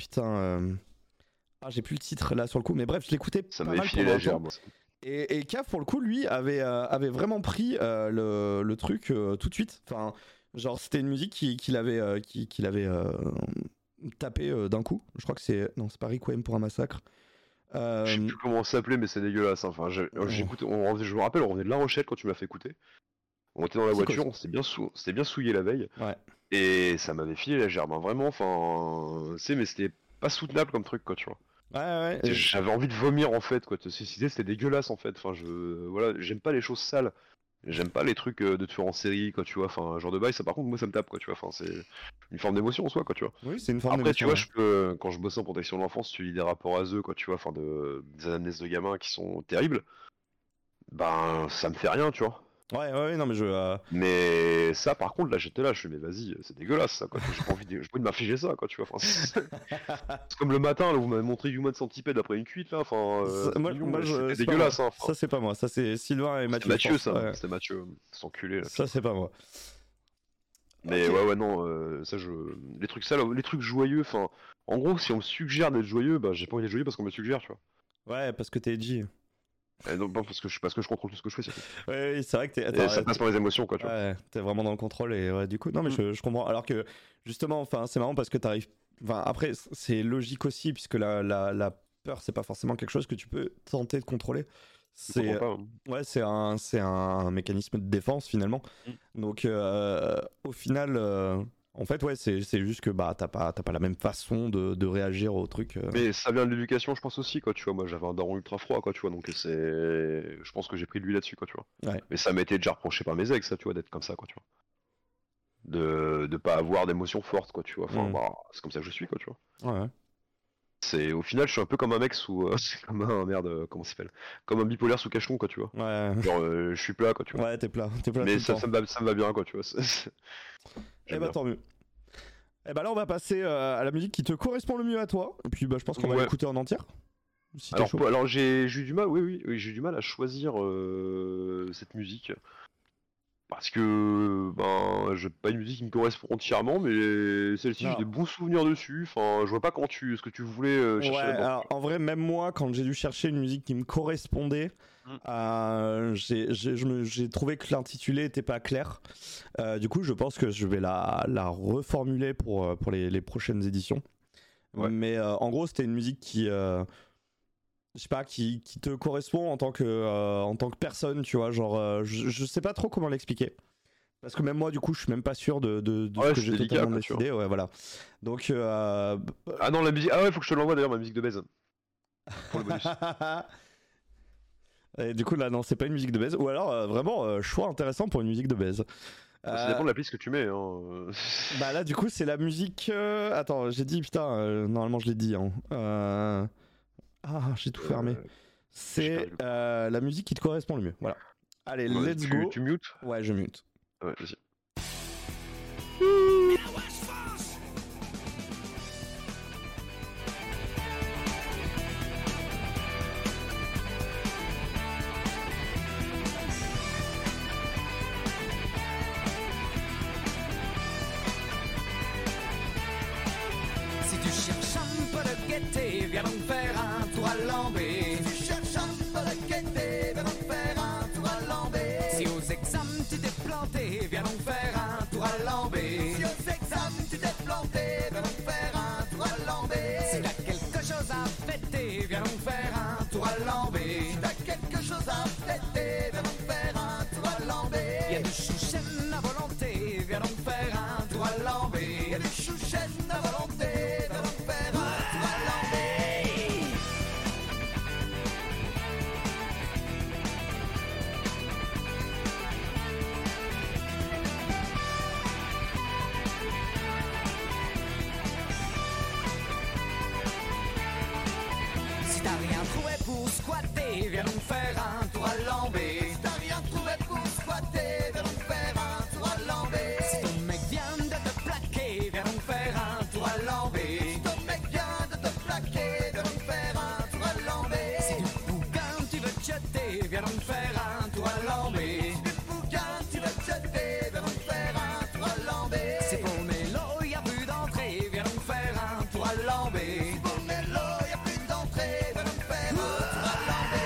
j'ai plus le titre là sur le coup, mais bref je l'écoutais Ça pas m'avait mal filé pendant la un temps. gerbe. Moi. Et Cave pour le coup lui avait vraiment pris le truc tout de suite, enfin genre c'était une musique qu'il avait tapé d'un coup. Je crois que c'est pas Requiem pour un massacre. Je sais plus comment ça s'appelait, mais c'est dégueulasse. Hein. Enfin, j'écoutais, je me rappelle, on revenait de La Rochelle quand tu m'as fait écouter. On était dans la voiture, on s'était bien souillé la veille. Ouais. Et ça m'avait filé la gerbe, hein, vraiment. Enfin, mais c'était pas soutenable comme truc, quoi, tu vois. Ouais. J'avais envie de vomir en fait, quoi. C'était dégueulasse en fait. Enfin, voilà, j'aime pas les choses sales. J'aime pas les trucs de tueurs en série, quoi, tu vois. Enfin, genre de bail, ça par contre, moi ça me tape, quoi, tu vois. Enfin, c'est une forme d'émotion en soi, quoi, tu vois. Oui, c'est une forme Après, tu vois, d'émotion, quand je bosse en protection de l'enfance, tu lis des rapports à eux, quoi, tu vois. Enfin, des anamnèses de gamins qui sont terribles. Ben, ça me fait rien, tu vois. Ouais, non, mais Mais ça, par contre, là, j'étais là, je me suis dit, mais vas-y, c'est dégueulasse, ça, quoi. J'ai pas envie de m'infliger ça, quoi, tu vois. Enfin, c'est comme le matin, là, vous m'avez montré Human Centipede après une cuite, là. Enfin, c'était dégueulasse, hein. Enfin, ça, c'est pas moi. Ça, c'est Sylvain et Mathieu. Mathieu, ça. Ouais. C'était Mathieu, cet enculé, là. Ça, c'est pas moi. Mais Ok. ouais, non, les trucs ça, les trucs joyeux, enfin, en gros, si on me suggère d'être joyeux, bah, j'ai pas envie d'être joyeux parce qu'on me suggère, tu vois. Ouais, parce que t'es edgy. Non, parce que je contrôle tout ce que je fais, c'est tout. Ouais, c'est vrai que t'es. Et Attends, ça passe par les émotions, quoi, tu vois. Ouais, t'es vraiment dans le contrôle et ouais, du coup, non, mais je comprends. Alors que justement, enfin, c'est marrant parce que t'arrives. Enfin, après, c'est logique aussi puisque la peur, c'est pas forcément quelque chose que tu peux tenter de contrôler. Je comprends pas, hein. Ouais, c'est un mécanisme de défense finalement. Donc au final, en fait, ouais, c'est juste que bah t'as pas la même façon de réagir au truc. Mais ça vient de l'éducation, je pense aussi, quoi, tu vois. Moi, j'avais un daron ultra froid, quoi, tu vois, donc je pense que j'ai pris de lui là-dessus, quoi, tu vois. Ouais. Mais ça m'était déjà reproché par mes ex, ça, tu vois, d'être comme ça, quoi, tu vois. De pas avoir d'émotions fortes, quoi, tu vois. Enfin, bah, c'est comme ça que je suis, quoi, tu vois. Ouais. Au final, je suis un peu comme un mec sous. C'est comme un merde, comment ça s'appelle? Comme un bipolaire sous cacheton, quoi, tu vois. Ouais. Genre, je suis plat, quoi, tu vois. Ouais, t'es plat. Mais tout le ça temps. me va bien, quoi, tu vois. Eh J'aime bah bien. tant mieux. Eh bah là, on va passer à la musique qui te correspond le mieux à toi. Et puis bah je pense qu'on va Ouais. l'écouter en entière. Si t'es chaud. Alors j'ai eu du mal, oui, j'ai eu du mal à choisir cette musique. Parce que, ben, j'ai pas une musique qui me correspond entièrement, mais celle-ci, Non. j'ai des bons souvenirs dessus. Enfin, je vois pas ce que tu voulais chercher Ouais, là-dedans. alors, en vrai, même moi, quand j'ai dû chercher une musique qui me correspondait, j'ai trouvé que l'intitulé était pas clair. Du coup, je pense que je vais la reformuler pour les prochaines éditions. Ouais. Mais en gros, c'était une musique qui, je sais pas, qui te correspond en tant que personne, tu vois. Genre, je sais pas trop comment l'expliquer. Parce que même moi, du coup, je suis même pas sûr de Ouais, ce que c'est j'ai délicat, totalement quoi, tu décidé. Ouais, voilà. Donc, Ah non, la musique. Ah ouais, faut que je te l'envoie d'ailleurs, ma musique de baise. Pour le bonus. Et du coup, là, non, c'est pas une musique de baise. Ou alors, vraiment, choix intéressant pour une musique de baise. Ça dépend de la playlist que tu mets. Hein. Bah là, du coup, c'est la musique. Attends, j'ai dit, putain, normalement, je l'ai dit. Hein. J'ai tout fermé. C'est la musique qui te correspond le mieux. Voilà. Allez, let's go. Tu mutes? Ouais, je mute. Ouais, vas-y. Si tu cherches un peu de gaieté, viens donc faire un tour à Lambé. Si tu cherches un peu de gaieté, viens donc faire un tour à Lambé. Si aux examens tu t'es planté, viens donc faire un tour à Lambé. Si aux examens tu t'es planté, viens donc faire un tour à Lambé. Si t'as quelque chose à fêter, viens donc faire un tour à Lambé. Si t'as quelque chose à fêter, viens donc faire un tour à Lambé. Y'a du chouchen à volonté, viens donc faire un tour à Lambé. Y'a du chouchen à volonté. Si t'as rien trouvé pour squatter, viens nous faire un tour à Lambé. Si t'as rien trouvé pour squatter, viens nous faire un tour à Lambé. Si ton mec vient de te plaquer, viens nous faire un tour à Lambé. Si ton mec vient de te plaquer, viens nous faire un tour à Lambé. Si du bouquin tu veux te jeter, viens nous faire un tour à Lambé. Si du bouquin tu veux te jeter, viens nous faire un tour à Lambé. Si pour Mélo y a plus d'entrée, viens nous faire un tour à Lambé. Si pour Mélo y a plus d'entrée, viens nous faire un tour à Lambé.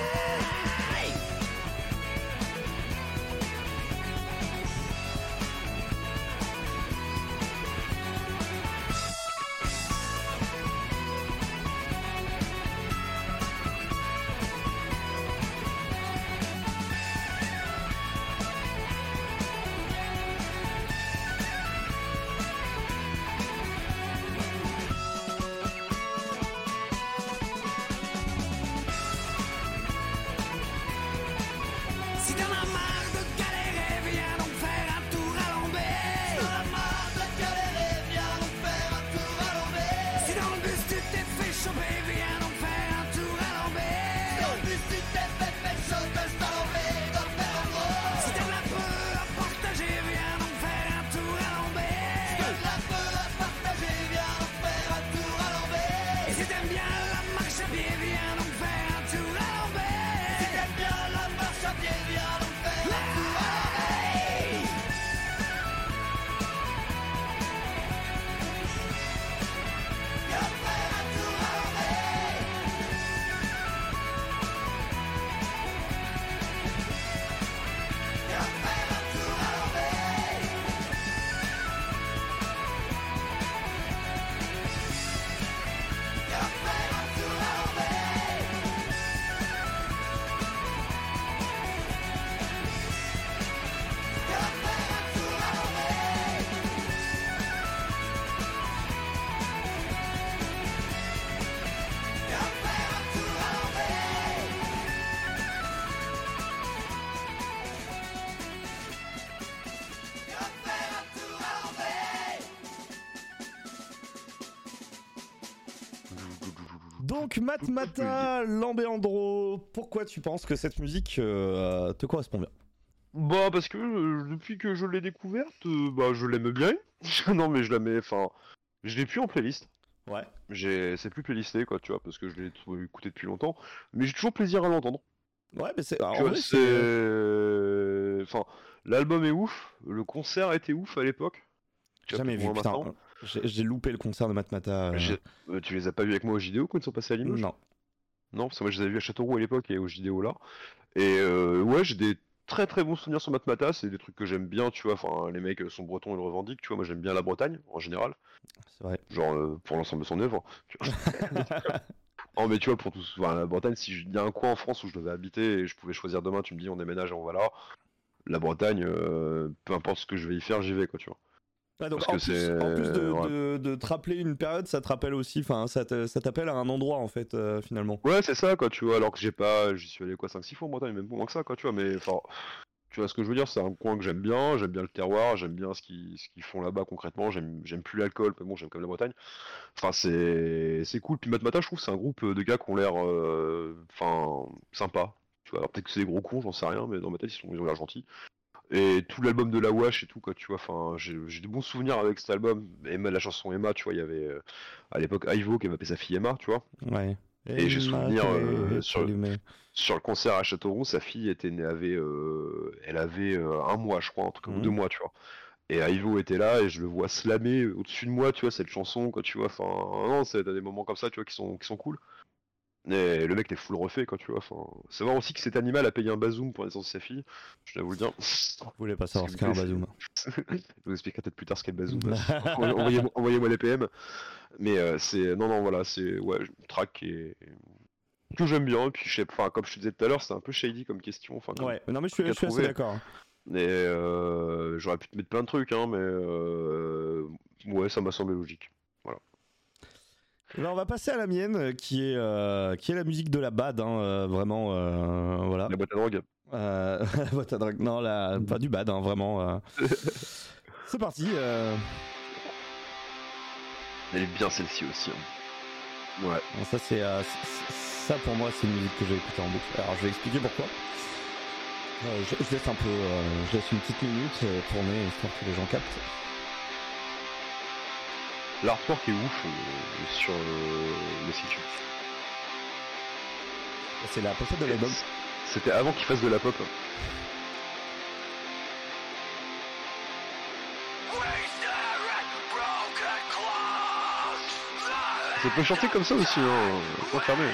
Si t'en as marre de galérer, viens donc faire un tour à Lambé. Si t'en as marre de galérer, viens donc faire un tour à Lambé. Si dans le bus tu t'es fait choper, viens donc faire un tour à Lambé. Si dans le bus tu t'es fait choper, c'est à Lambé, donc faire un tour. Si t'as de la peu à partager, viens donc faire un tour à Lambé. Si t'as de la peu à partager, viens donc faire un tour à Lambé. Et si t'aimes bien la marche à pied, viens donc faire un tour à Lambé. Si t'aimes bien la marche à pied, viens donc faire un tour à Lambé. Viens faire un tour à Lambé. Viens faire un tour à Lambé. Viens faire un tour à Lambé. Viens faire un tour à Lambé. Viens faire un tour à Lambé. Viens faire un tour à Lambé. Donc Matmata, Lambéandro, pourquoi tu penses que cette musique te correspond bien? Bah parce que depuis que je l'ai découverte, bah je l'aime bien. Non mais je la mets, enfin, je l'ai plus en playlist. Ouais. C'est plus playlisté quoi, tu vois, parce que je l'ai écouté depuis longtemps. Mais j'ai toujours plaisir à l'entendre. Ouais, mais c'est. Alors, Tu en vois, vrai, c'est, enfin, l'album est ouf, le concert était ouf à l'époque. Tu vois, Jamais peut-être vu, moins putain. maintenant. J'ai loupé le concert de Matmata. Tu les as pas vus avec moi au JDO quand ils sont passés à Limoges? Non. Non, parce que moi je les avais vus à Châteauroux à l'époque et au JDO là. Et ouais, j'ai des très très bons souvenirs sur Matmata, c'est des trucs que j'aime bien, tu vois. Enfin, les mecs sont bretons, ils le revendiquent, tu vois. Moi j'aime bien la Bretagne en général, C'est vrai. genre pour l'ensemble de son œuvre. Tu vois. Non, mais tu vois, pour tout, enfin, la Bretagne, il y a un coin en France où je devais habiter et je pouvais choisir demain, tu me dis on déménage et on va là. La Bretagne, peu importe ce que je vais y faire, j'y vais quoi, tu vois. Ah, donc, Parce que en plus ouais. de te rappeler une période, ça te rappelle aussi, enfin, ça t'appelle à un endroit en fait, finalement. Ouais, c'est ça, quoi, tu vois, alors que j'y suis allé quoi, 5-6 fois en Bretagne, même moins que ça, quoi, tu vois, mais enfin, tu vois ce que je veux dire, c'est un coin que j'aime bien le terroir, j'aime bien ce qu'ils font là-bas concrètement, j'aime plus l'alcool, mais bon, j'aime quand même la Bretagne. Enfin, c'est cool, puis Matmata, je trouve, c'est un groupe de gars qui ont l'air, enfin, sympa, tu vois, alors peut-être que c'est des gros cons, j'en sais rien, mais dans ma tête, ils ont l'air gentils. Et tout l'album de la Wash et tout quoi, tu vois, enfin j'ai de bons souvenirs avec cet album. Emma, la chanson Emma, tu vois, il y avait à l'époque Ivo qui avait appelé sa fille Emma, tu vois. Ouais. Et j'ai souvenir sur allumé. le concert à Châteauroux, sa fille elle avait un mois je crois, en tout cas, ou 2 mois, tu vois. Et Ivo était là et je le vois slammer au-dessus de moi, tu vois, cette chanson quoi, tu vois, enfin non, t'as des moments comme ça, tu vois, qui sont cool. Et le mec t'es full refait quoi, tu vois, enfin savoir aussi que cet animal a payé un bazoum pour la naissance de sa fille, je dois vous le dire. Vous voulez pas savoir ce qu'est un bazoum? Je vous expliquerai peut-être plus tard ce qu'est le bazoum. Envoyez-moi les PM. Mais c'est non voilà, c'est ouais, une track que j'aime bien. Et puis enfin comme je te disais tout à l'heure, c'est un peu shady comme question. Enfin, Ouais, non mais je suis assez d'accord. Et j'aurais pu te mettre plein de trucs, hein, mais ouais, ça m'a semblé logique. Voilà. Alors on va passer à la mienne, qui est la musique de la bad, hein, vraiment, voilà. La boîte à drogue. La boîte à drogue, non, pas du bad, hein, vraiment. C'est parti. Elle est bien celle-ci aussi. Hein. Ouais. Bon, ça ça pour moi c'est une musique que j'ai écoutée en boucle. Alors je vais expliquer pourquoi. Je laisse un peu, je laisse une petite minute tourner histoire que les gens captent. L'artwork est ouf sur le site. C'est la pochette de l'album. C'était avant qu'il fasse de la pop. Ça peut chanter comme ça aussi, hein, confirmé.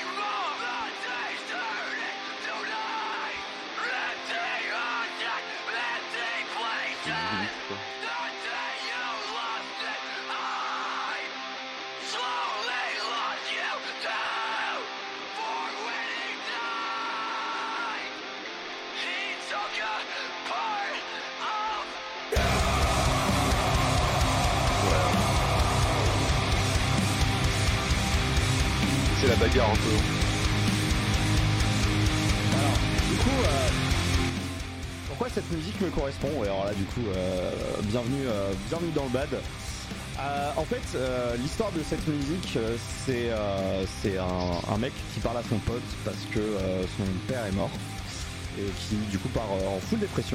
C'est la bagarre un peu. Alors, du coup, pourquoi cette musique me correspond? Et alors là, du coup, bienvenue dans le bad. En fait, l'histoire de cette musique, c'est un mec qui parle à son pote parce que son père est mort et qui du coup part en full dépression.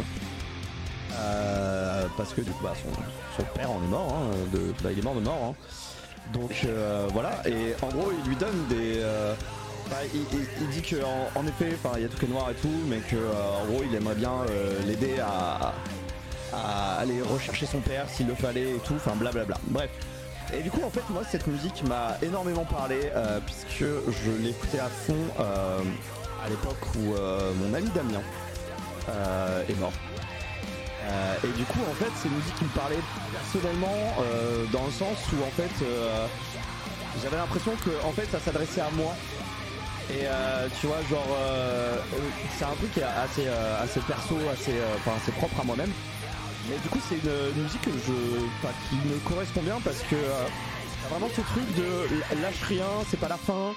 Parce que du coup, son père en est mort, hein, il est mort de mort. Hein. Donc voilà, et en gros il lui donne des... il dit que en effet, il y a tout qui est noir et tout, mais que en gros il aimerait bien l'aider à aller rechercher son père s'il le fallait et tout, enfin blablabla. Bref. Et du coup en fait moi cette musique m'a énormément parlé puisque je l'écoutais à fond à l'époque où mon ami Damien est mort. Et du coup en fait c'est une musique qui me parlait personnellement dans le sens où en fait j'avais l'impression que en fait ça s'adressait à moi et tu vois genre c'est un truc qui est assez perso, assez propre à moi-même, mais du coup c'est une musique que qui me correspond bien parce que t'as vraiment ce truc de lâche rien, c'est pas la fin.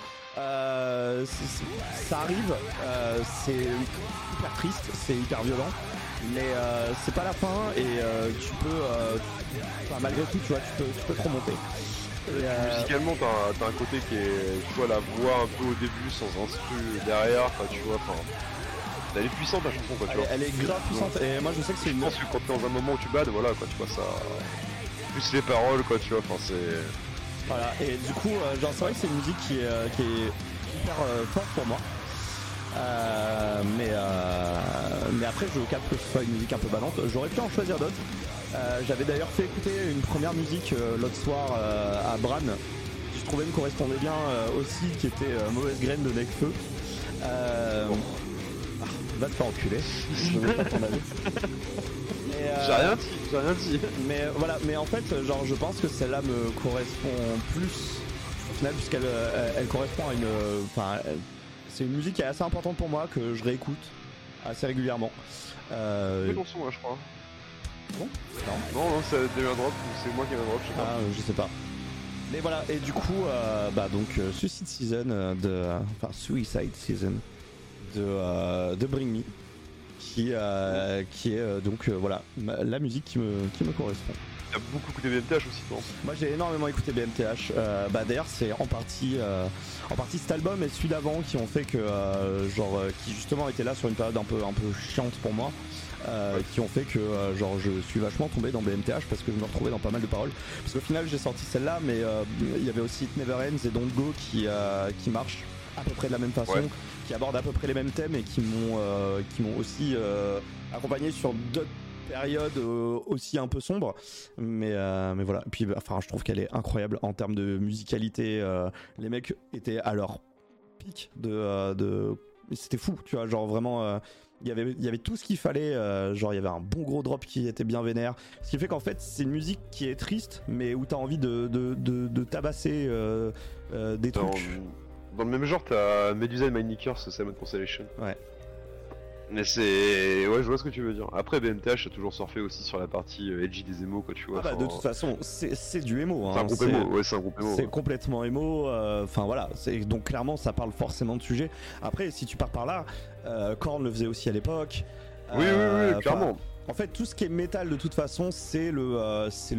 Ça arrive, c'est hyper triste, c'est hyper violent, mais c'est pas la fin et tu peux, malgré tout, tu vois, tu peux te remonter. Musicalement, t'as un côté qui est, tu vois, la voix un peu au début sans instru derrière, tu vois, elle est puissante la chanson, quoi, tu vois. Elle est grave puissante et moi je sais que c'est une... Je pense que quand t'es dans un moment où tu bades, voilà, quoi, tu vois ça, plus les paroles, quoi, tu vois, c'est... Voilà, et du coup, genre c'est vrai que c'est une musique qui est hyper forte pour moi. Mais après je capte que ce soit une musique un peu banante. J'aurais pu en choisir d'autres. J'avais d'ailleurs fait écouter une première musique l'autre soir à Bran, qui je trouvais me correspondait bien aussi, qui était Mauvaise Graine de Necfeu. Va te faire enculer. Je veux pas ton avis. J'ai rien dit. Mais voilà, mais en fait, genre je pense que celle-là me correspond plus au final, puisqu'elle elle correspond à une... c'est une musique qui est assez importante pour moi, que je réécoute assez régulièrement. C'est ton son là, je crois. Bon Non, c'est Damien Drop, c'est moi qui ai un drop, je sais pas. Je sais pas. Mais voilà, et du coup, Suicide Season Suicide Season de Bring Me, qui est donc voilà la musique qui me correspond. T'as beaucoup écouté BMTH aussi, toi? Moi j'ai énormément écouté BMTH. D'ailleurs c'est en partie cet album et celui d'avant qui ont fait que qui justement était là sur une période un peu chiante pour moi. Qui ont fait que je suis vachement tombé dans BMTH parce que je me retrouvais dans pas mal de paroles. Parce qu'au final j'ai sorti celle-là, mais il y avait aussi It Never Ends et Don't Go qui marchent à peu près de la même façon, qui abordent à peu près les mêmes thèmes et qui m'ont aussi accompagné sur d'autres périodes aussi un peu sombres. Mais voilà. Et puis je trouve qu'elle est incroyable en termes de musicalité. Les mecs étaient à leur pic de c'était fou, tu vois, genre vraiment. Il y avait tout ce qu'il fallait, il y avait un bon gros drop qui était bien vénère, ce qui fait qu'en fait c'est une musique qui est triste mais où t'as envie de tabasser des trucs. Dans le même genre t'as Medusa et Mindknickers, Simon Constellation. Ouais. Mais c'est... Ouais, je vois ce que tu veux dire. Après BMTH a toujours surfé aussi sur la partie edgy des émos, quoi, tu vois. De toute façon c'est du émo, hein. C'est un groupe émo, c'est un groupe émo. C'est complètement émo, voilà, donc clairement ça parle forcément de sujet. Après si tu pars par là, Korn le faisait aussi à l'époque. Oui, clairement. En fait, tout ce qui est métal de toute façon, c'est c'est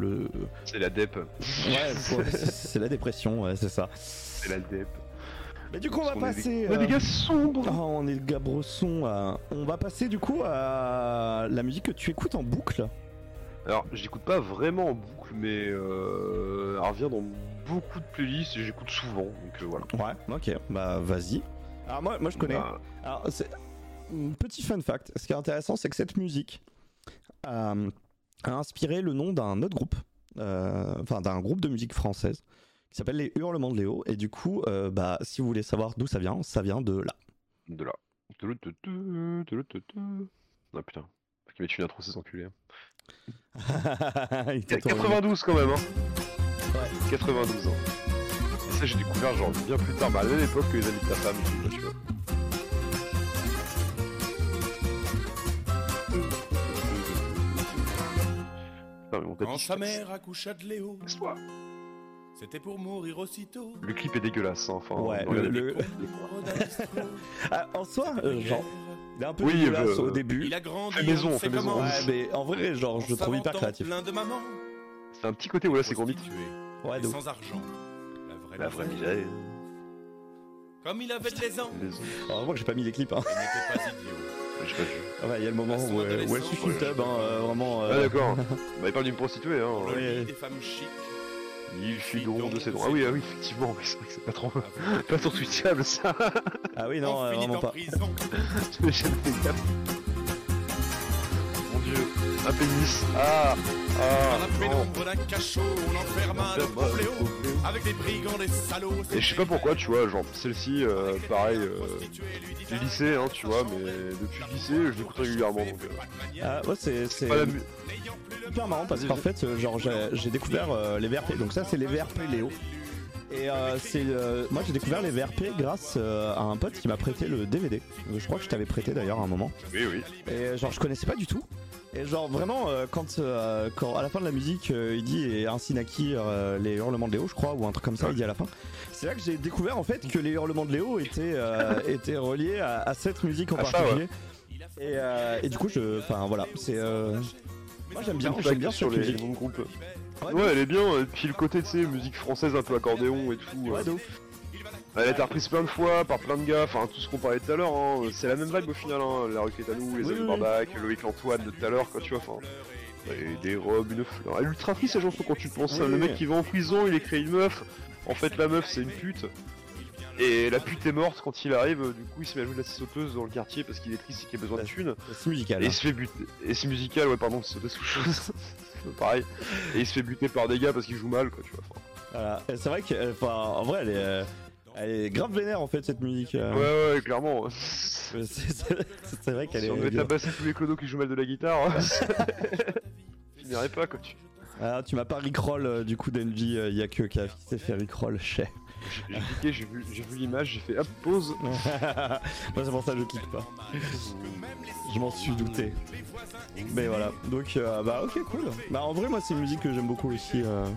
la dep. Ouais, c'est la dépression, ouais, c'est ça. C'est la dep. Mais du coup, on va passer. On est des gars sombres. Oh, on est des gars brossons. On va passer du coup à la musique que tu écoutes en boucle. Alors, j'écoute pas vraiment en boucle, mais elle revient dans beaucoup de playlists et j'écoute souvent, donc voilà. Ouais, ok, bah vas-y. Alors moi je connais. Bah... Alors, c'est un petit fun fact. Ce qui est intéressant, c'est que cette musique a inspiré le nom d'un autre groupe, enfin d'un groupe de musique française qui s'appelle les Hurlements de Léo. Et du coup, bah si vous voulez savoir d'où ça vient de là. De là. Ah putain, faut qu'ils mettent une intro ces enculés. 92 quand même, hein. Ouais, 92 ans. Et ça j'ai découvert genre bien plus tard, bah à la même époque que les amis de ta femme, tu vois. Quand sa mère accoucha de Léo, c'était pour mourir aussitôt. Le clip est dégueulasse, hein. Enfin. Ouais, en soi, genre, il est un peu oui, dégueulasse au début. Il a grandi, fait maison, fait maison. Ouais, mais en vrai, genre, je le trouve hyper créatif. C'est un petit côté où là c'est comique. Ouais, sans argent. La vraie misère. Comme il avait 13 ans. Alors, moi, j'ai pas mis les clips, hein. Il n'était pas idiot. J'ai pas vu. Ah ouais, il y a le moment où elle suce une tub, vraiment. Ah d'accord. Bah il parle d'une prostituée, hein. Oui. Des femmes chics. Il fuit donc de ses dons. Ah oui, effectivement, c'est vrai que c'est pas trop tweetable ça. Ah oui, non, vraiment pas. Je vais jamais fait gaffe. Mon dieu, un pénis. Dans la pénombre d'un cachot, on enferma le pauvre Léo avec des brigands, des salauds. Et je sais pas pourquoi, tu vois, genre celle-ci, pareil, du lycée, hein, tu vois, mais depuis le lycée, je l'écoute régulièrement. Donc, ouais, c'est hyper marrant parce qu'en fait, genre, j'ai découvert les VRP. Donc ça, c'est les VRP Léo. Et moi, j'ai découvert les VRP grâce à un pote qui m'a prêté le DVD. Je crois que je t'avais prêté d'ailleurs à un moment. Oui. Et genre, je connaissais pas du tout. Et genre vraiment quand à la fin de la musique il dit et ainsi naquirent les Hurlements de Léo, je crois, ou un truc comme ça, il dit à la fin. C'est là que j'ai découvert en fait que les Hurlements de Léo étaient reliés à cette musique en particulier. Ouais. Et du coup enfin voilà, c'est moi j'aime bien sur les bons groupes. Ouais, elle est bien. Et puis le côté de ces musique française un peu accordéon et tout. Ouais, elle a été reprise plein de fois par plein de gars, enfin tout ce qu'on parlait tout à l'heure, hein. C'est la même vibe au final, hein. La Roquette à nous, les Amis Barbac, Loïc Antoine de tout à l'heure, quoi, tu vois, enfin. Et des robes, une fleur. Elle est ultra triste, cette chanson, quand tu penses. Le mec qui va en prison, il écrit une meuf. En fait, la meuf, c'est une pute. Et la pute est morte quand il arrive, du coup, il se met à jouer de la sauteuse dans le quartier parce qu'il est triste et qu'il a besoin de thunes. C'est musical. Et il se fait buter. Et c'est musical, ouais, pardon, c'est sauteuse ou chose. Pareil. Et il se fait buter par des gars parce qu'il joue mal, quoi, tu vois. Voilà. C'est vrai que, en vrai, elle est grave vénère en fait cette musique. Ouais, clairement. C'est vrai qu'elle est. Si on devait tabasser tous les clodos qui jouent mal de la guitare, je finirais pas quoi. Tu m'as pas rickroll du coup d'Envy, y'a que qui s'est fait rickroll chez. J'ai cliqué, j'ai vu l'image, j'ai fait hop, pause. Moi c'est pour ça que je clique pas. Je m'en suis douté. Mais voilà, donc bah ok cool. Bah en vrai moi c'est une musique que j'aime beaucoup aussi.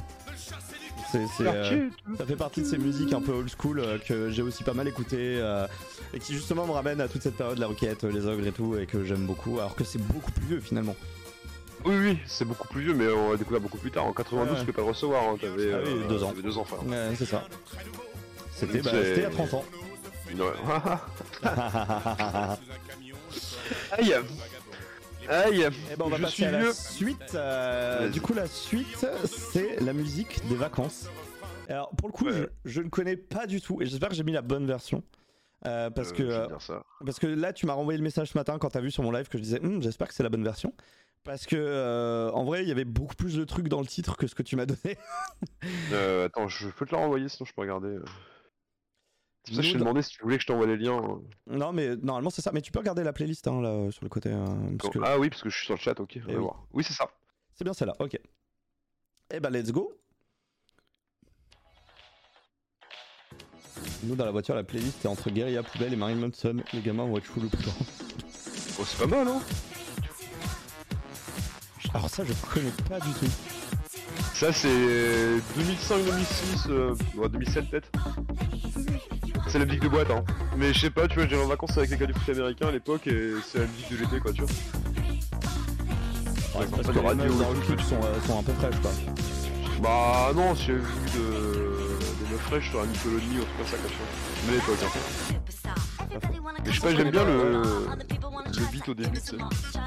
Ça fait partie de ces musiques un peu old school que j'ai aussi pas mal écouté et qui justement me ramène à toute cette période, la Roquette, les ogres et tout, et que j'aime beaucoup, alors que c'est beaucoup plus vieux finalement. Oui, c'est beaucoup plus vieux, mais on l'a découvert beaucoup plus tard. En 92, tu peux pas le recevoir, hein. T'avais 2 ans. T'avais 2 ans, frère. Ouais, c'est ça. C'était il y a 30 ans. Aïe. Et ben on va passer à la suite. Du coup la suite c'est la musique des vacances. Alors pour le coup je ne connais pas du tout et j'espère que j'ai mis la bonne version. Parce que là tu m'as renvoyé le message ce matin quand t'as vu sur mon live que je disais j'espère que c'est la bonne version. Parce que en vrai il y avait beaucoup plus de trucs dans le titre que ce que tu m'as donné. Attends, je peux te le renvoyer sinon je peux regarder. C'est pour ça que je t'ai demandé si tu voulais que je t'envoie les liens. Non mais normalement c'est ça, mais tu peux regarder la playlist hein, là sur le côté. Ah oui parce que je suis sur le chat, ok, on va voir. Oui c'est ça. C'est bien celle-là, ok. Et bah let's go. Nous dans la voiture la playlist est entre Guerilla Poubelle et Marilyn Manson. Les gamins vont être fous le putain. Oh c'est pas mal hein. Alors ça je connais pas du tout. Ça c'est 2005-2006, 2007 peut-être. C'est la musique de boîte hein. Mais je sais pas, tu vois, j'allais en vacances avec les gars du foot américain à l'époque et c'est la musique de l'été quoi, tu vois. Ouais, parce que les meufs dans le clip sont un peu fraîches quoi. Bah non, j'ai vu des me ferais, je t'aurais mis Colony ou un truc comme ça, quoi, tu vois. Mais à l'époque, hein. Mais je sais pas, j'aime bien le beat au début, tu sais. Ouais.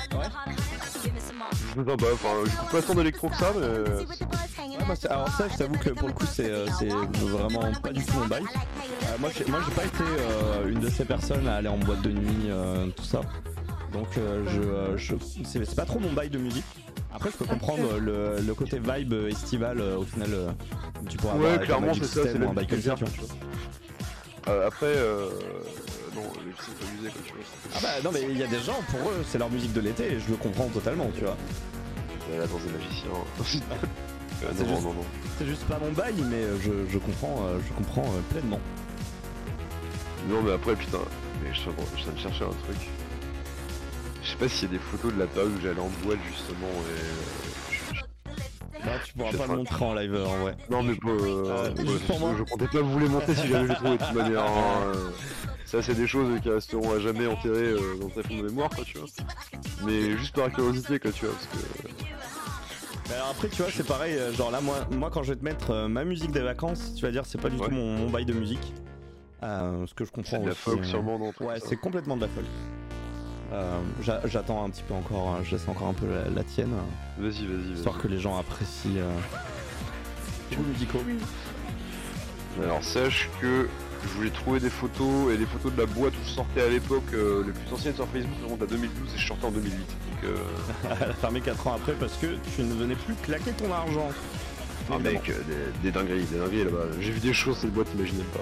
Je enfin, j'écoute pas tant d'électro que ça, mais. Ouais, alors ça, je t'avoue que pour le coup, c'est vraiment pas du tout mon bail. Moi, j'ai pas été une de ces personnes à aller en boîte de nuit, tout ça. Donc, c'est pas trop mon bail de musique. Après, je peux comprendre le côté vibe estival, au final, tu pourras avoir avec clairement, un Magic c'est ça, c'est System ou un la Michael musique Jackson, tu vois. Après, non, c'est pas amusé, quoi, tu vois. Ah bah non, mais il y a des gens, pour eux, c'est leur musique de l'été et je le comprends totalement, tu vois. La danse des magiciens. Non. C'est juste pas mon bail, mais je comprends pleinement. Non, mais après, putain, mais je suis en train de chercher un truc. Je sais pas s'il y a des photos de la période où j'allais en boîte, justement, et. Là, tu pourras pas le montrer en live, en vrai. Non, mais juste pour moi. je comptais pas vous les montrer si jamais je les trouvais de toute manière. Ça, c'est des choses qui resteront à jamais enterrées dans ta fond de mémoire, quoi, tu vois. Mais juste par curiosité, quoi, tu vois, parce que. Mais alors après, tu vois, c'est pareil, genre là, moi quand je vais te mettre ma musique des vacances, tu vas dire c'est pas du tout mon bail de musique. Ce que je comprends. C'est de la aussi, folk, sûrement, non? Ouais, c'est complètement de la folk. J'attends un petit peu encore, je laisse encore un peu la tienne. Vas-y. Histoire que les gens apprécient les goûts musicaux. Alors sache que je voulais trouver des photos, et les photos de la boîte où je sortais à l'époque, les plus anciennes sur Facebook remontent à 2012 et je sortais en 2008. Donc Elle a fermé 4 ans après parce que tu ne venais plus claquer ton argent. Ah mec, des dingueries là-bas. J'ai vu des choses, cette boîte, t'imagines même pas.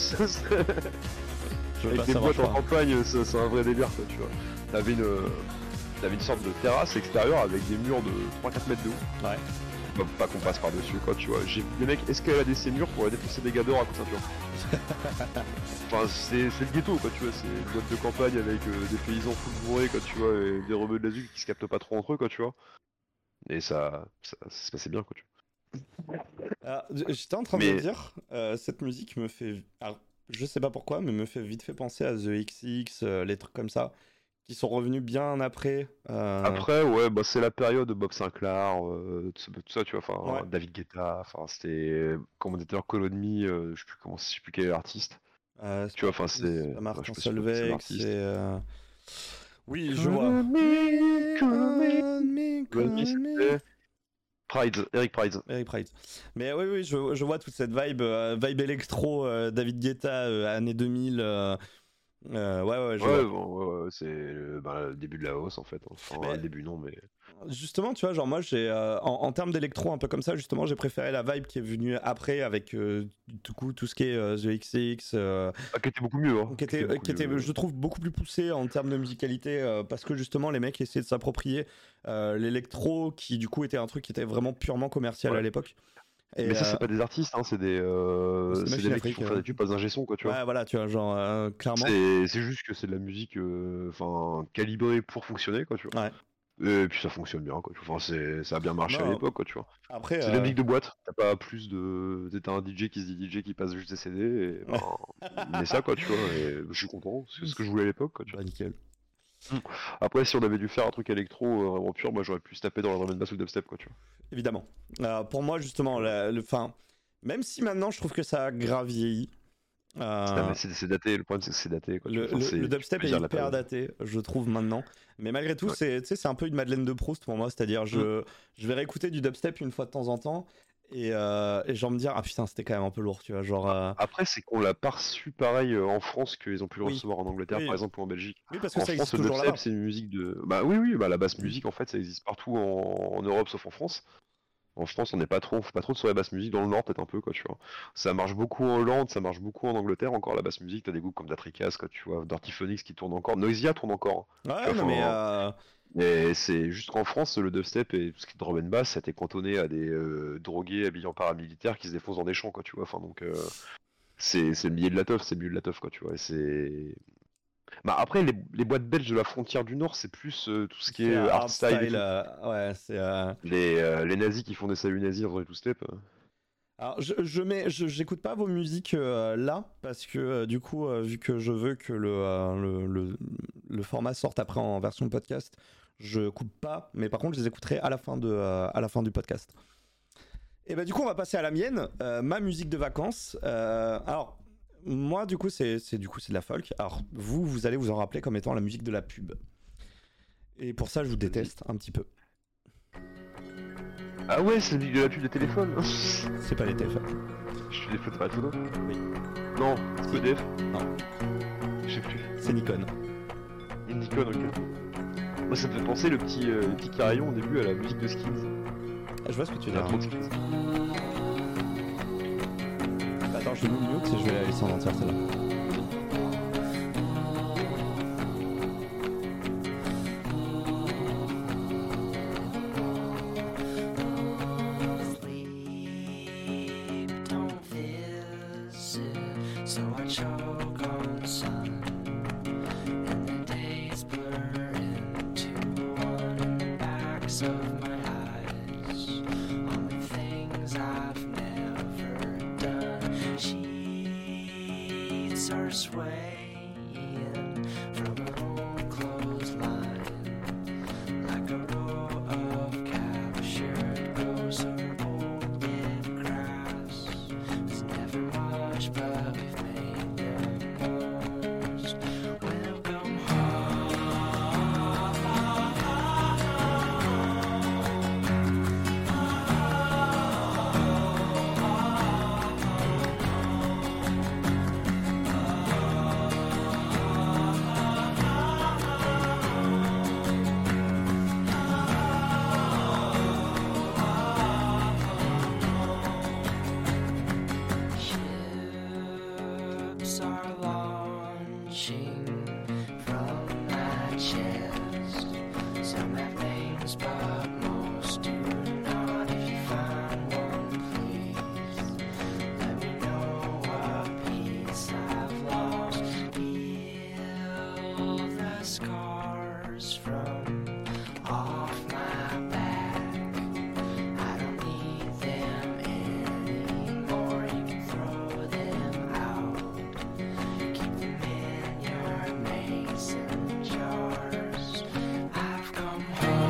Avec des boîtes en campagne, c'est un vrai délire, quoi, tu vois. T'avais une sorte de terrasse extérieure avec des murs de 3-4 mètres de haut. Ouais. Bah, pas qu'on passe par-dessus, quoi, tu vois. J'ai vu des mecs escalader ces murs pour aller défoncer des gars dehors à coup de ceinture. Enfin, c'est le ghetto, quoi, tu vois. C'est une boîte de campagne avec des paysans full bourrés, quoi, tu vois, et des rebeux de la ZUC qui se captent pas trop entre eux, quoi, tu vois. Et ça se passait bien, quoi, tu vois. Alors, j'étais en train de dire, cette musique me fait... Alors, je sais pas pourquoi, mais me fait vite fait penser à The XX, les trucs comme ça, qui sont revenus bien après. Après, ouais, bah c'est la période de Bob Sinclair, tout ça, tu vois, enfin, Ouais. David Guetta, enfin, c'était, comme on était leur Colony, je sais plus quel est l'artiste. Tu vois, enfin, c'est... Martin je sais pas si Solveig, l'artiste. c'est... Oui, je vois. C'était Eric Prydz. Eric Prydz. Mais oui, je vois toute cette vibe électro, David Guetta, années 2000. Ouais, je vois. Ouais, c'est le début de la hausse, en fait. Enfin, Mais- le début, non, mais... Justement, tu vois, genre moi, j'ai en termes d'électro, un peu comme ça, justement, j'ai préféré la vibe qui est venue après avec du coup tout ce qui est The XX. qui était beaucoup mieux, hein. Qui était, je trouve, beaucoup plus poussé en termes de musicalité parce que justement les mecs essayaient de s'approprier l'électro qui du coup était un truc qui était vraiment purement commercial à l'époque. Mais ça, c'est pas des artistes, hein, c'est des mecs qui font faire des tubes, pas des ingé-sons, quoi, tu vois. Ouais, voilà, tu vois, genre clairement. C'est juste que c'est de la musique calibrée pour fonctionner, quoi, tu vois. Ouais. Et puis ça fonctionne bien, quoi. Enfin, ça a bien marché à l'époque, quoi, tu vois. Après, c'est de la musique de boîte, t'as pas plus de... T'as un DJ qui se dit DJ qui passe juste des CD, et mais ça, quoi, tu vois, et je suis content, c'est ce que je voulais à l'époque, quoi, tu vois. Bah, nickel. Après, si on avait dû faire un truc électro vraiment pur, moi j'aurais pu se taper dans la drum and bass ou le dubstep, quoi, tu vois. Évidemment. Pour moi, justement, même si maintenant je trouve que ça a grave vieilli. Mais c'est daté, le problème c'est que c'est daté, quoi. Le dubstep est hyper daté, je trouve, maintenant. Mais malgré tout, c'est un peu une Madeleine de Proust pour moi, c'est-à-dire je vais réécouter du dubstep une fois de temps en temps et genre me dire ah putain c'était quand même un peu lourd, tu vois, genre. Après c'est qu'on l'a pas reçu pareil en France qu'ils ont pu le recevoir en Angleterre par exemple ou en Belgique. Oui, parce que en ça France existe le toujours dubstep là-bas. c'est une musique de la basse musique en fait ça existe partout en Europe sauf en France. En France, on fait pas trop sur la basse musique, dans le Nord peut-être un peu, quoi, tu vois. Ça marche beaucoup en Hollande, ça marche beaucoup en Angleterre, encore la basse musique, t'as des groupes comme Datricas, quoi, tu vois, Dirty Phonics qui tourne encore, Noisia tourne encore. Ouais, non, mais c'est juste qu'en France, le dubstep et tout ce qui est drum and bass, ça a été cantonné à des drogués habillés en paramilitaires qui se défoncent dans des champs, quoi, tu vois, enfin donc... c'est le milieu de la teuf, quoi, tu vois, et c'est... Bah après les boîtes belges de la frontière du Nord c'est plus tout ce qui est hardstyle et tout. Ouais, c'est les nazis qui font des saluts nazis dans les two-step. Alors j'écoute pas vos musiques là parce que du coup vu que je veux que le format sorte après en version podcast, je coupe pas, mais par contre je les écouterai à la fin du podcast. Et bah du coup on va passer à la mienne, ma musique de vacances. Alors moi du coup c'est de la folk. Alors vous allez vous en rappeler comme étant la musique de la pub. Et pour ça je vous déteste un petit peu. Ah ouais, c'est la musique de la pub de téléphone. C'est pas les téléphones. Je fais des photos à la photo. Oui. Non, c'est pas EDF. Non. Je sais plus. C'est Nikon. Nikon, ok. Moi ça me fait penser le petit carillon au début à la musique de Skins. Je vois ce que tu Il veux y a dire. trop de Skins. Attends, je vais mute et je vais la laisser en entière celle-là. So I choke on the sun, and the days blur into one in the backs of my eyes. On the things I've never done, sheets are swaying from an old clothesline, like a row of captured ghosts or old dead grass. It's never much, but we've made the most. Welcome ships are launching from that chest. Some have names, but most do not. If you find one, please let me know what piece I've lost. Heal the scars from off my back. I don't need them anymore. You can throw them out. Keep them in your mason jars. I've come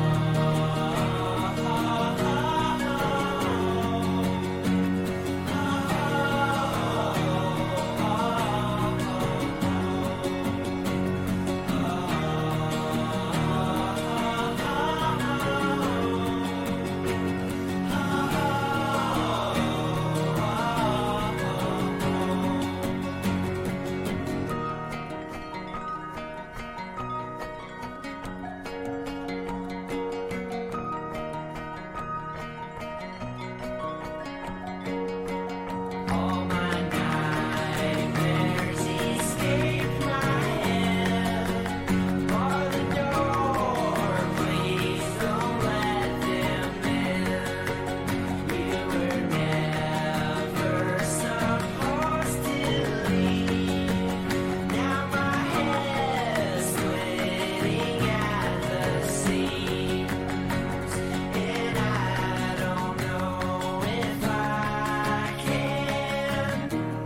all my nightmares escape my head. Bar the door, please don't let them in. You were never supposed to leave. Now my head's splitting at the seams, and I don't know if I can.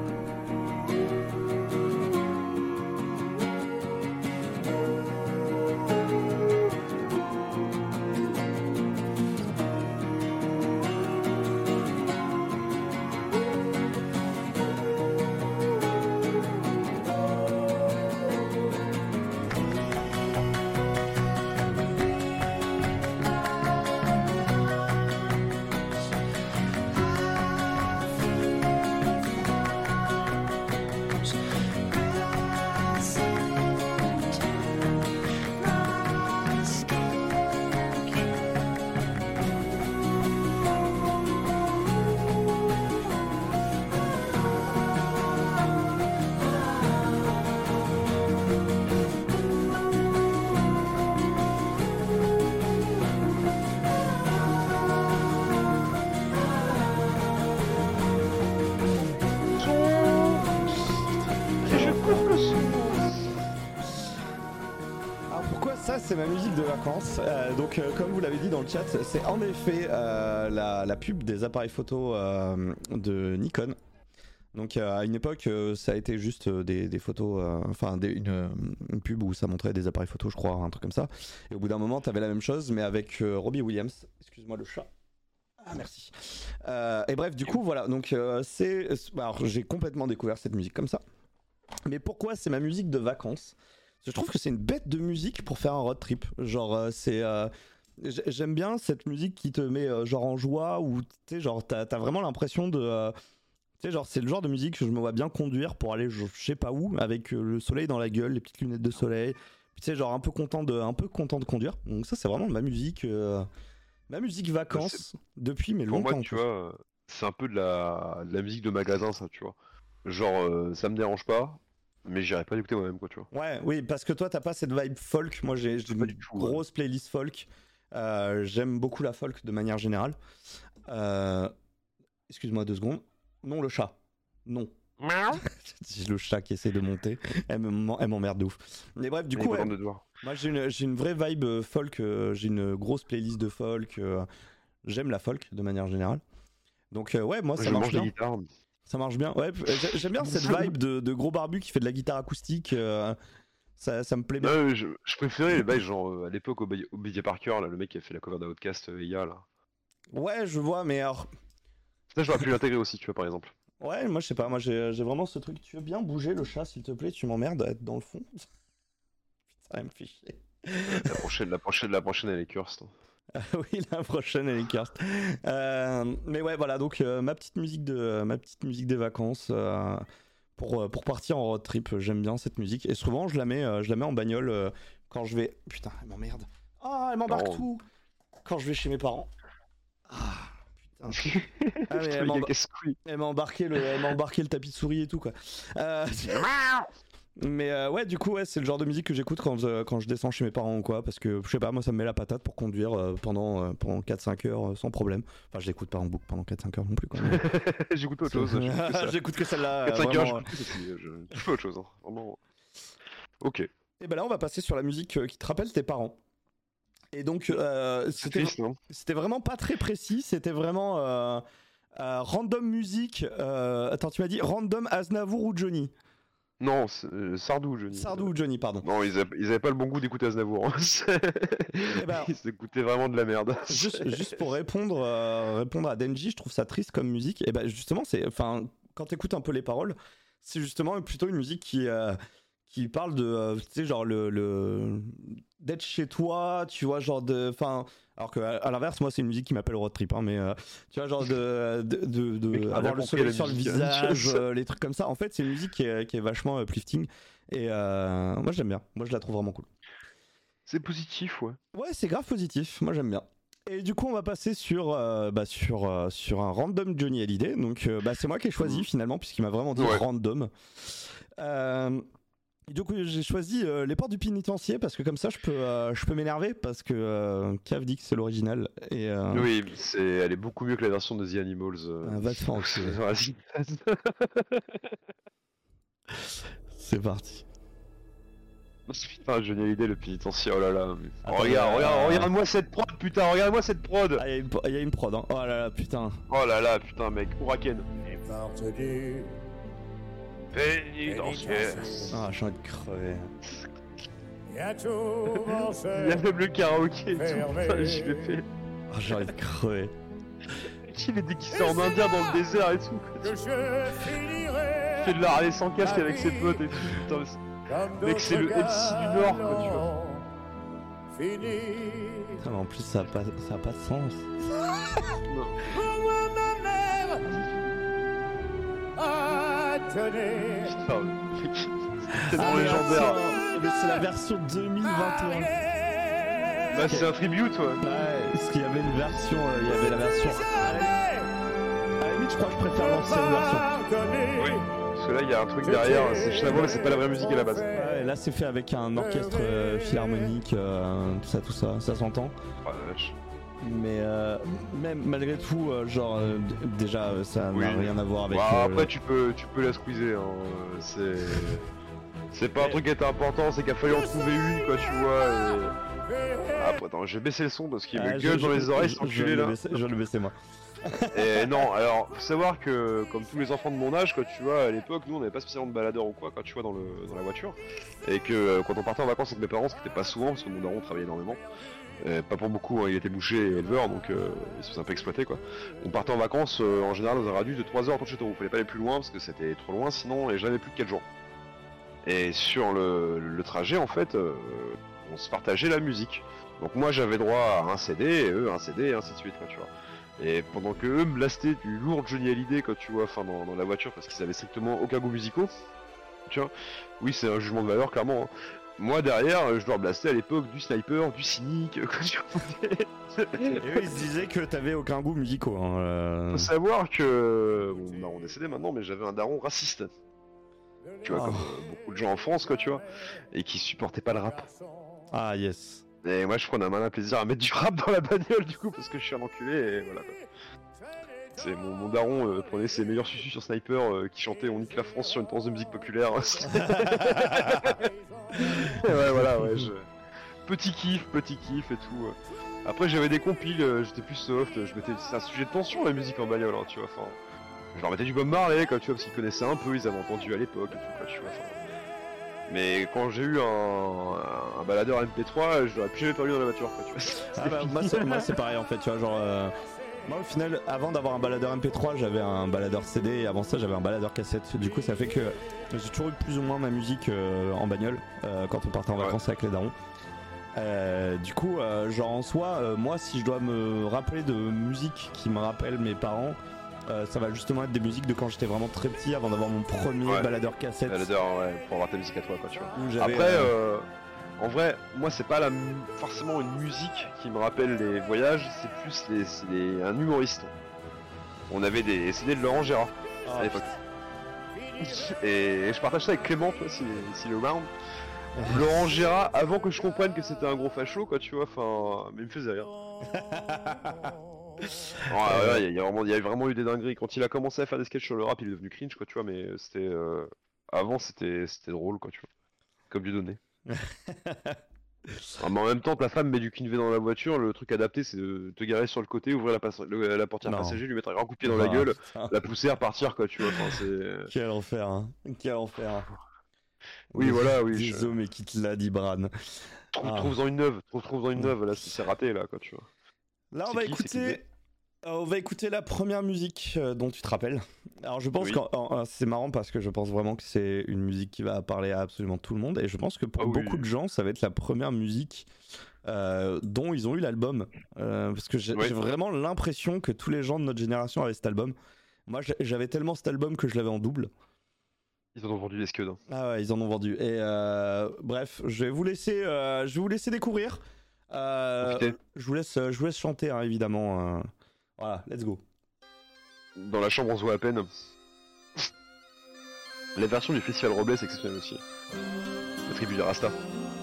Alors pourquoi ça c'est ma musique de vacances donc comme vous l'avez dit dans le chat, c'est en effet la pub des appareils photo de Nikon. Donc à une époque ça a été juste des photos, une pub où ça montrait des appareils photo je crois, un truc comme ça. Et au bout d'un moment t'avais la même chose mais avec Robbie Williams. Excuse-moi le chat. Ah, merci. Et bref, du coup, voilà. Donc, alors, j'ai complètement découvert cette musique comme ça. Mais pourquoi c'est ma musique de vacances ? Je trouve que c'est une bête de musique pour faire un road trip. Genre, j'aime bien cette musique qui te met genre en joie, ou tu sais, genre, t'as vraiment l'impression de. Tu sais, genre, c'est le genre de musique que je me vois bien conduire pour aller, je sais pas où, avec le soleil dans la gueule, les petites lunettes de soleil. Puis, tu sais, genre, un peu content de conduire. Donc, ça, c'est vraiment ma musique vacances depuis, mais Pour longtemps. moi, tu vois, c'est un peu de la musique de magasin, ça, tu vois. Genre, ça me dérange pas, mais j'irai pas l'écouter moi-même, quoi, tu vois. Ouais, oui, parce que toi, t'as pas cette vibe folk. Moi, j'ai Pas une du tout, grosse playlist folk. J'aime beaucoup la folk de manière générale. Excuse-moi 2 secondes. Non, le chat. Non. C'est le chat qui essaie de monter. Elle m'emmerde de ouf. Mais bref, du coup, ouais, moi j'ai une vraie vibe folk. J'ai une grosse playlist de folk. J'aime la folk de manière générale. Donc, ouais, moi ça marche bien. Guitare. Ça marche bien. Ouais, j'aime bien cette vibe de gros barbu qui fait de la guitare acoustique. Ça me plaît bien. Ouais, je préférais les bails, genre à l'époque Obadiah Parker, là, le mec qui a fait la cover d'Outcast IA, là. Ouais, je vois, mais alors. Ça, j'aurais pu l'intégrer aussi, tu vois, par exemple. Ouais, moi je sais pas, moi j'ai vraiment ce truc. Tu veux bien bouger le chat, s'il te plaît? Tu m'emmerdes à être dans le fond. Putain, elle me fait chier. La prochaine, elle est cursed. Oui, la prochaine elle est cursed. Mais ouais, voilà, donc ma petite musique des vacances pour partir en road trip. J'aime bien cette musique et souvent je la mets en bagnole quand je vais. Putain, elle m'emmerde. Ah, elle m'embarque tout. Quand je vais chez mes parents. Ah. Ah, mais elle m'a embarqué le tapis de souris et tout, quoi. Mais ouais, du coup, ouais, c'est le genre de musique que j'écoute quand je descends chez mes parents ou quoi, parce que je sais pas, moi ça me met la patate pour conduire pendant 4-5 heures sans problème. Enfin, je l'écoute pas en boucle pendant 4-5 heures non plus, quoi. J'écoute autre chose. J'écoute que celle-là. 4-5 heures, je fais autre chose, hein. Vraiment. Ok. Et ben là, on va passer sur la musique qui te rappelle tes parents. Et donc, c'était vraiment pas très précis, c'était vraiment random musique. Attends, tu m'as dit random Aznavour ou Johnny? Non, Sardou ou Johnny. Sardou ou Johnny, pardon. Non, ils avaient pas le bon goût d'écouter Aznavour. Hein. Ils écoutaient vraiment de la merde. Juste pour répondre à Denji, je trouve ça triste comme musique. Et ben justement, quand t'écoutes un peu les paroles, c'est justement plutôt une musique qui parle de, tu sais, genre d'être chez toi, tu vois, genre alors que à l'inverse, moi c'est une musique qui m'appelle road trip, hein, mais tu vois, genre avoir le soleil sur le visage, les trucs comme ça. En fait, c'est une musique qui est vachement uplifting et moi j'aime bien. Moi je la trouve vraiment cool. C'est positif, ouais. Ouais, c'est grave positif. Moi j'aime bien. Et du coup, on va passer sur un random Johnny Hallyday. Donc, c'est moi qui ai choisi finalement, puisqu'il m'a vraiment dit random. Et du coup, j'ai choisi Les Portes du Pénitencier parce que comme ça, je peux m'énerver parce que Cav dit que c'est l'original. Et oui, elle est beaucoup mieux que la version de The Animals. Va te faire enculer. C'est parti. Putain, Johnny Hallyday, le pénitencier, oh là là. Regarde-moi cette prod, putain, regarde-moi cette prod. Ah, il y a une prod, hein. Oh là là, putain. Oh là là, putain, mec, Huracan. Pénitencier. Ah, j'ai envie de crever. Il y a même le karaoké et tout, putain, j'y vais fait. Ah, j'ai envie de crever. Il est déguisé en indien dans le désert et tout. Il fait de la rallye sans casque avec ses potes et tout, putain. Mec, c'est le MC du Nord, quoi, tu vois. Putain, mais en plus, ça a pas de sens. Non. Putain, c'est tellement légendaire. Mais c'est la version 2021. Bah, c'est un tribute, ouais. Ouais, parce qu'il y avait une version, il y avait la version. À la limite, je crois que je préfère l'ancienne version. Oui. Parce que là, il y a un truc derrière, c'est Chenavo, mais c'est pas la vraie musique à la base. Ouais, là, c'est fait avec un orchestre philharmonique, tout ça s'entend. Oh la vache. Mais même malgré tout, déjà, ça n'a rien à voir avec. Bah, après, tu peux la squeezer. Hein. C'est pas un truc qui était important, c'est qu'il a fallu en trouver une, quoi, tu vois. Attends, je vais baisser le son parce qu'il me gueule dans les oreilles, cet enculé là. Je vais le baisser moi. Et non, alors, faut savoir que, comme tous les enfants de mon âge, quoi, tu vois, à l'époque, nous on n'avait pas spécialement de baladeur ou quoi, tu vois, dans la voiture. Et que quand on partait en vacances avec mes parents, ce qui était pas souvent, parce que mon daron travaillait énormément. Pas pour beaucoup, hein, il était boucher et éleveur, donc il se faisait un peu exploiter quoi. On partait en vacances en général dans un radius de 3 heures autour de chez toi, fallait pas aller plus loin parce que c'était trop loin sinon, et jamais plus de 4 jours. Et sur le trajet en fait, on se partageait la musique. Donc moi j'avais droit à un CD, et eux un CD, et ainsi de suite quoi, tu vois. Et pendant que eux me blastaient du lourd Johnny Hallyday quoi, tu vois, enfin dans la voiture parce qu'ils avaient strictement aucun goût musicaux, tu vois. Oui c'est un jugement de valeur clairement, hein. Moi derrière, je dois blaster à l'époque du Sniper, du Cynic, quoi, Et eux ils se disaient que t'avais aucun goût musicaux. Faut savoir que... Bon, mon daron est décédé maintenant, mais j'avais un daron raciste. Tu vois, comme beaucoup de gens en France, quoi, tu vois. Et qui supportait pas le rap. Ah yes. Et moi je prenais un malin plaisir à mettre du rap dans la bagnole du coup, parce que je suis un enculé et voilà quoi. C'est mon daron prenait ses meilleurs susus sur Sniper qui chantait On nique la France sur une danse de musique populaire. Ouais voilà ouais petit kiff et tout. Après j'avais des compiles, j'étais plus soft, c'est un sujet de tension la musique en bagnole hein, tu vois, enfin. Je leur mettais du Bob Marley quoi tu vois parce qu'ils connaissaient un peu, ils avaient entendu à l'époque et tout quoi tu vois. Mais quand j'ai eu un baladeur MP3, je l'aurais plus jamais perdu dans la voiture quoi tu vois. Ah bah, moi c'est pareil en fait tu vois genre moi au final avant d'avoir un baladeur MP3 j'avais un baladeur CD et avant ça j'avais un baladeur cassette. Du coup ça fait que j'ai toujours eu plus ou moins ma musique en bagnole quand on partait en vacances avec les darons. Du coup genre en soi moi si je dois me rappeler de musique qui me rappelle mes parents, ça va justement être des musiques de quand j'étais vraiment très petit avant d'avoir mon premier baladeur cassette. Baladeur ouais, pour avoir ta musique à toi quoi tu vois. Après en vrai, moi c'est pas forcément une musique qui me rappelle les voyages, c'est plus un humoriste. On avait des CD de Laurent Gérard à l'époque. Et je partage ça avec Clément, toi, s'il est around. Laurent Gérard, avant que je comprenne que c'était un gros facho, quoi, tu vois, enfin, mais il me faisait rire. Il y a vraiment eu des dingueries. Quand il a commencé à faire des sketchs sur le rap, il est devenu cringe, quoi, tu vois, mais c'était. Avant, c'était drôle, quoi, tu vois. Comme du donné. Mais en même temps que la femme met du Kinvé dans la voiture, le truc adapté c'est de te garer sur le côté, ouvrir la portière passager, lui mettre un grand coup de pied dans la gueule, la pousser à repartir quoi, tu vois. Enfin, c'est... Quel enfer, hein. Quel enfer. Oui, voilà, oui. Désolé, mais quitte là, dit Bran. Trouve dans une neuve, là c'est raté là quoi, tu vois. Là on va écouter la première musique dont tu te rappelles. Alors je pense que c'est marrant parce que je pense vraiment que c'est une musique qui va parler à absolument tout le monde et je pense que pour beaucoup de gens ça va être la première musique dont ils ont eu l'album parce que j'ai vraiment l'impression que tous les gens de notre génération avaient cet album. Moi j'avais tellement cet album que je l'avais en double. Ils en ont vendu des scuds. Ah ouais, ils en ont vendu. Et bref, je vais vous laisser découvrir. Je vous laisse chanter hein, évidemment. Voilà, let's go. Dans la chambre on se voit à peine. La version du Festival Robles c'est exceptionnelle aussi. La tribu des Rasta.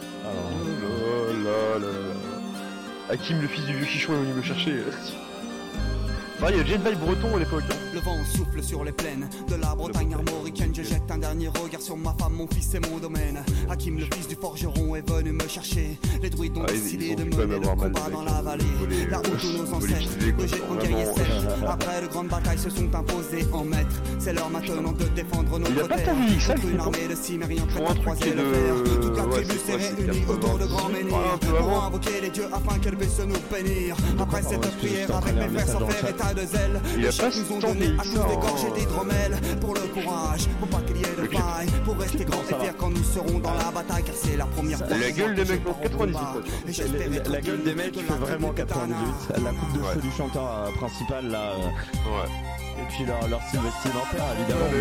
Hakim le fils du vieux chichon est venu me chercher. Il y a déjà une vibe breton à l'époque. Le vent souffle sur les plaines de la Bretagne armoricaine. Je jette un dernier regard sur ma femme, mon fils et mon domaine. Hakim, le fils du forgeron, est venu me chercher. Les druides ont décidé de mener le combat dans la vallée. Là où tous nos ancêtres, de jet en guerrier sèche. Après de grandes batailles se sont imposées en maîtres. C'est l'heure maintenant de défendre notre terre. Contre une armée de cimériens prête à croiser le fer. Toute la tribu s'est réunie autour de grands menhirs pour invoquer les dieux afin qu'elle puisse nous bénir. Après cette prière avec mes frères sans faire état de zèle, les chefs nous ont donné à nous dégorger d'hydromel. Pour le courage, pour pas qu'il y ait de faille, pour rester grands et fiers quand nous serons dans la bataille, car c'est la première fois. La gueule des mecs dans 98. La gueule des mecs fait vraiment 98. La coupe de cheveux du chanteur principal là. Et puis leur style vestimentaire évidemment.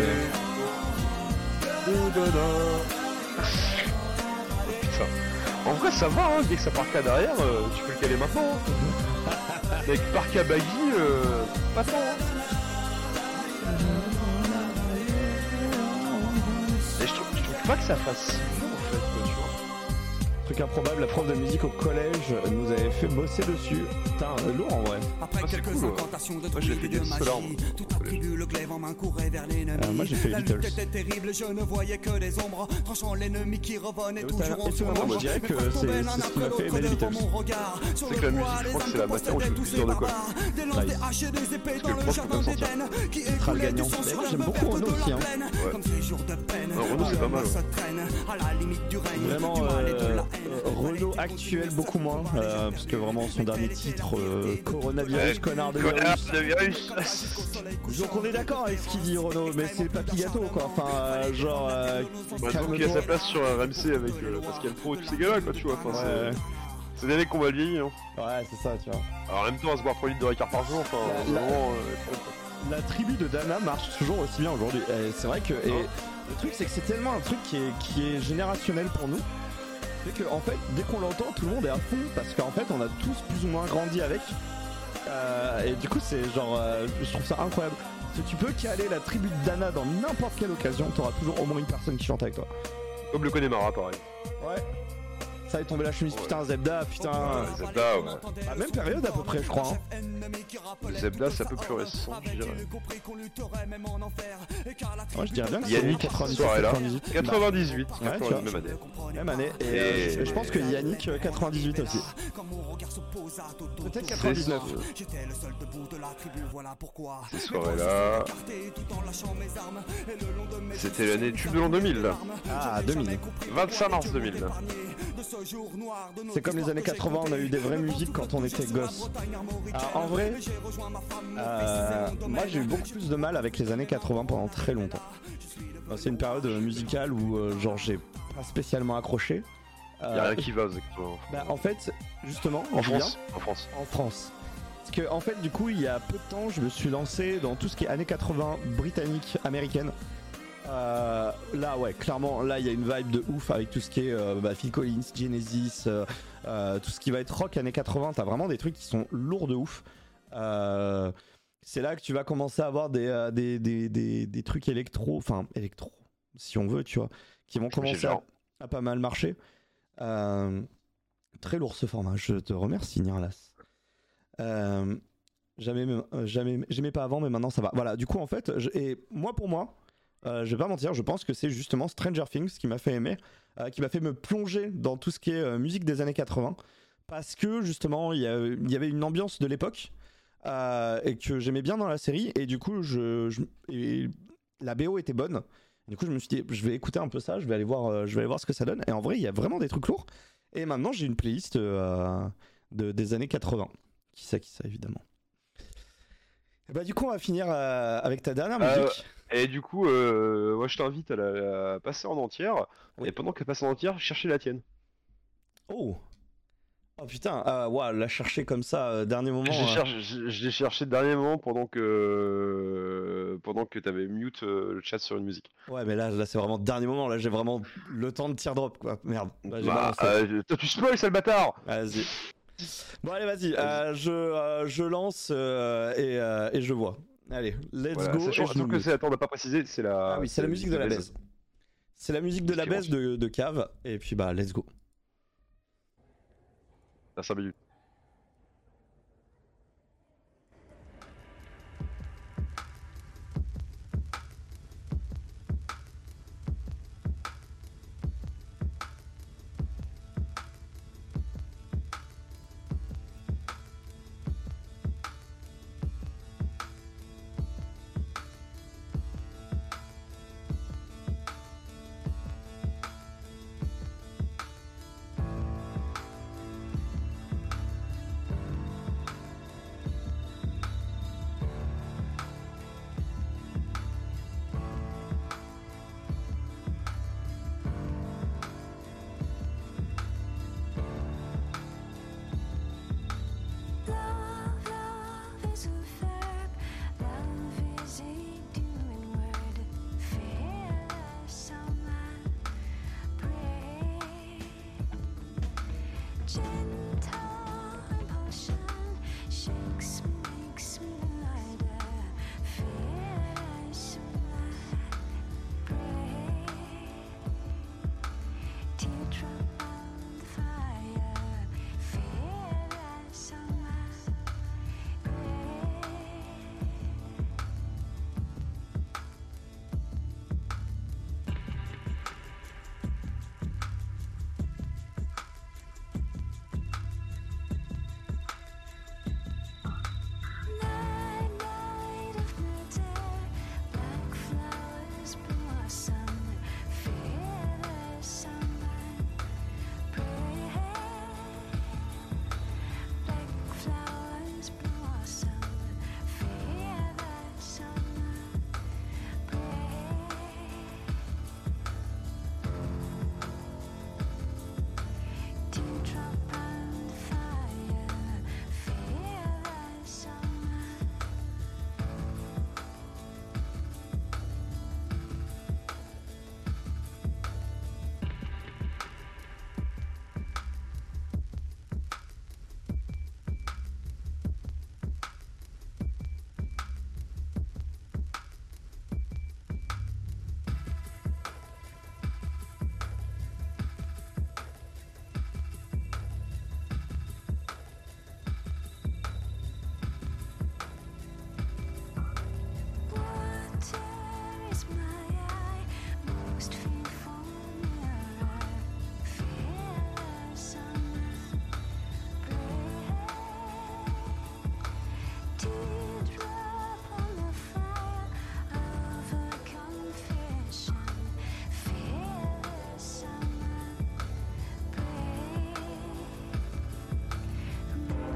Putain. En vrai ça va hein, dès que ça part qu'à derrière, tu peux le caler maintenant. Hein. Avec Parka Baggy, pas tant hein. Et je trouve pas que ça fasse si bon en fait, quoi, tu vois. Truc improbable, la prof de musique au collège nous avait fait bosser dessus. Putain, lourd en vrai. Après quelques incantations de druides et de magie, tout a tribu, le glaive en main courait vers l'ennemi. Moi j'ai fait La Beatles. lutte était terrible, je ne voyais que des ombres, tranchant l'ennemi qui revenait toujours en étonnamment, surnombre. je dirais que Mes frères tombaient l'un c'est ce qui après m'a fait l'autre aimer les devant Beatles. mon regard. Sur C'est le que la poids, musique, je les crois que âmes c'est la que matière où je possédaient fais tous plus ces dur de quoi. barbares. Des lances, des haches et des épées dans je le pense jardin qu'on peut d'Éden qui sera le écoulait du gagnant. sang sur D'ailleurs, leur j'aime beaucoup perte Renaud de aussi, la hein. plaine. Ouais. Comme ces jours de peine, Non, Renaud, c'est pas mal, se ouais. traîne à la limite du règne, Vraiment, du mal et de la haine. Renaud actuel beaucoup moins, parce que vraiment son dernier titre, Coronavirus, connard de Connard virus. de virus. Donc on est d'accord avec ce qu'il dit Renaud, mais c'est le papy gâteau quoi, enfin genre Bah, je trouve qu'il a sa place sur RMC avec Pascal Pro et tous ces gars-là, quoi, tu vois. Enfin, Ouais. c'est des mecs qu'on va vieillir. Hein. Ouais c'est ça tu vois. Alors en même temps, à se boire 3 litres de Ricard par jour, enfin, La- vraiment, La tribu de Dana marche toujours aussi bien aujourd'hui. C'est vrai que et le truc c'est que c'est tellement un truc qui est générationnel pour nous. C'est que en fait dès qu'on l'entend tout le monde est à fond parce qu'en fait on a tous plus ou moins grandi avec. Et du coup c'est genre je trouve ça incroyable. Si tu peux caler la tribu de Dana dans n'importe quelle occasion, t'auras toujours au moins une personne qui chante avec toi. comme le Connemara, pareil. Ouais. Ça est tombé la chemise, Ouais. putain Zebda, putain. Zebda, ouais. Ah, même période à peu près je crois. Hein. Zebda, c'est un peu plus récent, je dirais. Moi je dirais bien que c'est Yannick, 97, soirée là. 98. 98, tu vois. même année. Même année. Et, Et- je pense que Yannick 98 aussi. Peut-être 99. Ces soirées-là. C'était l'année tube de l'an 2000, là. Ah 2000. 25 mars 2000, là. C'est comme les années 80, on a eu des vraies musiques quand on était gosse. Alors, en vrai, moi j'ai eu beaucoup plus de mal avec les années 80 pendant très longtemps. C'est une période musicale où genre j'ai pas spécialement accroché. Y'a rien qui va, exactement. Bah, en fait, justement, En Julien, France. En France. en France. Parce que en fait, du coup, il y a peu de temps, je me suis lancé dans tout ce qui est années 80 britannique, américaine. Là, ouais, clairement, là, il y a une vibe de ouf avec tout ce qui est Phil Collins, Genesis, tout ce qui va être rock années 80. T'as vraiment des trucs qui sont lourds de ouf. C'est là que tu vas commencer à avoir des trucs électro, si on veut, tu vois, qui vont commencer à pas mal marcher. Très lourd ce format, je te remercie Nirlas. J'aimais pas avant, mais maintenant ça va. Voilà, du coup en fait, pour moi, je vais pas mentir, je pense que c'est justement Stranger Things qui m'a fait aimer, qui m'a fait me plonger dans tout ce qui est musique des années 80, parce que justement il y avait une ambiance de l'époque et que j'aimais bien dans la série, et du coup et la BO était bonne. Du coup je me suis dit je vais écouter un peu ça, je vais aller voir ce que ça donne, et en vrai il y a vraiment des trucs lourds. Et maintenant j'ai une playlist des années 80. Qui ça évidemment. Et bah du coup on va finir avec ta dernière musique. Et du coup, moi je t'invite à la passer en entière. Oui. Et pendant qu'elle passe en entière, chercher la tienne. Oh putain, ouais, la chercher comme ça, dernier moment. Je l'ai cherché le dernier moment pendant que t'avais mute le chat sur une musique. Ouais, mais là c'est vraiment dernier moment. Là j'ai vraiment le temps de teardrop quoi. Merde. Bah, j'ai Bah, balancé. toi tu spoil, sale bâtard. Vas-y. Bon allez vas-y. Je lance et je vois. Allez, let's Voilà, go. sachant et je nous que mute. c'est, attends, on n'a pas précisé, c'est la. Ah oui, c'est la musique de la baisse. C'est la musique de la baisse de Cave. Et puis bah let's go. T'as 5 minutes.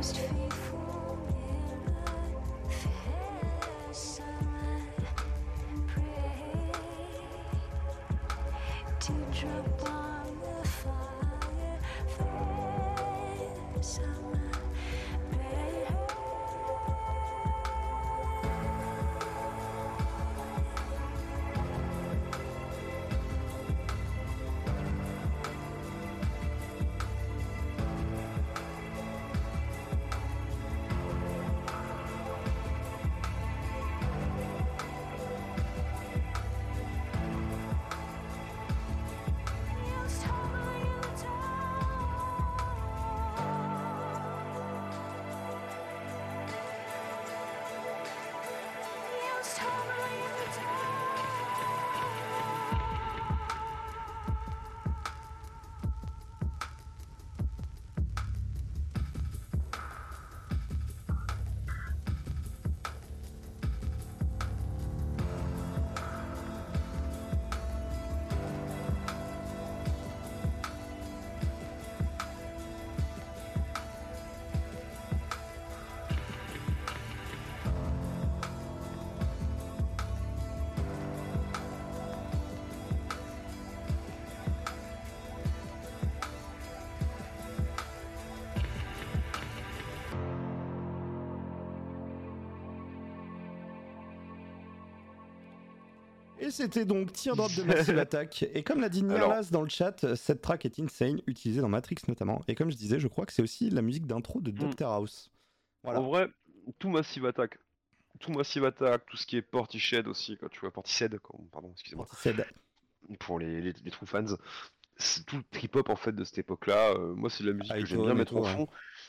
Et c'était donc Teardrop de Massive Attack. Et comme l'a dit Nirlas dans le chat, cette track est insane, utilisée dans Matrix notamment. Et comme je disais, je crois que c'est aussi la musique d'intro de Dr House. Voilà. En vrai, tout Massive Attack, tout ce qui est Portishead aussi, quand tu vois Portishead, pardon, excusez-moi. Portishead. Pour les true fans, c'est tout le trip-hop en fait de cette époque-là. Moi, c'est de la musique que j'aime bien mettre en fond.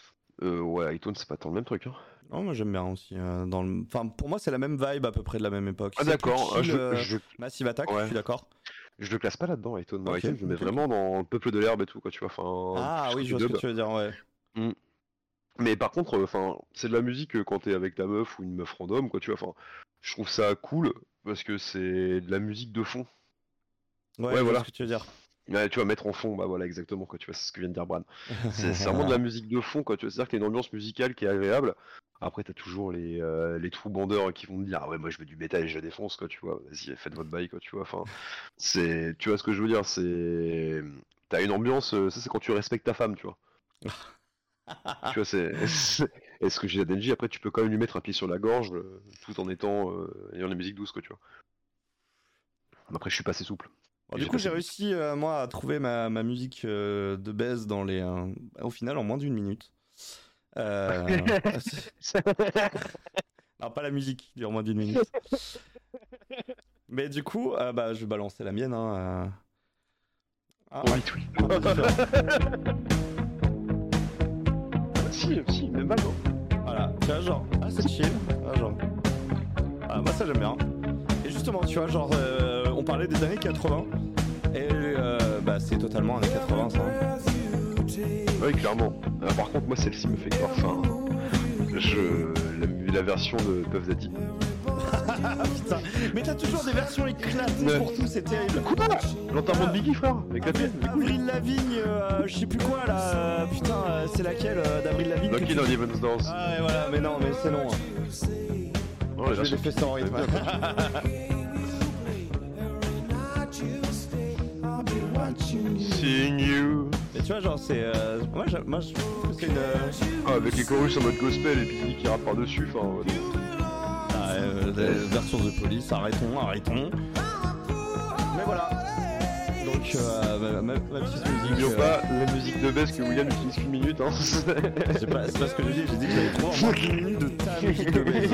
Ouais, iTunes, c'est pas tant le même truc. Hein. Non, moi j'aime bien aussi. Enfin, pour moi, c'est la même vibe à peu près de la même époque. Ah, d'accord. Massive Attack, ouais. je suis d'accord. Je le classe pas là-dedans, iTunes. Okay, iTunes, je le mets vraiment dans le peuple de l'herbe et tout, quoi, tu vois. Oui, je vois ce que tu veux dire, ouais. Mais par contre, c'est de la musique quand t'es avec ta meuf ou une meuf random, quoi, tu vois. Je trouve ça cool parce que c'est de la musique de fond. Ouais, voilà ce que tu veux dire. Ouais, tu vas mettre en fond, bah voilà, exactement, quoi, tu vois, c'est ce que vient de dire Bran. C'est vraiment de la musique de fond, quoi, tu vois, c'est-à-dire qu'il y a une ambiance musicale qui est agréable. Après, t'as toujours les trous bandeurs qui vont te dire, ah ouais, moi je veux du métal et je la défonce, quoi, tu vois, vas-y, faites votre bail, quoi, tu vois, tu vois ce que je veux dire, t'as une ambiance, ça c'est quand tu respectes ta femme, tu vois. Tu vois, et ce que j'ai à Denji, après tu peux quand même lui mettre un pied sur la gorge, tout en ayant la musique douce, quoi, tu vois. Après, je suis pas assez souple. Bon, du coup, j'ai réussi, moi, à trouver ma musique de baise dans au final, en moins d'1 minute. Alors, pas la musique, dure moins d'1 minute. Mais du coup, je vais balancer la mienne. Oui. Si, même mal, non. Voilà, tu vois, genre, c'est chill. Moi, ça, j'aime bien. Et justement, tu vois, genre, on parlait des années 80. Et c'est totalement années 80, ça. Oui, clairement. Par contre, moi, celle-ci me fait croire. La version de Puff Daddy. Putain, mais t'as toujours des versions éclatées pour tout, c'est terrible. Quoi ? L'enterrement de Biggie, frère. Éclaté. Avril Lavigne, je sais plus quoi là. Putain, c'est laquelle d'Avril Lavigne? Lucky dans Heaven's Dance. Ah ouais, voilà, mais non, mais c'est long. Non, je l'ai fait sans rythme. Seeing you. Mais tu vois, genre, c'est. Moi, je trouve que c'est une. Avec les chorus en mode gospel et puis qui rappe par-dessus, version de police, arrêtons. Mais voilà. Donc, ma petite musique. N'oublions pas la musique de baisse que William utilise qu'une minute. Hein. C'est pas ce que j'ai dit que j'allais trouver en moins d'1 minute de ta musique de baisse.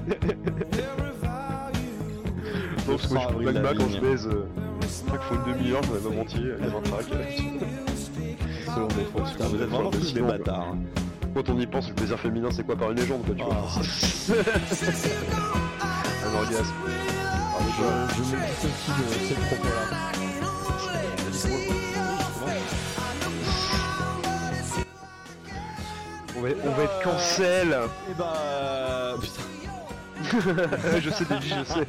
Donc, moi, je peux pas quand je baise. Chaque fois une demi-heure, j'en ai même entier, il y a 20 tracks. Selon des fois, putain, vous êtes vraiment tous des bâtards. Quand on y pense, le plaisir féminin, c'est quoi par une légende, quoi, tu vois. Un orgasme. Je me dissocie de ces propos-là. On va être cancel. Et putain. Je sais, Deji, je sais.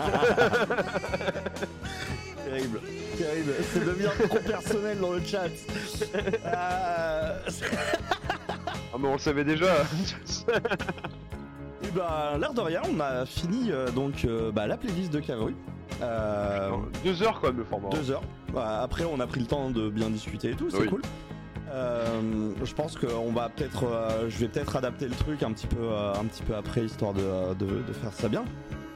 Terrible. Ça devient trop personnel dans le chat. Ah mais on le savait déjà. Et bah l'air de rien, on a fini donc la playlist de Cavalry. 2 heures quand même le format. 2 heures. Bah, après on a pris le temps de bien discuter et tout, c'est cool. Je pense que je vais peut-être adapter le truc un petit peu après, histoire de faire ça bien.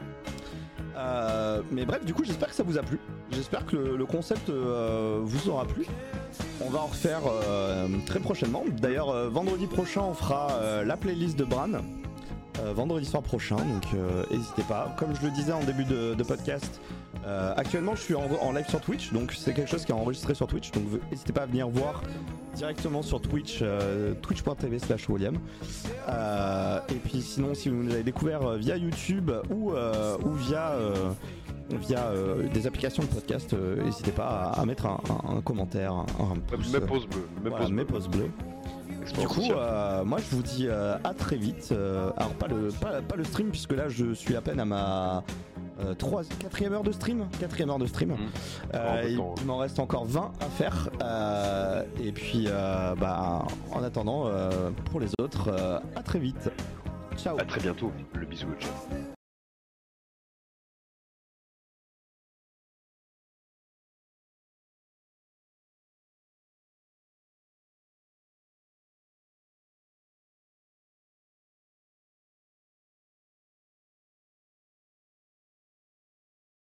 Mais bref, du coup, j'espère que ça vous a plu. J'espère que le concept vous aura plu. On va en refaire très prochainement. D'ailleurs, vendredi prochain, on fera la playlist de Bran. Vendredi soir prochain, donc n'hésitez pas. Comme je le disais en début de podcast, actuellement je suis en live sur Twitch, donc c'est quelque chose qui est enregistré sur Twitch, donc n'hésitez pas à venir voir directement sur Twitch, twitch.tv/William. Et puis sinon, si vous nous avez découvert via YouTube ou via des applications de podcast, n'hésitez pas à mettre un commentaire, un pouce. Mes pouces bleus. Du coup, moi je vous dis à très vite. Alors pas le stream, puisque là je suis à peine à ma 4ème heure de stream. Il m'en reste encore 20 à faire. Et puis en attendant, pour les autres, à très vite. Ciao. À très bientôt. Le bisou au chat.